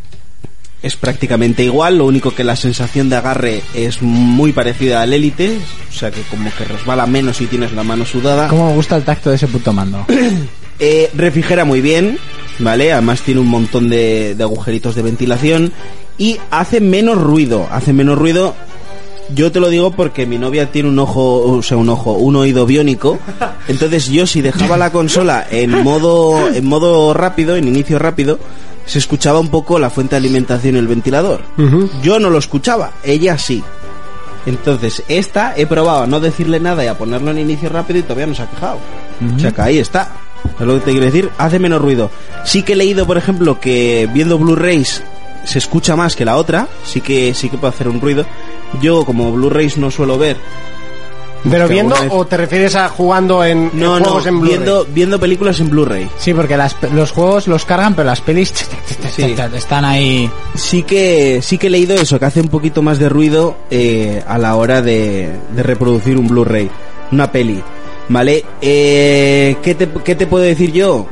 es prácticamente igual, lo único que la sensación de agarre es muy parecida al Elite, o sea que como que resbala menos si tienes la mano sudada. ¿Cómo me gusta el tacto de ese puto mando? eh, refrigera muy bien, ¿vale? Además tiene un montón de, de agujeritos de ventilación y hace menos ruido, hace menos ruido. Yo te lo digo porque mi novia tiene un ojo, o sea, un ojo, un oído biónico. Entonces yo si dejaba la consola en modo, en modo rápido, en inicio rápido, se escuchaba un poco la fuente de alimentación y el ventilador. Uh-huh. Yo no lo escuchaba, ella sí. Entonces esta he probado a no decirle nada y a ponerlo en inicio rápido y todavía no se ha quejado. Uh-huh. O sea que ahí está. Es lo que te quiero decir, hace menos ruido. Sí que he leído, por ejemplo, que viendo Blu-rays se escucha más que la otra, sí que sí que puede hacer un ruido. Yo como Blu-rays no suelo ver. ¿Pero viendo vez... o te refieres a jugando en, no, en juegos no, en Blu-ray? Viendo, viendo películas en Blu-ray. Sí, porque las, los juegos los cargan, pero las pelis sí. están ahí. Sí que sí que he leído eso, que hace un poquito más de ruido eh, a la hora de, de reproducir un Blu-ray, una peli. ¿Vale? Eh, ¿qué, te, ¿Qué te puedo decir yo?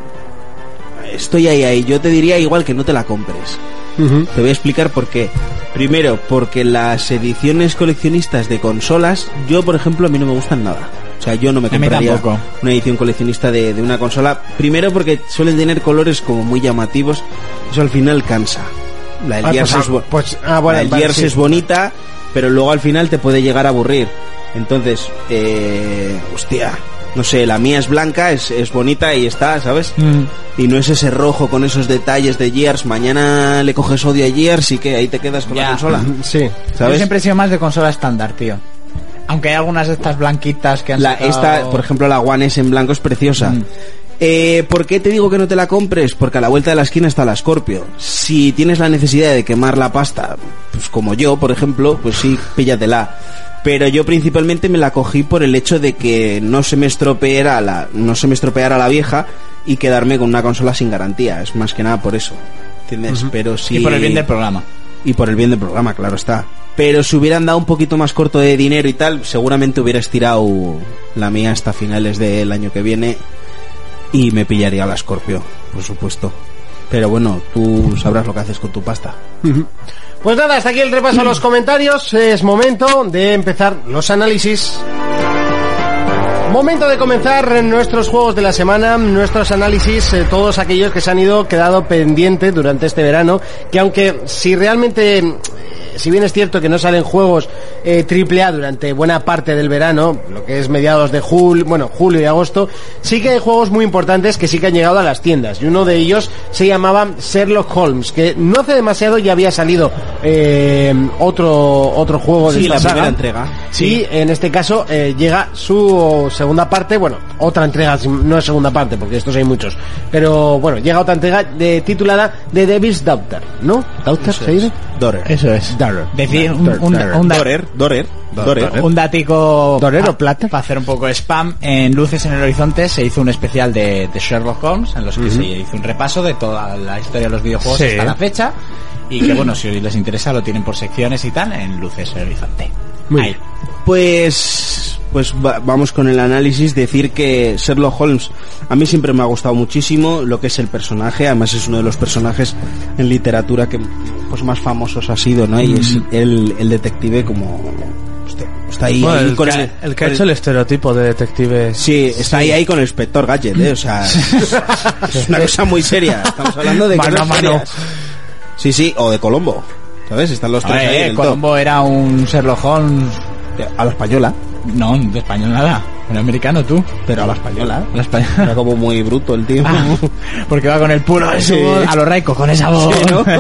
Estoy ahí, ahí. Yo te diría igual que no te la compres. Uh-huh. Te voy a explicar por qué. Primero, porque las ediciones coleccionistas de consolas, yo por ejemplo a mí no me gustan nada. O sea, yo no me compraría una edición coleccionista de, de una consola. Primero porque suelen tener colores como muy llamativos. Eso al final cansa. La del Gears, ah, pues, es, bo- pues, ah, bueno, la del vale, Gears sí. es bonita, pero luego al final te puede llegar a aburrir. Entonces, eh, hostia, no sé, la mía es blanca, es, es bonita y está, ¿sabes? Mm. Y no es ese rojo con esos detalles de Gears. Mañana le coges odio a Gears y que ahí te quedas con ya. la consola. Sí, ¿sabes? Yo siempre he sido más de consola estándar, tío. Aunque hay algunas de estas blanquitas que han la, sacado... Esta, por ejemplo, la One S en blanco es preciosa. Mm. Eh, ¿Por qué te digo que no te la compres? Porque a la vuelta de la esquina está la Scorpio. Si tienes la necesidad de quemar la pasta, pues como yo, por ejemplo, pues sí, píllatela. Pero yo principalmente me la cogí por el hecho de que no se me estropeara la, no se me estropeara la vieja y quedarme con una consola sin garantía. Es más que nada por eso, ¿entiendes? Uh-huh. Pero sí... Y por el bien del programa. Y por el bien del programa, claro está. Pero si hubieran dado un poquito más corto de dinero y tal, seguramente hubiera estirado la mía hasta finales del año que viene y me pillaría la Scorpio, por supuesto. Pero bueno, tú sabrás lo que haces con tu pasta. Uh-huh. Pues nada, hasta aquí el repaso a los comentarios. Es momento de empezar los análisis. Momento de comenzar nuestros juegos de la semana, nuestros análisis, eh, todos aquellos que se han ido quedado pendientes durante este verano, que aunque si realmente si bien es cierto que no salen juegos eh, triple A durante buena parte del verano, lo que es mediados de julio, bueno, julio y agosto, sí que hay juegos muy importantes que sí que han llegado a las tiendas, y uno de ellos se llamaba Sherlock Holmes, que no hace demasiado ya había salido eh, otro otro juego de sí, esta la saga. primera entrega. Sí, en este caso eh, llega su segunda parte, bueno, otra entrega, no es segunda parte, porque estos hay muchos, pero bueno, llega otra entrega de, titulada The Devil's Daughter, ¿no? ¿Daughter se dice? Daughter. Eso es. Daughter. Decir un, un, un, da- Daughter. Daughter. Daughter. un datico Dorero, pa- plata. para hacer un poco de spam. En Luces en el Horizonte se hizo un especial de, de Sherlock Holmes en los que uh-huh. se hizo un repaso de toda la historia de los videojuegos sí. hasta la fecha, y que bueno, si les interesa lo tienen por secciones y tal en Luces en el Horizonte. Muy Ahí. bien. Pues pues va, vamos con el análisis. Decir que Sherlock Holmes a mí siempre me ha gustado muchísimo lo que es el personaje. Además es uno de los personajes en literatura que pues más famosos ha sido, ¿no? Y es el, el detective como usted, está ahí, bueno, ahí el, con que, el, el que ha hecho el estereotipo de detective. Sí, está sí. ahí ahí con el inspector Gadget, ¿eh? O sea, es una cosa muy seria. Estamos hablando de mano cosas a mano. serias. Sí, sí, o de Colombo. ¿Sabes? Están los tres Oye, ahí en el Colombo top. era un Sherlock Holmes A la española. No, de español nada. Era americano tú. Pero a la española. A la española. Era como muy bruto el tío. Ah, porque va con el puro de su Sí. voz, a los Raiko, con esa voz. Sí, ¿no?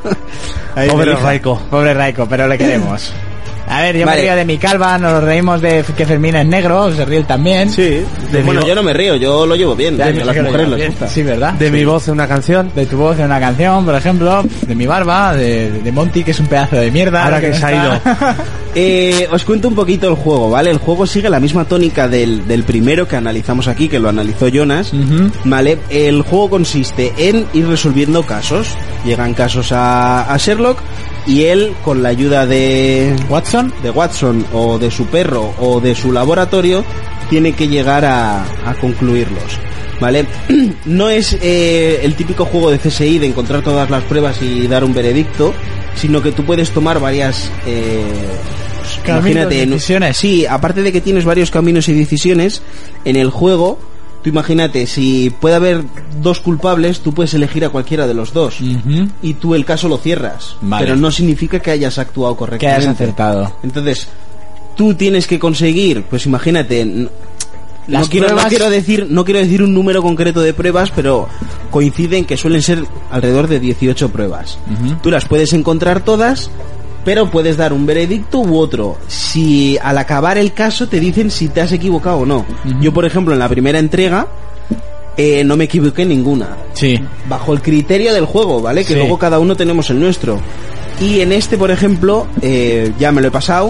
Ahí Pobre me Raiko. Pobre Raiko, pero le queremos. A ver, yo Vale. me río de mi calva, nos reímos de que Fermín es negro, se ríe él también. Sí. De Bueno, mi- yo no me río, yo lo llevo bien. Ya, a yo sé las que lo mujeres llevas les bien. gusta. Sí, ¿verdad? De mi voz en una canción. De tu voz en una canción, por ejemplo, de mi barba, de, de Monty, que es un pedazo de mierda. Ahora que no se ha está. Eh, os cuento un poquito el juego, ¿vale? El juego sigue la misma tónica del, del primero que analizamos aquí, que lo analizó Jonas, Ujú. ¿vale? El juego consiste en ir resolviendo casos. Llegan casos a, a Sherlock y él, con la ayuda de Watson, de Watson o de su perro o de su laboratorio, tiene que llegar a, a concluirlos, ¿vale? No es eh, el típico juego de C S I de encontrar todas las pruebas y dar un veredicto, sino que tú puedes tomar varias eh, pues, Caminos, imagínate, en- decisiones. sí, aparte de que tienes varios caminos y decisiones en el juego. Tú imagínate, si puede haber dos culpables, tú puedes elegir a cualquiera de los dos. Ujú. Y tú el caso lo cierras. Vale. Pero no significa que hayas actuado que correctamente. hayas acertado. Entonces, tú tienes que conseguir, pues imagínate, n- Las no quiero, no pruebas- quiero decir, no quiero decir un número concreto de pruebas, pero coinciden que suelen ser alrededor de dieciocho pruebas. Ujú. Tú las puedes encontrar todas, pero puedes dar un veredicto u otro. Si al acabar el caso te dicen si te has equivocado o no. Ujú. Yo, por ejemplo, en la primera entrega eh, no me equivoqué en ninguna. Sí. Bajo el criterio del juego, ¿vale? Que Sí. luego cada uno tenemos el nuestro. Y en este, por ejemplo, eh, ya me lo he pasado.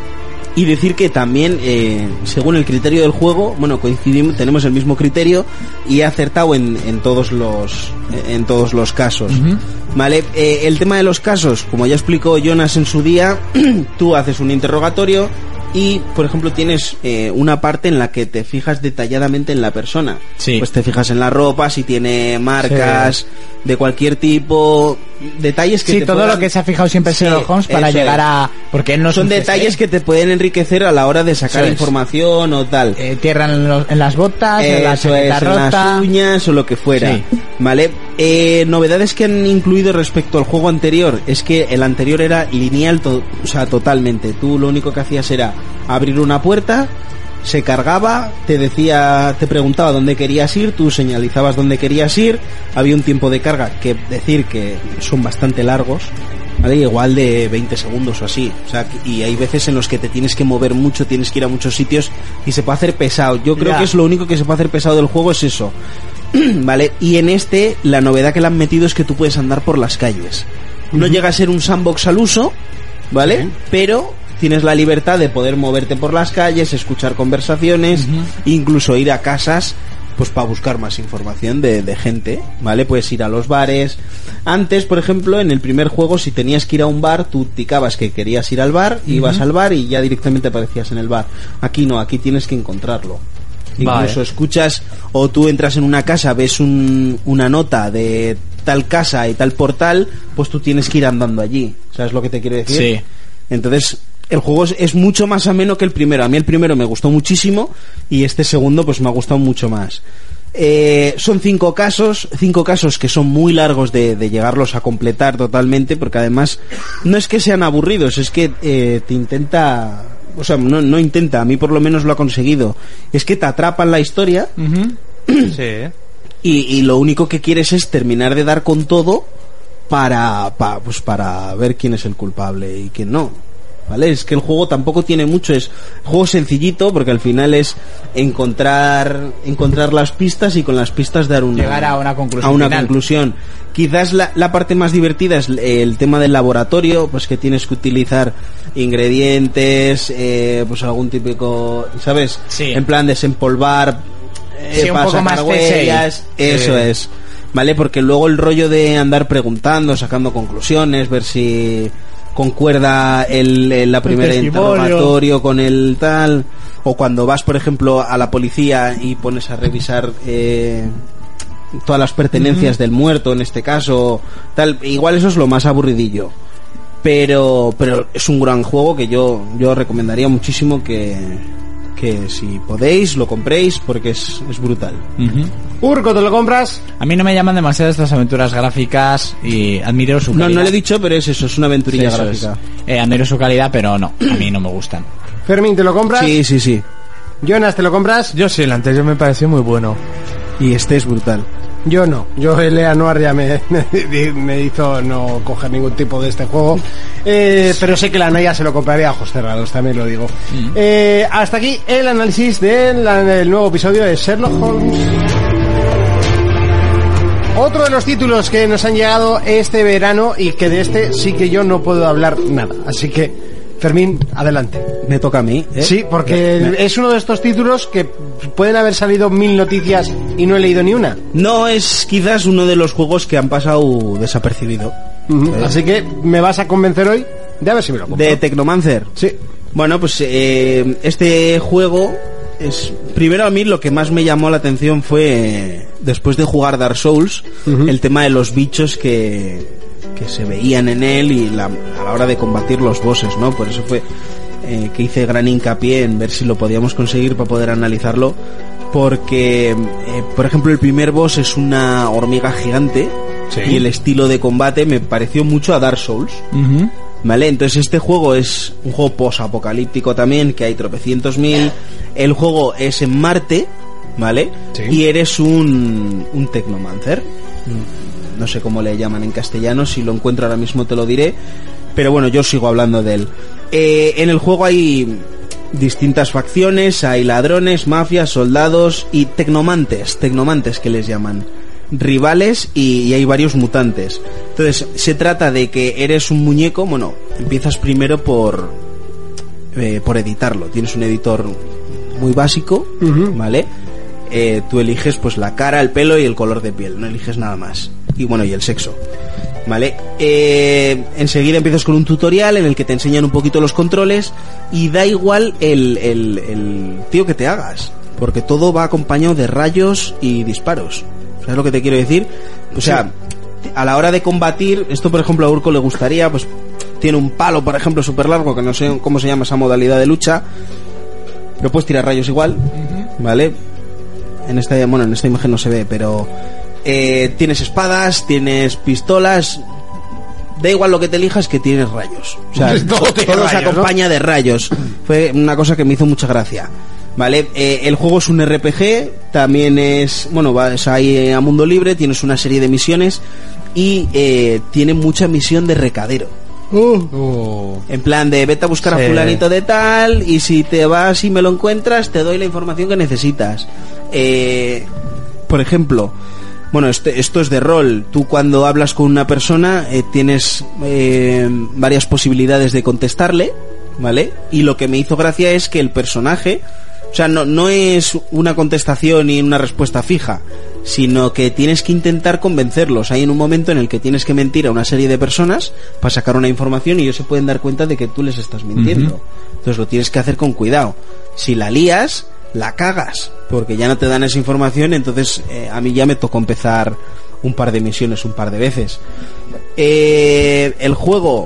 Y decir que también, eh, según el criterio del juego, bueno, coincidimos, tenemos el mismo criterio y he acertado en, en todos los en todos los casos. Ujú. Vale, eh, el tema de los casos, como ya explicó Jonas en su día, tú haces un interrogatorio y, por ejemplo, tienes eh, una parte en la que te fijas detalladamente en la persona. Sí. Pues te fijas en la ropa, si tiene marcas de cualquier tipo, detalles que Sí, te todo puedan- lo que se ha fijado siempre Sí, Sherlock Holmes para eso llegar es. a... Porque él no es Son un detalles C S I. que te pueden enriquecer a la hora de sacar Eso es. información o tal. Eh, tierra en, los- en las botas, en la Eso es, chaqueta en las rota. uñas o lo que fuera. Sí. Vale. Eh, novedades que han incluido respecto al juego anterior es que el anterior era lineal, to- o sea, totalmente. Tú lo único que hacías era abrir una puerta, se cargaba, te decía, te preguntaba dónde querías ir, tú señalizabas dónde querías ir, había un tiempo de carga que decir que son bastante largos, ¿vale? Igual de veinte segundos o así, o sea, y hay veces en los que te tienes que mover mucho, tienes que ir a muchos sitios y se puede hacer pesado. Yo creo Ya. que es lo único que se puede hacer pesado del juego, es eso. ¿Vale? Y en este, la novedad que le han metido es que tú puedes andar por las calles. No llega a ser un sandbox al uso, ¿vale? Sí. Pero tienes la libertad de poder moverte por las calles, escuchar conversaciones, incluso ir a casas, pues para buscar más información de, de gente, ¿vale? Puedes ir a los bares. Antes, por ejemplo, en el primer juego, si tenías que ir a un bar, tú ticabas que querías ir al bar, ibas al bar y ya directamente aparecías en el bar. Aquí no, aquí tienes que encontrarlo. Incluso Vale. escuchas, o tú entras en una casa, ves un, una nota de tal casa y tal portal, pues tú tienes que ir andando allí. ¿Sabes lo que te quiero decir? Sí. Entonces, el juego es, es mucho más ameno que el primero. A mí el primero me gustó muchísimo y este segundo pues me ha gustado mucho más. Eh, son cinco casos, cinco casos que son muy largos de, de llegarlos a completar totalmente, porque además no es que sean aburridos, es que eh, te intenta, o sea, no, no intenta, a mí por lo menos lo ha conseguido, es que te atrapa en la historia. Uh-huh. Sí. y, y lo único que quieres es terminar de dar con todo para, para, pues para ver quién es el culpable y quién no. ¿Vale? Es que el juego tampoco tiene mucho, es un juego sencillito porque al final es encontrar encontrar las pistas y con las pistas dar una, llegar a una conclusión. A una final. conclusión. Quizás la, la parte más divertida es el tema del laboratorio, pues que tienes que utilizar ingredientes, eh, pues algún típico, ¿sabes? Sí. En plan desempolvar, eh, sí, un para poco sacar más huellas, eso sí. es. ¿Vale? Porque luego el rollo de andar preguntando, sacando conclusiones, ver si concuerda el, el la primera el interrogatorio con el tal, o cuando vas por ejemplo a la policía y pones a revisar eh, todas las pertenencias uh-huh. del muerto en este caso tal, igual eso es lo más aburridillo, pero pero es un gran juego que yo yo recomendaría muchísimo que que si podéis lo compréis porque es, es brutal. Uh-huh. Urco, ¿te lo compras? A mí no me llaman demasiado estas aventuras gráficas y admiro su calidad. No, no le he dicho, pero es eso, es una aventurilla sí, gráfica. Eh, admiro su calidad, pero no, a mí no me gustan. Fermín, ¿te lo compras? Sí, sí, sí. Jonas, ¿te lo compras? Yo sí, el anterior me pareció muy bueno. Y este es brutal. Yo no, yo el Leanuar ya me, me hizo no coger ningún tipo de este juego, eh, pero sé que la Naya se lo compraría a ojos cerrados, también lo digo. Mm. Eh, hasta aquí el análisis del, del nuevo episodio de Sherlock Holmes. Otro de los títulos que nos han llegado este verano y que de este sí que yo no puedo hablar nada, así que Fermín, adelante. Me toca a mí, ¿eh? Sí, porque me, me... es uno de estos títulos que pueden haber salido mil noticias y no he leído ni una. No, es quizás uno de los juegos que han pasado desapercibido. Uh-huh. ¿Eh? Así que me vas a convencer hoy de a ver si me lo compro. ¿De Technomancer? Sí. Bueno, pues eh, este juego es... Primero a mí lo que más me llamó la atención fue, eh, después de jugar Dark Souls, uh-huh. el tema de los bichos que... que se veían en él y la, a la hora de combatir los bosses, ¿no? Por eso fue eh, que hice gran hincapié en ver si lo podíamos conseguir para poder analizarlo, porque eh, por ejemplo el primer boss es una hormiga gigante, sí. y el estilo de combate me pareció mucho a Dark Souls, uh-huh. ¿vale? Entonces este juego es un juego post-apocalíptico también, que hay tropecientos mil, el juego es en Marte, ¿vale? Sí. Y eres un, un Technomancer. No sé cómo le llaman en castellano, si lo encuentro ahora mismo te lo diré, pero bueno, yo sigo hablando de él. Eh, en el juego hay distintas facciones, hay ladrones, mafias, soldados y tecnomantes, tecnomantes que les llaman, rivales y, y hay varios mutantes. Entonces, se trata de que eres un muñeco, bueno, empiezas primero por, eh, por editarlo, tienes un editor muy básico, uh-huh. ¿vale? Eh, tú eliges pues la cara, el pelo y el color de piel, no eliges nada más. Y bueno, y el sexo, ¿vale? Eh, enseguida empiezas con un tutorial en el que te enseñan un poquito los controles y da igual el, el, el tío que te hagas, porque todo va acompañado de rayos y disparos. ¿Sabes lo que te quiero decir? O sea, sí. a la hora de combatir, esto por ejemplo a Urco le gustaría, pues tiene un palo, por ejemplo, súper largo, que no sé cómo se llama esa modalidad de lucha, pero puedes tirar rayos igual, uh-huh. ¿vale? En esta, bueno, en esta imagen no se ve, pero eh, tienes espadas, tienes pistolas, da igual lo que te elijas que tienes rayos. O sea, todo, todo rayos, se acompaña, ¿no? De rayos. Fue una cosa que me hizo mucha gracia. Vale, eh, el juego es un R P G, también es, bueno, vas ahí a mundo libre, tienes una serie de misiones y eh, tiene mucha misión de recadero. Uh, uh. En plan de vete a buscar sí. a fulanito de tal y si te vas y me lo encuentras te doy la información que necesitas. Eh, por ejemplo, bueno, este, esto es de rol. Tú cuando hablas con una persona eh, tienes eh, varias posibilidades de contestarle, ¿vale? Y lo que me hizo gracia es que el personaje, o sea, no, no es una contestación y una respuesta fija, sino que tienes que intentar convencerlos. Hay en un momento en el que tienes que mentir a una serie de personas para sacar una información y ellos se pueden dar cuenta de que tú les estás mintiendo. Uh-huh. Entonces lo tienes que hacer con cuidado. Si la lías, la cagas, porque ya no te dan esa información. Entonces eh, a mí ya me tocó empezar un par de misiones un par de veces. Eh, el juego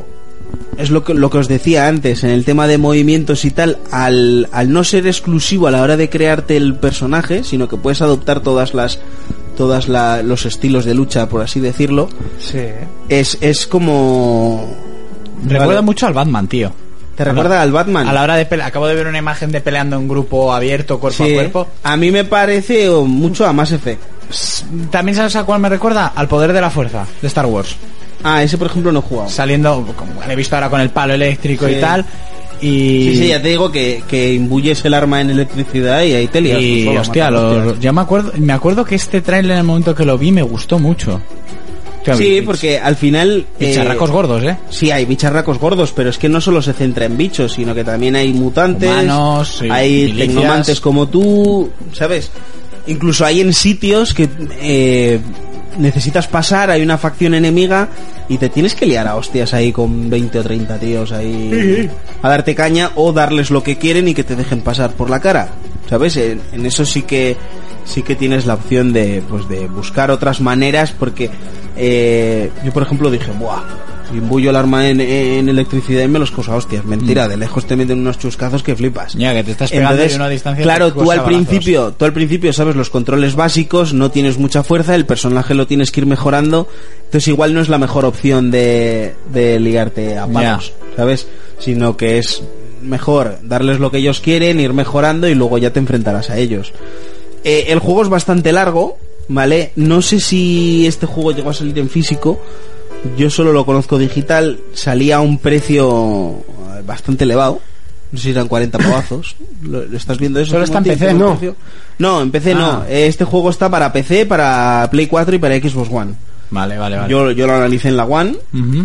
es lo que, lo que os decía antes, en el tema de movimientos y tal, al, al no ser exclusivo a la hora de crearte el personaje, sino que puedes adoptar todas las todas la, los estilos de lucha, por así decirlo, Sí. es, es como... Recuerda Vale. mucho al Batman, tío. ¿Te recuerda al Batman? A la hora de pelear, acabo de ver una imagen de peleando en grupo abierto, cuerpo Sí. a cuerpo. A mí me parece mucho a Mass Effect. También sabes a cuál me recuerda, al poder de la fuerza de Star Wars. Ah, ese por ejemplo no he jugado. Saliendo, como he visto ahora con el palo eléctrico Sí. y tal. Y... Sí, sí, ya te digo que, que imbuyes el arma en electricidad y ahí te lías Y tú solo a hostia, matar lo- hostias. yo me acuerdo, me acuerdo que este trailer en el momento que lo vi me gustó mucho. Hostia, Sí, bich- porque al final... bicharracos eh, gordos, ¿eh? Sí, hay bicharracos gordos, pero es que no solo se centra en bichos, sino que también hay mutantes, Humanos, sí, hay milicias. tecnomantes como tú, ¿sabes? Incluso hay en sitios que eh, necesitas pasar, hay una facción enemiga y te tienes que liar a hostias ahí con veinte o treinta tíos ahí a darte caña o darles lo que quieren y que te dejen pasar por la cara, ¿sabes? En, en eso sí que sí que tienes la opción de pues de buscar otras maneras, porque eh, yo por ejemplo dije, buah, imbuyo el arma en, en electricidad y me los cosa hostias. Mentira, de lejos te meten unos chuscazos que flipas. Ya, que te estás pegando Entonces, y a una distancia claro, te tú al cosa balazos. principio, tú al principio sabes los controles básicos, no tienes mucha fuerza, el personaje lo tienes que ir mejorando, entonces igual no es la mejor opción de, de ligarte a palos, ¿sabes? Sino que es mejor darles lo que ellos quieren, ir mejorando y luego ya te enfrentarás a ellos. Eh, el juego es bastante largo, ¿vale? No sé si este juego llegó a salir en físico. Yo solo lo conozco digital. Salía a un precio bastante elevado. No sé si eran cuarenta pavazos. ¿Lo, lo estás viendo eso? ¿Solo está en ¿Cómo P C? tiene el No. precio? No, en P C Ah. no. Este juego está para P C, para Play cuatro y para Xbox One. Vale, vale, vale. Yo, yo lo analicé en la One. Ujú.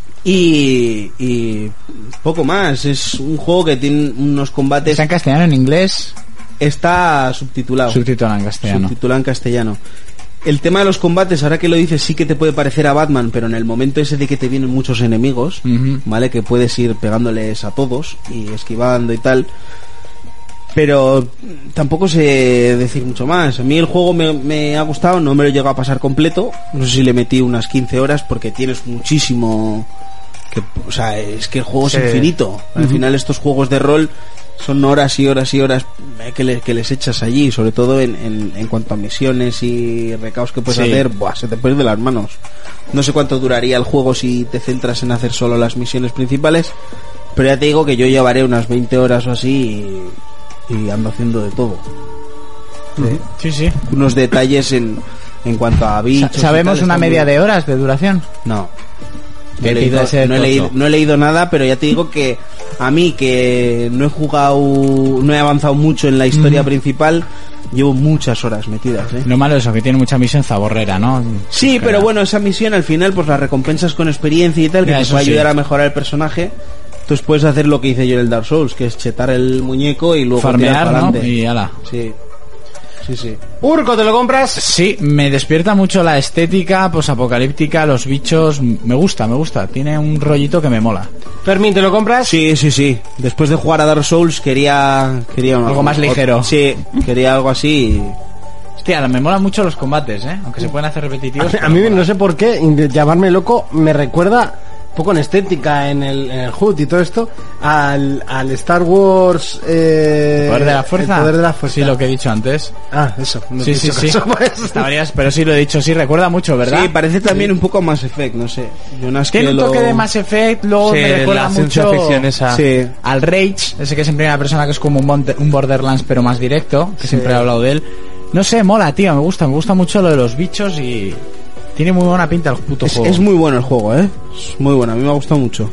Y, y poco más. Es un juego que tiene unos combates... ¿Está en castellano, en inglés? Está subtitulado. Subtitulado en castellano. Subtitulado en castellano. El tema de los combates, ahora que lo dices, sí que te puede parecer a Batman, pero en el momento ese de que te vienen muchos enemigos, Ujú. ¿vale? Que puedes ir pegándoles a todos y esquivando y tal. Pero tampoco sé decir mucho más. A mí el juego me, me ha gustado, no me lo he llegado a pasar completo. No sé si le metí unas quince horas porque tienes muchísimo... Que, o sea, es que el juego Sí. es infinito. Al Ujú. final estos juegos de rol son horas y horas y horas eh, que, le- que les echas allí, sobre todo en, en, en cuanto a misiones y recaos que puedes Sí. hacer, buah, se te puede ir de las manos. No sé cuánto duraría el juego si te centras en hacer solo las misiones principales, pero ya te digo que yo llevaré unas veinte horas o así y, y ando haciendo de todo. Sí, sí. Unos detalles en, en cuanto a bichos. y ¿Sabemos tal, una están muy media bien. de horas de duración? No. No Que he, pide leído, ser no, he leído, tocho. no he leído nada, pero ya te digo que a mí, que no he jugado, no he avanzado mucho en la historia Mm. principal, llevo muchas horas metidas, ¿eh? Lo malo es eso, que tiene mucha misión zaborrera, ¿no? Sí, pero bueno, esa misión al final, pues las recompensas con experiencia y tal, que Ya, te eso puede sí. ayudar a mejorar el personaje. Entonces puedes hacer lo que hice yo en el Dark Souls, que es chetar el muñeco y luego tirar Farmear, para ¿no? adelante. Y ala. Sí, sí, sí. Urco, ¿te lo compras? Sí, me despierta mucho la estética posapocalíptica, los bichos, me gusta, me gusta, tiene un rollito que me mola. Fermín, ¿te lo compras? Sí, sí, sí. Después de jugar a Dark Souls quería... quería Algo más ligero. Sí, quería algo así. Hostia, me molan mucho los combates, ¿eh? Aunque se pueden hacer repetitivos. A mí no sé por qué, llamarme loco, me recuerda un poco en estética, en el, en el H U D y todo esto, al, al Star Wars... Eh, ¿El poder de la fuerza? El poder de la fuerza. Sí, lo que he dicho antes. Ah, eso. no Sí, te he sí, hecho sí. caso, pues. Estarías- pero sí lo he dicho, sí, recuerda mucho, ¿verdad? Sí, parece también un poco a Mass Effect, no sé. Jonas Tiene que un lo- toque de Mass Effect, luego Sí, me recuerda la ciencia mucho ficción esa. Sí. al Rage, ese que es en primera persona, que es como un, Monte- un Borderlands pero más directo, que siempre he hablado de él. No sé, mola, tío, me gusta, me gusta mucho lo de los bichos y tiene muy buena pinta el puto Es, juego. es muy bueno el juego, ¿eh? Es muy bueno, a mí me ha gustado mucho.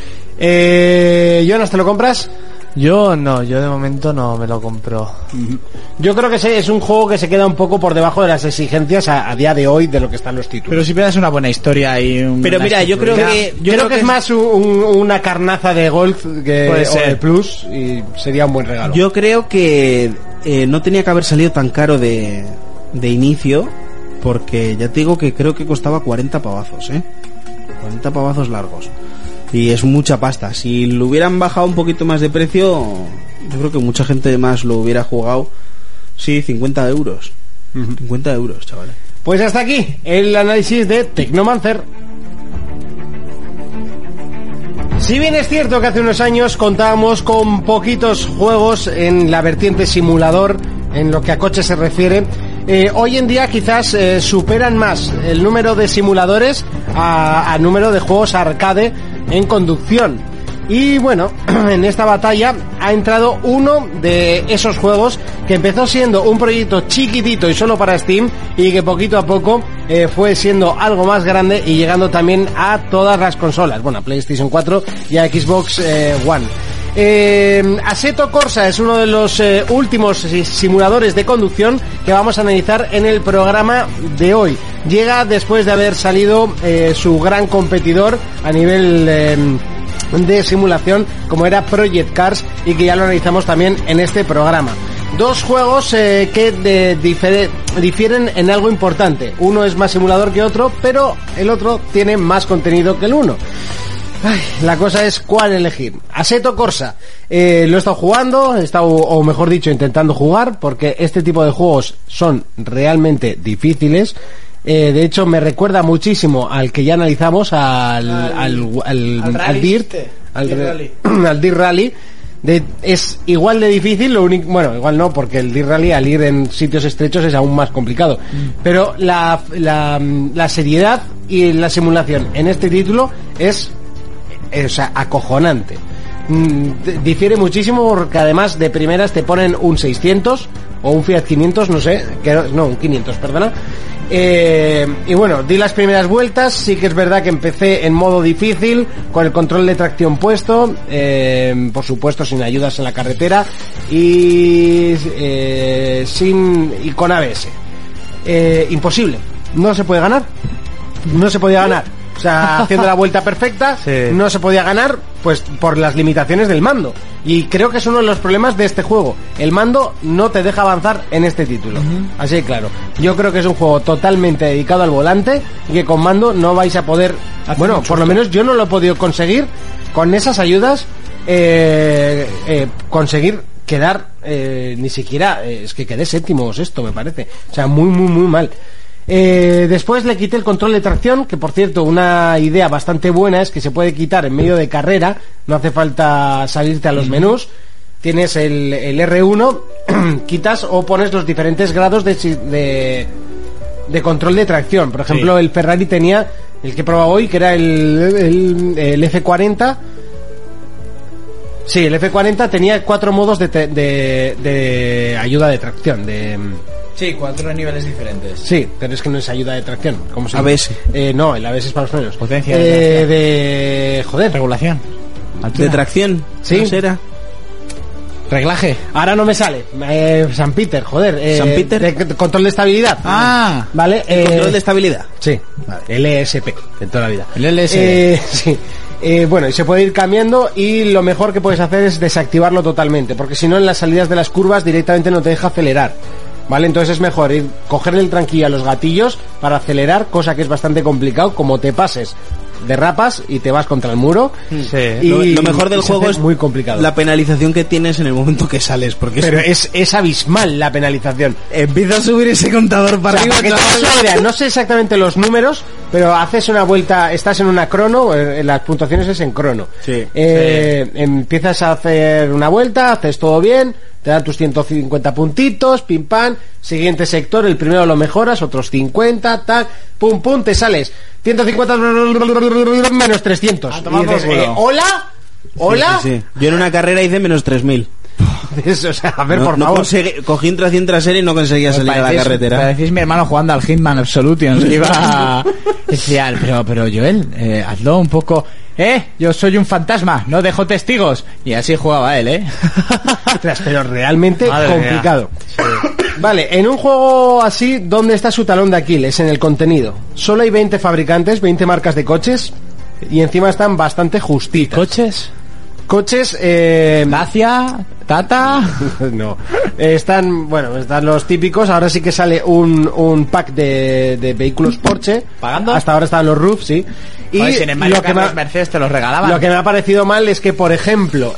Eh, Jonas, ¿te lo compras? Yo no, yo de momento no me lo compro. Yo creo que ese es un juego que se queda un poco por debajo de las exigencias a, a día de hoy de lo que están los títulos. Pero si pegas una buena historia y un Pero mira, yo creo Ya, que... yo creo, que, es más un- un- una carnaza de Gold que, Puede o ser. de Plus y sería un buen regalo. Yo creo que eh, no tenía que haber salido tan caro de, de inicio, porque ya te digo que creo que costaba cuarenta pavazos, ¿eh? cuarenta pavazos largos. Y es mucha pasta. Si lo hubieran bajado un poquito más de precio, yo creo que mucha gente más lo hubiera jugado. Sí, cincuenta euros. cincuenta euros, chavales. Pues hasta aquí el análisis de Technomancer. Si bien es cierto que hace unos años contábamos con poquitos juegos en la vertiente simulador, en lo que a coches se refiere, eh, hoy en día quizás eh, superan más el número de simuladores a, a número de juegos arcade en conducción. Y bueno, en esta batalla ha entrado uno de esos juegos que empezó siendo un proyecto chiquitito y solo para Steam, y que poquito a poco eh, fue siendo algo más grande y llegando también a todas las consolas, bueno, a PlayStation cuatro y a Xbox eh, One. Eh, Assetto Corsa es uno de los eh, últimos simuladores de conducción que vamos a analizar en el programa de hoy. Llega después de haber salido eh, su gran competidor a nivel eh, de simulación, como era Project Cars, y que ya lo analizamos también en este programa. Dos juegos eh, que de, difere, difieren en algo importante. Uno es más simulador que otro, pero el otro tiene más contenido que el uno. Ay, la cosa es cuál elegir. Assetto Corsa, eh, lo he estado jugando, he estado, o mejor dicho, intentando jugar, porque este tipo de juegos son realmente difíciles. Eh, de hecho, me recuerda muchísimo al que ya analizamos, al, al, al, al, al, al Dirt, al, Dirt Rally. al Dirt Rally. De, es igual de difícil, lo único, bueno, igual no, porque el Dirt Rally al ir en sitios estrechos es aún más complicado. Mm. Pero la, la, la seriedad y la simulación en este título es, es o sea, acojonante. Mm, difiere muchísimo porque además de primeras te ponen un seiscientos o un Fiat quinientos, no sé, que, no, un quinientos, perdona. Eh, y bueno, di las primeras vueltas. Sí que es verdad que empecé en modo difícil, con el control de tracción puesto, eh, por supuesto sin ayudas en la carretera y eh, sin y con A B S. Eh, imposible, no se puede ganar, no se podía ganar. O sea, haciendo la vuelta perfecta, sí. No se podía ganar, pues por las limitaciones del mando. Y creo que es uno de los problemas de este juego. El mando no te deja avanzar en este título. Uh-huh. Así que claro, yo creo que es un juego totalmente dedicado al volante y que con mando no vais a poder... Hace bueno, por lo menos yo no lo he podido conseguir con esas ayudas, eh, eh, conseguir quedar, eh, ni siquiera, eh, es que quedé séptimo o sexto, me parece. O sea, muy, muy, muy mal. Eh, después le quité el control de tracción, que por cierto, una idea bastante buena es que se puede quitar en medio de carrera, no hace falta salirte a los menús. Tienes el, el erre uno, quitas o pones los diferentes grados de, de, de control de tracción. Por ejemplo, sí. El Ferrari tenía, el que he probado hoy, que era el, el, el efe cuarenta. Sí, el efe cuarenta tenía cuatro modos de, de, de ayuda de tracción, de... Sí, cuatro niveles diferentes. Sí, pero es que no es ayuda de tracción. ¿Cómo se llama? A B S. Eh, no, el A B S es para los frenos. Potencia. Eh, de... Joder. Regulación. Altura. De tracción. Sí. ¿No será? Reglaje. Ahora no me sale. Eh, San Peter, joder. Eh, San Peter. De, de control de estabilidad. Ah. Vale. El eh, control de estabilidad. Sí. Vale. L E S P. De toda la vida. El L S P. Eh, sí. Eh, bueno, y se puede ir cambiando, y lo mejor que puedes hacer es desactivarlo totalmente, porque si no en las salidas de las curvas directamente no te deja acelerar. ¿Vale? Entonces es mejor ir, cogerle el tranquillo a los gatillos para acelerar, cosa que es bastante complicado, como te pases, derrapas y te vas contra el muro. Sí. Y lo, lo mejor del juego es muy complicado. La penalización que tienes en el momento que sales, porque pero es, es, es abismal la penalización. Empieza a subir ese contador para o sea, arriba. Para que te idea, no sé exactamente los números, pero haces una vuelta, estás en una crono, en las puntuaciones es en crono. Sí. Eh, sí. Empiezas a hacer una vuelta, haces todo bien, te dan tus ciento cincuenta puntitos, pim pam, siguiente sector, el primero lo mejoras, otros cincuenta, tac, pum pum, te sales ciento cincuenta menos trescientos. Y dices, eh, ¿hola? ¿Hola? Sí, sí, sí. Yo en una carrera hice menos tres mil. Eso, o sea, a ver, no, por no favor. Conseguí, cogí un tracción trasera y no conseguía salir a la carretera. Parecís mi hermano jugando al Hitman Absolution. Se iba a... Decía, pero, pero Joel, eh, hazlo un poco... Eh, yo soy un fantasma, no dejo testigos. Y así jugaba él, ¿eh? Pero realmente Madre complicado. Sí. Vale, en un juego así, ¿dónde está su talón de Aquiles? En el contenido. Solo hay veinte fabricantes, veinte marcas de coches, y encima están bastante justitas. ¿Coches? Coches, eh... Dacia, Tata... No, eh, están, bueno, están los típicos. Ahora sí que sale un, un pack de, de vehículos Porsche. ¿Pagando? Hasta ahora están los R U F, sí. Y Oye, sin embargo, lo que me, Mercedes te los regalaban. Lo que me ha parecido mal es que, por ejemplo,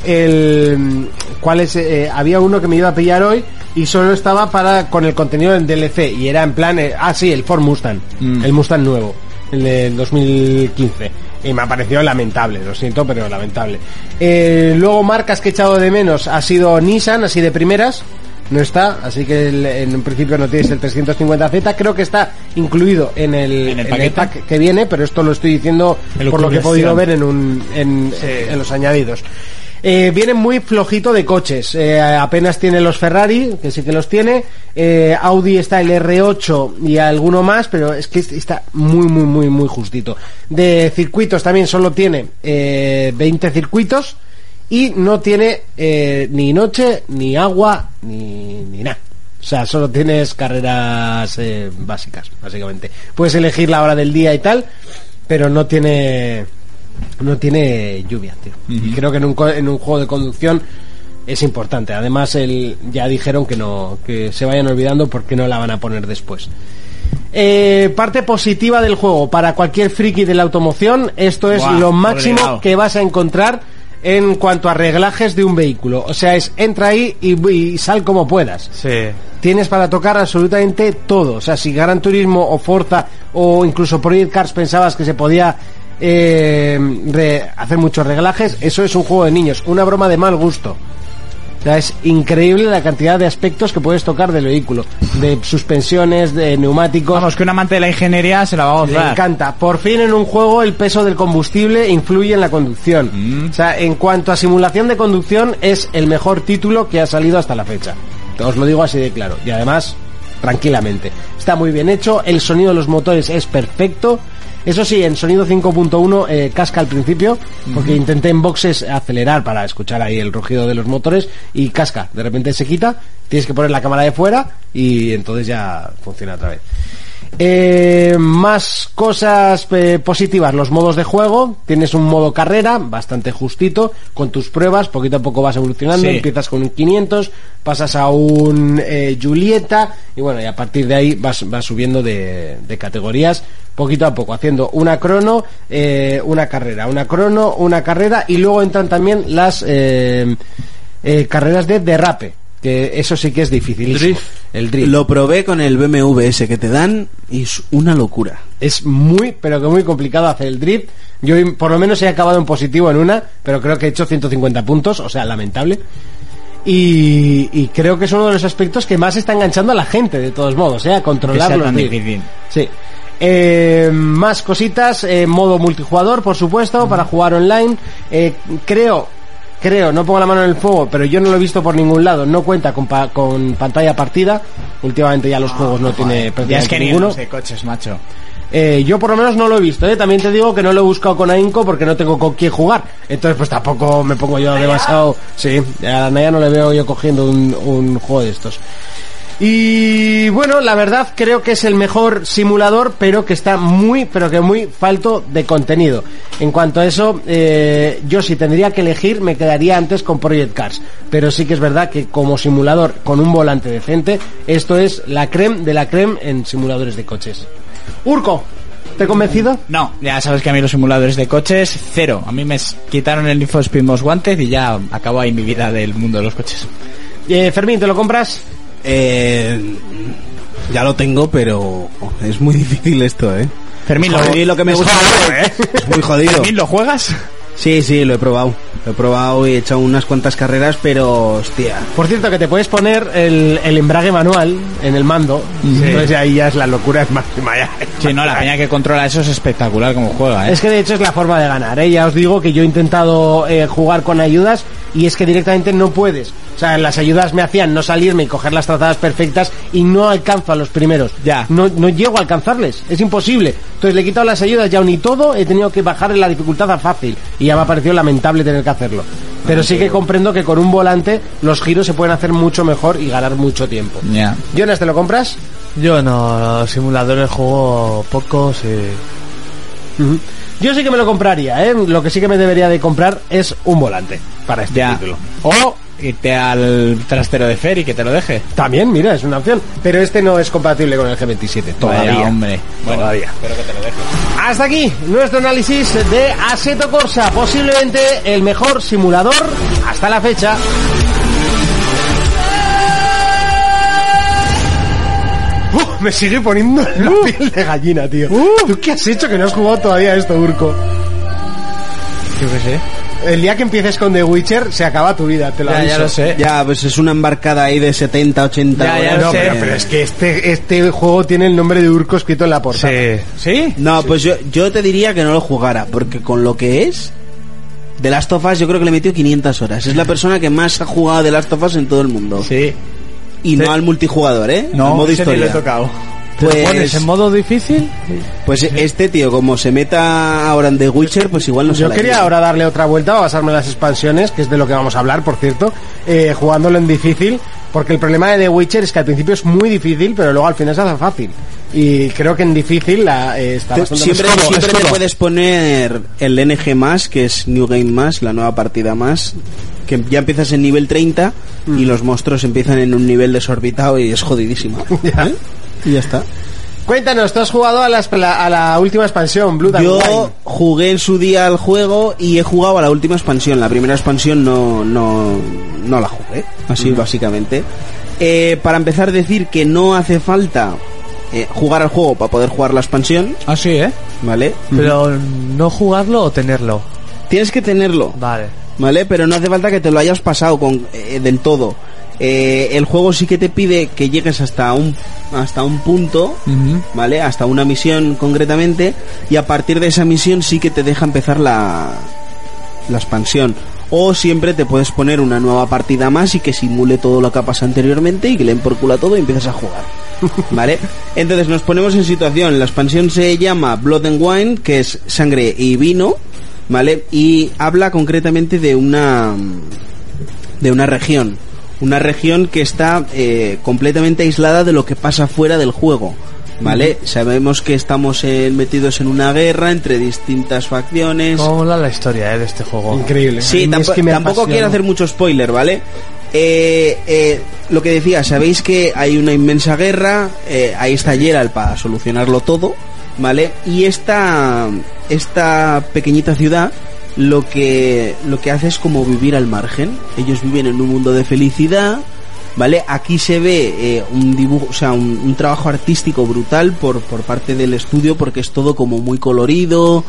el ¿cuál es? Eh, había uno que me iba a pillar hoy y solo estaba para con el contenido del D L C, y era en plan, eh, ah sí, el Ford Mustang, mm. el Mustang nuevo. el de dos mil quince. Y me ha parecido lamentable, lo siento, pero lamentable. Eh, luego marcas que he echado de menos ha sido Nissan, así de primeras. No está, así que el, en un principio no tienes el trescientos cincuenta Z. Creo que está incluido en el, ¿En el, en el pack que viene, pero esto lo estoy diciendo por lo que he podido ver en, un, en, sí. en los añadidos. Eh, viene muy flojito de coches, eh, apenas tiene los Ferrari, que sí que los tiene, eh, Audi está el R ocho y alguno más, pero es que está muy muy muy muy justito. De circuitos también solo tiene eh, veinte circuitos y no tiene eh, ni noche, ni agua, ni, ni nada. O sea, solo tienes carreras eh, básicas, básicamente. Puedes elegir la hora del día y tal, pero no tiene... no tiene lluvia, tío. Uh-huh. Y creo que en un, en un juego de conducción es importante. Además, el, ya dijeron que no, que se vayan olvidando porque no la van a poner después. Eh, parte positiva del juego para cualquier friki de la automoción, esto es wow, lo máximo que vas a encontrar en cuanto a reglajes de un vehículo. O sea, es entra ahí y, y sal como puedas. Sí. Tienes para tocar absolutamente todo. O sea, si Gran Turismo o Forza o incluso Project Cars pensabas que se podía eh, re, hacer muchos reglajes, eso es un juego de niños, una broma de mal gusto. O sea, es increíble la cantidad de aspectos que puedes tocar del vehículo, de suspensiones, de neumáticos. Vamos, que un amante de la ingeniería se la va a gozar. Le encanta. Por fin en un juego el peso del combustible influye en la conducción. Mm. O sea, en cuanto a simulación de conducción es el mejor título que ha salido hasta la fecha. Os lo digo así de claro. Y además, tranquilamente. Está muy bien hecho, el sonido de los motores es perfecto. Eso sí, en sonido cinco punto uno eh, casca al principio, porque uh-huh. intenté en boxes acelerar para escuchar ahí el rugido de los motores y casca, de repente se quita, tienes que poner la cámara de fuera y entonces ya funciona otra vez. Eh, más cosas eh, positivas, los modos de juego. Tienes un modo carrera bastante justito con tus pruebas, poquito a poco vas evolucionando. Sí. Empiezas con un quinientos, pasas a un eh, Julieta y bueno, y a partir de ahí vas, vas subiendo de, de categorías poquito a poco, haciendo una crono, eh, una carrera, una crono, una carrera y luego entran también las eh, eh, carreras de derrape. Que eso sí que es dificilísimo. Drift. El drift. Lo probé con el B M W ese que te dan y es una locura. Es muy, pero que muy complicado hacer el drift. Yo por lo menos he acabado en positivo en una, pero creo que he hecho ciento cincuenta puntos, o sea, lamentable. Y, y creo que es uno de los aspectos que más está enganchando a la gente, de todos modos, ¿eh? A controlarlo. Sí. Eh, más cositas, eh, modo multijugador, por supuesto, mm. para jugar online. Eh, creo... Creo, no pongo la mano en el fuego, pero yo no lo he visto por ningún lado. No cuenta con, pa- con pantalla partida. Últimamente ya los oh, juegos no tiene prácticamente ya es que ninguno. De coches, macho. Eh, yo por lo menos no lo he visto, ¿eh? También te digo que no lo he buscado con ahínco porque no tengo con quién jugar. Entonces pues tampoco me pongo yo demasiado... Sí, a la Naya no le veo yo cogiendo un, un juego de estos. Y bueno, la verdad creo que es el mejor simulador, pero que está muy, pero que muy falto de contenido. En cuanto a eso, eh, yo si tendría que elegir me quedaría antes con Project Cars, pero sí que es verdad que como simulador con un volante decente, esto es la creme de la creme en simuladores de coches. Urco, ¿te he convencido? No, ya sabes que a mí los simuladores de coches, cero. A mí me quitaron el Need for Speed Most Wanted y ya acabó ahí mi vida del mundo de los coches. Eh, Fermín, ¿te lo compras? Eh, ya lo tengo, pero es muy difícil esto, ¿eh? Fermín, lo, lo que me gusta jodido, ¿eh? Es muy jodido. ¿Fermín, lo juegas? Sí, sí, lo he probado. Lo he probado y he echado unas cuantas carreras, pero hostia. Por cierto, que te puedes poner el, el embrague manual en el mando. Sí. Entonces ahí ya es la locura, es máxima ya. Sí, no, la peña que controla eso es espectacular como juega, ¿eh? Es que de hecho es la forma de ganar, ¿eh? Ya os digo que yo he intentado eh, jugar con ayudas y es que directamente no puedes. O sea, las ayudas me hacían no salirme y coger las trazadas perfectas y no alcanzo a los primeros. Ya. No, no llego a alcanzarles. Es imposible. Entonces le he quitado las ayudas ya ni todo, he tenido que bajar la dificultad a fácil. Y ya me ha parecido lamentable tener que hacerlo. Pero sí que comprendo que con un volante los giros se pueden hacer mucho mejor y ganar mucho tiempo. Ya. Yeah. Jonas, ¿te lo compras? Yo no, los simuladores juego pocos y... Uh-huh. Yo sí que me lo compraría, ¿eh? Lo que sí que me debería de comprar es un volante para este ya. título. O irte al trastero de Fer y que te lo deje. También, mira, es una opción. Pero este no es compatible con el G veintisiete. Todavía, Vaya, hombre. Bueno, todavía. Espero que te lo deje. Hasta aquí nuestro análisis de Assetto Corsa. Posiblemente el mejor simulador hasta la fecha. Uh. me sigue poniendo la Uh. piel de gallina, tío. Uh. ¿Tú qué has hecho que no has jugado todavía esto, Urco? Yo qué sé. El día que empieces con The Witcher se acaba tu vida, te lo Ya, aviso. ya lo sé. Ya, pues es una embarcada ahí de setenta, ochenta Ya, ya horas. lo No, sé. pero, pero es que este, este juego tiene el nombre de Urco escrito en la portada. Sí. ¿Sí? No, pues yo, yo te diría que no lo jugara, porque con lo que es, The Last of Us yo creo que le metió quinientas horas. Es la persona que más ha jugado The Last of Us en todo el mundo. Sí. Y Sí. no al multijugador, ¿eh? No, al modo ese ni historia. lo he tocado. ¿Te lo Pues- pones en modo difícil? Pues este tío, como se meta ahora en The Witcher, pues igual no se Yo la quería lleva. ahora darle otra vuelta, a basarme en las expansiones, que es de lo que vamos a hablar, por cierto, eh, jugándolo en difícil, porque el problema de The Witcher es que al principio es muy difícil, pero luego al final se hace fácil. Y creo que en difícil la, eh, está Te- bastante siempre más siempre cómodo. te puedes poner el N G más, que es New Game más, la nueva partida más, que ya empiezas en nivel treinta y los monstruos empiezan en un nivel desorbitado y es jodidísimo. Ya. ¿Eh? Y ya está. Cuéntanos, tú has jugado a, las- a la última expansión, Blood and Yo Wine. jugué en su día al juego y he jugado a la última expansión. La primera expansión no, no, no la jugué, así básicamente. Eh, para empezar, decir que no hace falta eh, jugar al juego para poder jugar la expansión, Ah, sí, ¿eh? ¿vale? Pero no jugarlo o tenerlo. Tienes que tenerlo, Vale. ¿vale? Pero no hace falta que te lo hayas pasado con eh, del todo. Eh, el juego sí que te pide que llegues hasta un hasta un punto, Ujú. ¿vale? Hasta una misión concretamente, y a partir de esa misión sí que te deja empezar la la expansión. O siempre te puedes poner una nueva partida más y que simule todo lo que ha pasado anteriormente y que le den por culo a todo y empiezas a jugar, ¿vale? Entonces nos ponemos en situación. La expansión se llama Blood and Wine, que es sangre y vino, ¿vale? Y habla concretamente de una de una región, una región que está eh, completamente aislada de lo que pasa fuera del juego, ¿vale? Sabemos que estamos eh, metidos en una guerra entre distintas facciones. ¿Cómo mola la historia eh, de este juego? Increíble. Sí, A mí tampo- es que me tampoco apasiona. quiero hacer mucho spoiler, ¿vale? Eh, eh, lo que decía, sabéis que hay una inmensa guerra, eh, ahí está Geralt para solucionarlo todo, ¿vale? Y esta, esta pequeñita ciudad lo que, lo que hace es como vivir al margen. Ellos viven en un mundo de felicidad, ¿vale? Aquí se ve eh, un dibujo, o sea, un, un trabajo artístico brutal por, por parte del estudio, porque es todo como muy colorido,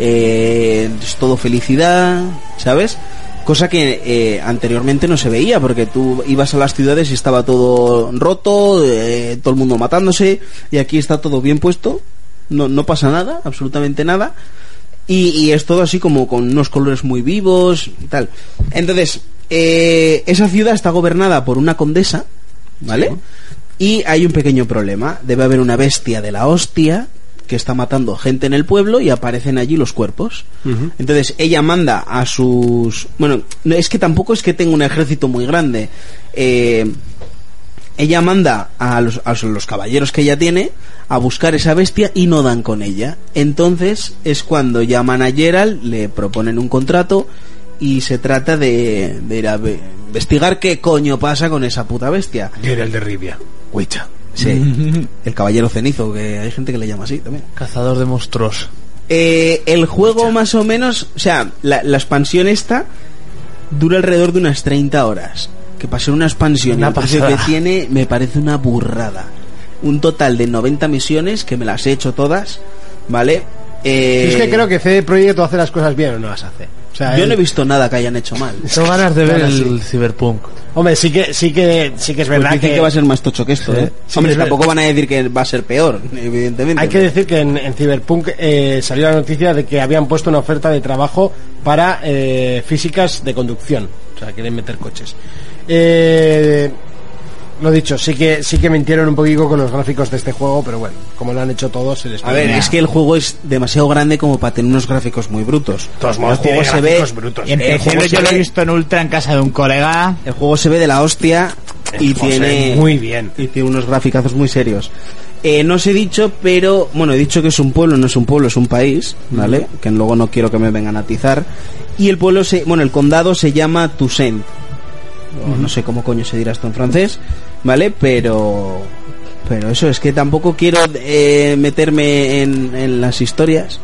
eh, es todo felicidad, ¿sabes? Cosa que eh, anteriormente no se veía, porque tú ibas a las ciudades y estaba todo roto, eh, todo el mundo matándose, y aquí está todo bien puesto, no, no pasa nada, absolutamente nada. Y, y es todo así como con unos colores muy vivos y tal. Entonces, eh, esa ciudad está gobernada por una condesa, ¿vale? Y hay un pequeño problema. Debe haber una bestia de la hostia que está matando gente en el pueblo y aparecen allí los cuerpos. Entonces ella manda a sus... Bueno, no, es que tampoco es que tenga un ejército muy grande. Eh, ella manda a los, a los caballeros que ella tiene a buscar esa bestia y no dan con ella. Entonces es cuando llaman a Geralt, le proponen un contrato y se trata de, de ir a ve- investigar qué coño pasa con esa puta bestia. Geralt de Rivia. Witcher. Sí, el caballero cenizo, que hay gente que le llama así también. Cazador de monstruos. Eh, el juego más o menos, o sea, la, la expansión esta dura alrededor de unas treinta horas. Que para ser una expansión y Una el precio pasada. que tiene me parece una burrada. Un total de noventa misiones, que me las he hecho todas, ¿vale? Eh, Es que creo que C D Projekt o hace las cosas bien o no las hace. O sea, yo él- no he visto nada que hayan hecho mal. Tengo ganas de ver Ahora el Cyberpunk. Hombre, sí que, sí que, sí que es Pues verdad dicen que, que va a ser más tocho que esto, Sí. ¿eh? Sí, Hombre, es tampoco verdad. van a decir que va a ser peor, evidentemente. hay que decir que en, en Cyberpunk eh, salió la noticia de que habían puesto una oferta de trabajo para eh, físicas de conducción. O sea, quieren meter coches. Eh, lo dicho, sí que sí que mintieron un poquito con los gráficos de este juego, pero bueno, como lo han hecho todos, se les A ver, es que el juego es demasiado grande como para tener unos gráficos muy brutos. De todos el modos, juego tiene se ve, gráficos brutos. Y en el P C juego yo se lo he ve- visto en Ultra en casa de un colega. el juego se ve de la hostia y juego se ve tiene muy bien. y tiene unos graficazos muy serios. Eh, no os he dicho, pero bueno, he dicho que es un pueblo, no es un pueblo, es un país, ¿vale? Que luego no quiero que me vengan a atizar. Y el pueblo se, bueno, el condado se llama Toussaint. O no sé cómo coño se dirá esto en francés, ¿vale? Pero pero eso es que tampoco quiero eh, meterme en, en las historias.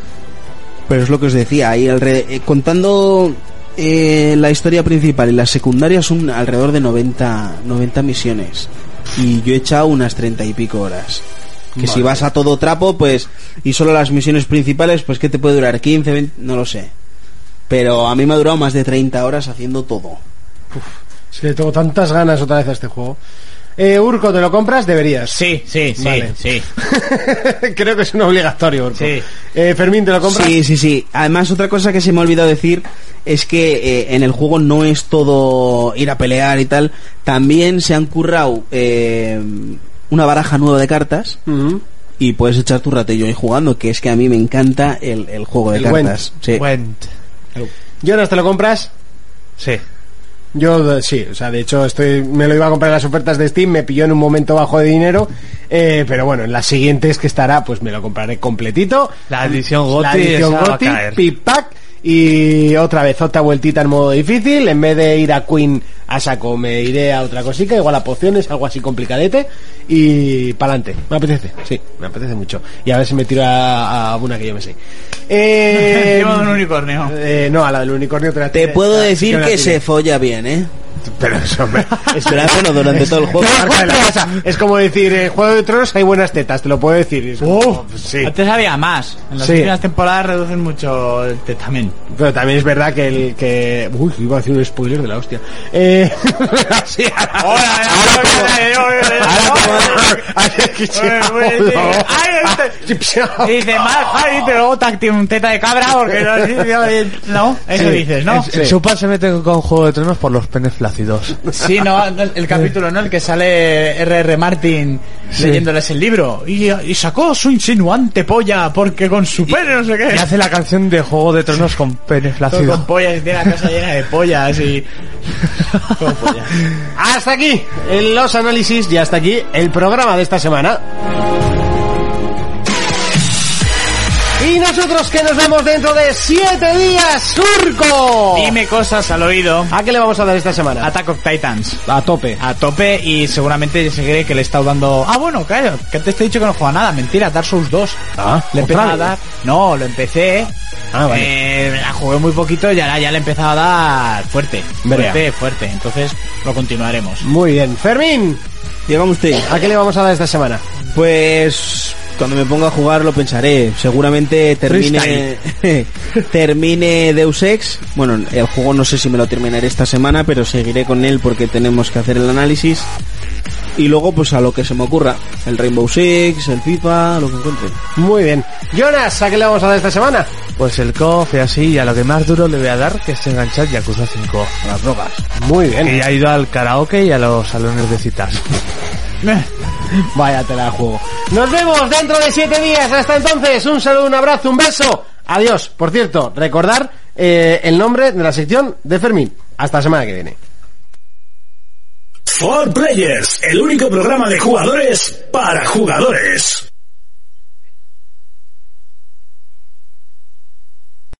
Pero es lo que os decía, ahí alre- eh, contando eh, la historia principal y las secundarias son alrededor de noventa, noventa misiones. y yo he echado unas treinta y pico horas. Que Vale. si vas a todo trapo, pues, y solo las misiones principales, pues que te puede durar quince, veinte, no lo sé. Pero a mí me ha durado más de treinta horas haciendo todo. Es que tengo tantas ganas otra vez a este juego. Eh, Urco, ¿te lo compras? Deberías. Sí, sí, sí, Vale. sí. Creo que es un obligatorio, Urco. Sí. Eh, Fermín, ¿te lo compras? Sí, sí, sí. Además, otra cosa que se me ha olvidado decir es que eh, en el juego no es todo ir a pelear y tal. También se han currado eh, una baraja nueva de cartas. Uh-huh. Y puedes echar tu ratillo ahí jugando, que es que a mí me encanta el, el juego de El cartas. Sí. Went. Jonas, ¿te lo compras? Sí. Yo sí, o sea, de hecho estoy, me lo iba a comprar en las ofertas de Steam, me pilló en un momento bajo de dinero, eh, pero bueno, en las siguientes que estará, pues me lo compraré completito. La edición GOTY, La edición esa va a GOTY, caer. pip pack, y otra vez otra vueltita en modo difícil. En vez de ir a Queen a saco, me iré a otra cosica, igual a pociones, algo así complicadete, y pa'lante. Me apetece, sí, me apetece mucho. Y a ver si me tiro a, a una que yo me sé. Eh, Llevo un unicornio. eh, no, a la del unicornio te la Te tiré, puedo la- sí decir me la que tiré. se folla bien, ¿eh? Pero eso, hombre, Espera, bueno, durante todo el juego. marca de la casa. Es como decir, en Juego de Tronos hay buenas tetas, te lo puedo decir. Y es como, pues sí. Antes había más. En las Sí. últimas temporadas reducen mucho el testamen. Pero también es verdad que el que... Uy, iba a decir un spoiler de la hostia. Eh... sí, Y dice, más, ay, pero luego te activa un teta de cabra porque no, no, eso Sí. dices, ¿no? El Supa se mete con Juego de Tronos por los penes flácidos. Sí, no, no, el capítulo, ¿no? El que sale R R. Martin Sí. leyéndoles el libro y, y sacó su insinuante polla porque con su pene no sé qué. Y hace la canción de Juego de Tronos con pene Todo flácido. con pollas y tiene la casa llena de pollas y... Con pollas. Hasta aquí los análisis y hasta aquí el programa de esta semana. Y nosotros que nos vemos dentro de siete días, Surco. Dime cosas al oído. ¿A qué le vamos a dar esta semana? Attack of Titans. A tope. A tope y seguramente seguiré que le he estado dando... Ah, bueno, claro, que antes te he dicho que no juega nada. Mentira, Dark Souls dos. Ah, Le empecé ¿otra a vez? dar... No, lo empecé... Ah, vale. Eh, la jugué muy poquito y ahora ya le he empezado a dar fuerte. Vea. Fuerte, fuerte. Entonces lo continuaremos. Muy bien. Fermín, Dígame usted. ¿a qué le vamos a dar esta semana? Pues cuando me ponga a jugar lo pensaré. Seguramente termine termine Deus Ex. Bueno, el juego no sé si me lo terminaré esta semana, pero seguiré con él porque tenemos que hacer el análisis. Y luego pues a lo que se me ocurra, el Rainbow Six, el FIFA, lo que encuentre. Muy bien. Jonas, ¿a qué le vamos a dar esta semana? Pues el C O F y así, y a lo que más duro le voy a dar, que es enganchar Yakuza cinco. A las drogas. Muy bien. Que ya ha ido al karaoke y a los salones de citas. Vaya tela de juego. Nos vemos dentro de siete días. Hasta entonces, un saludo, un abrazo, un beso. Adiós. Por cierto, recordar eh, el nombre de la sección de Fermín. Hasta la semana que viene. For Players, el único programa de jugadores para jugadores.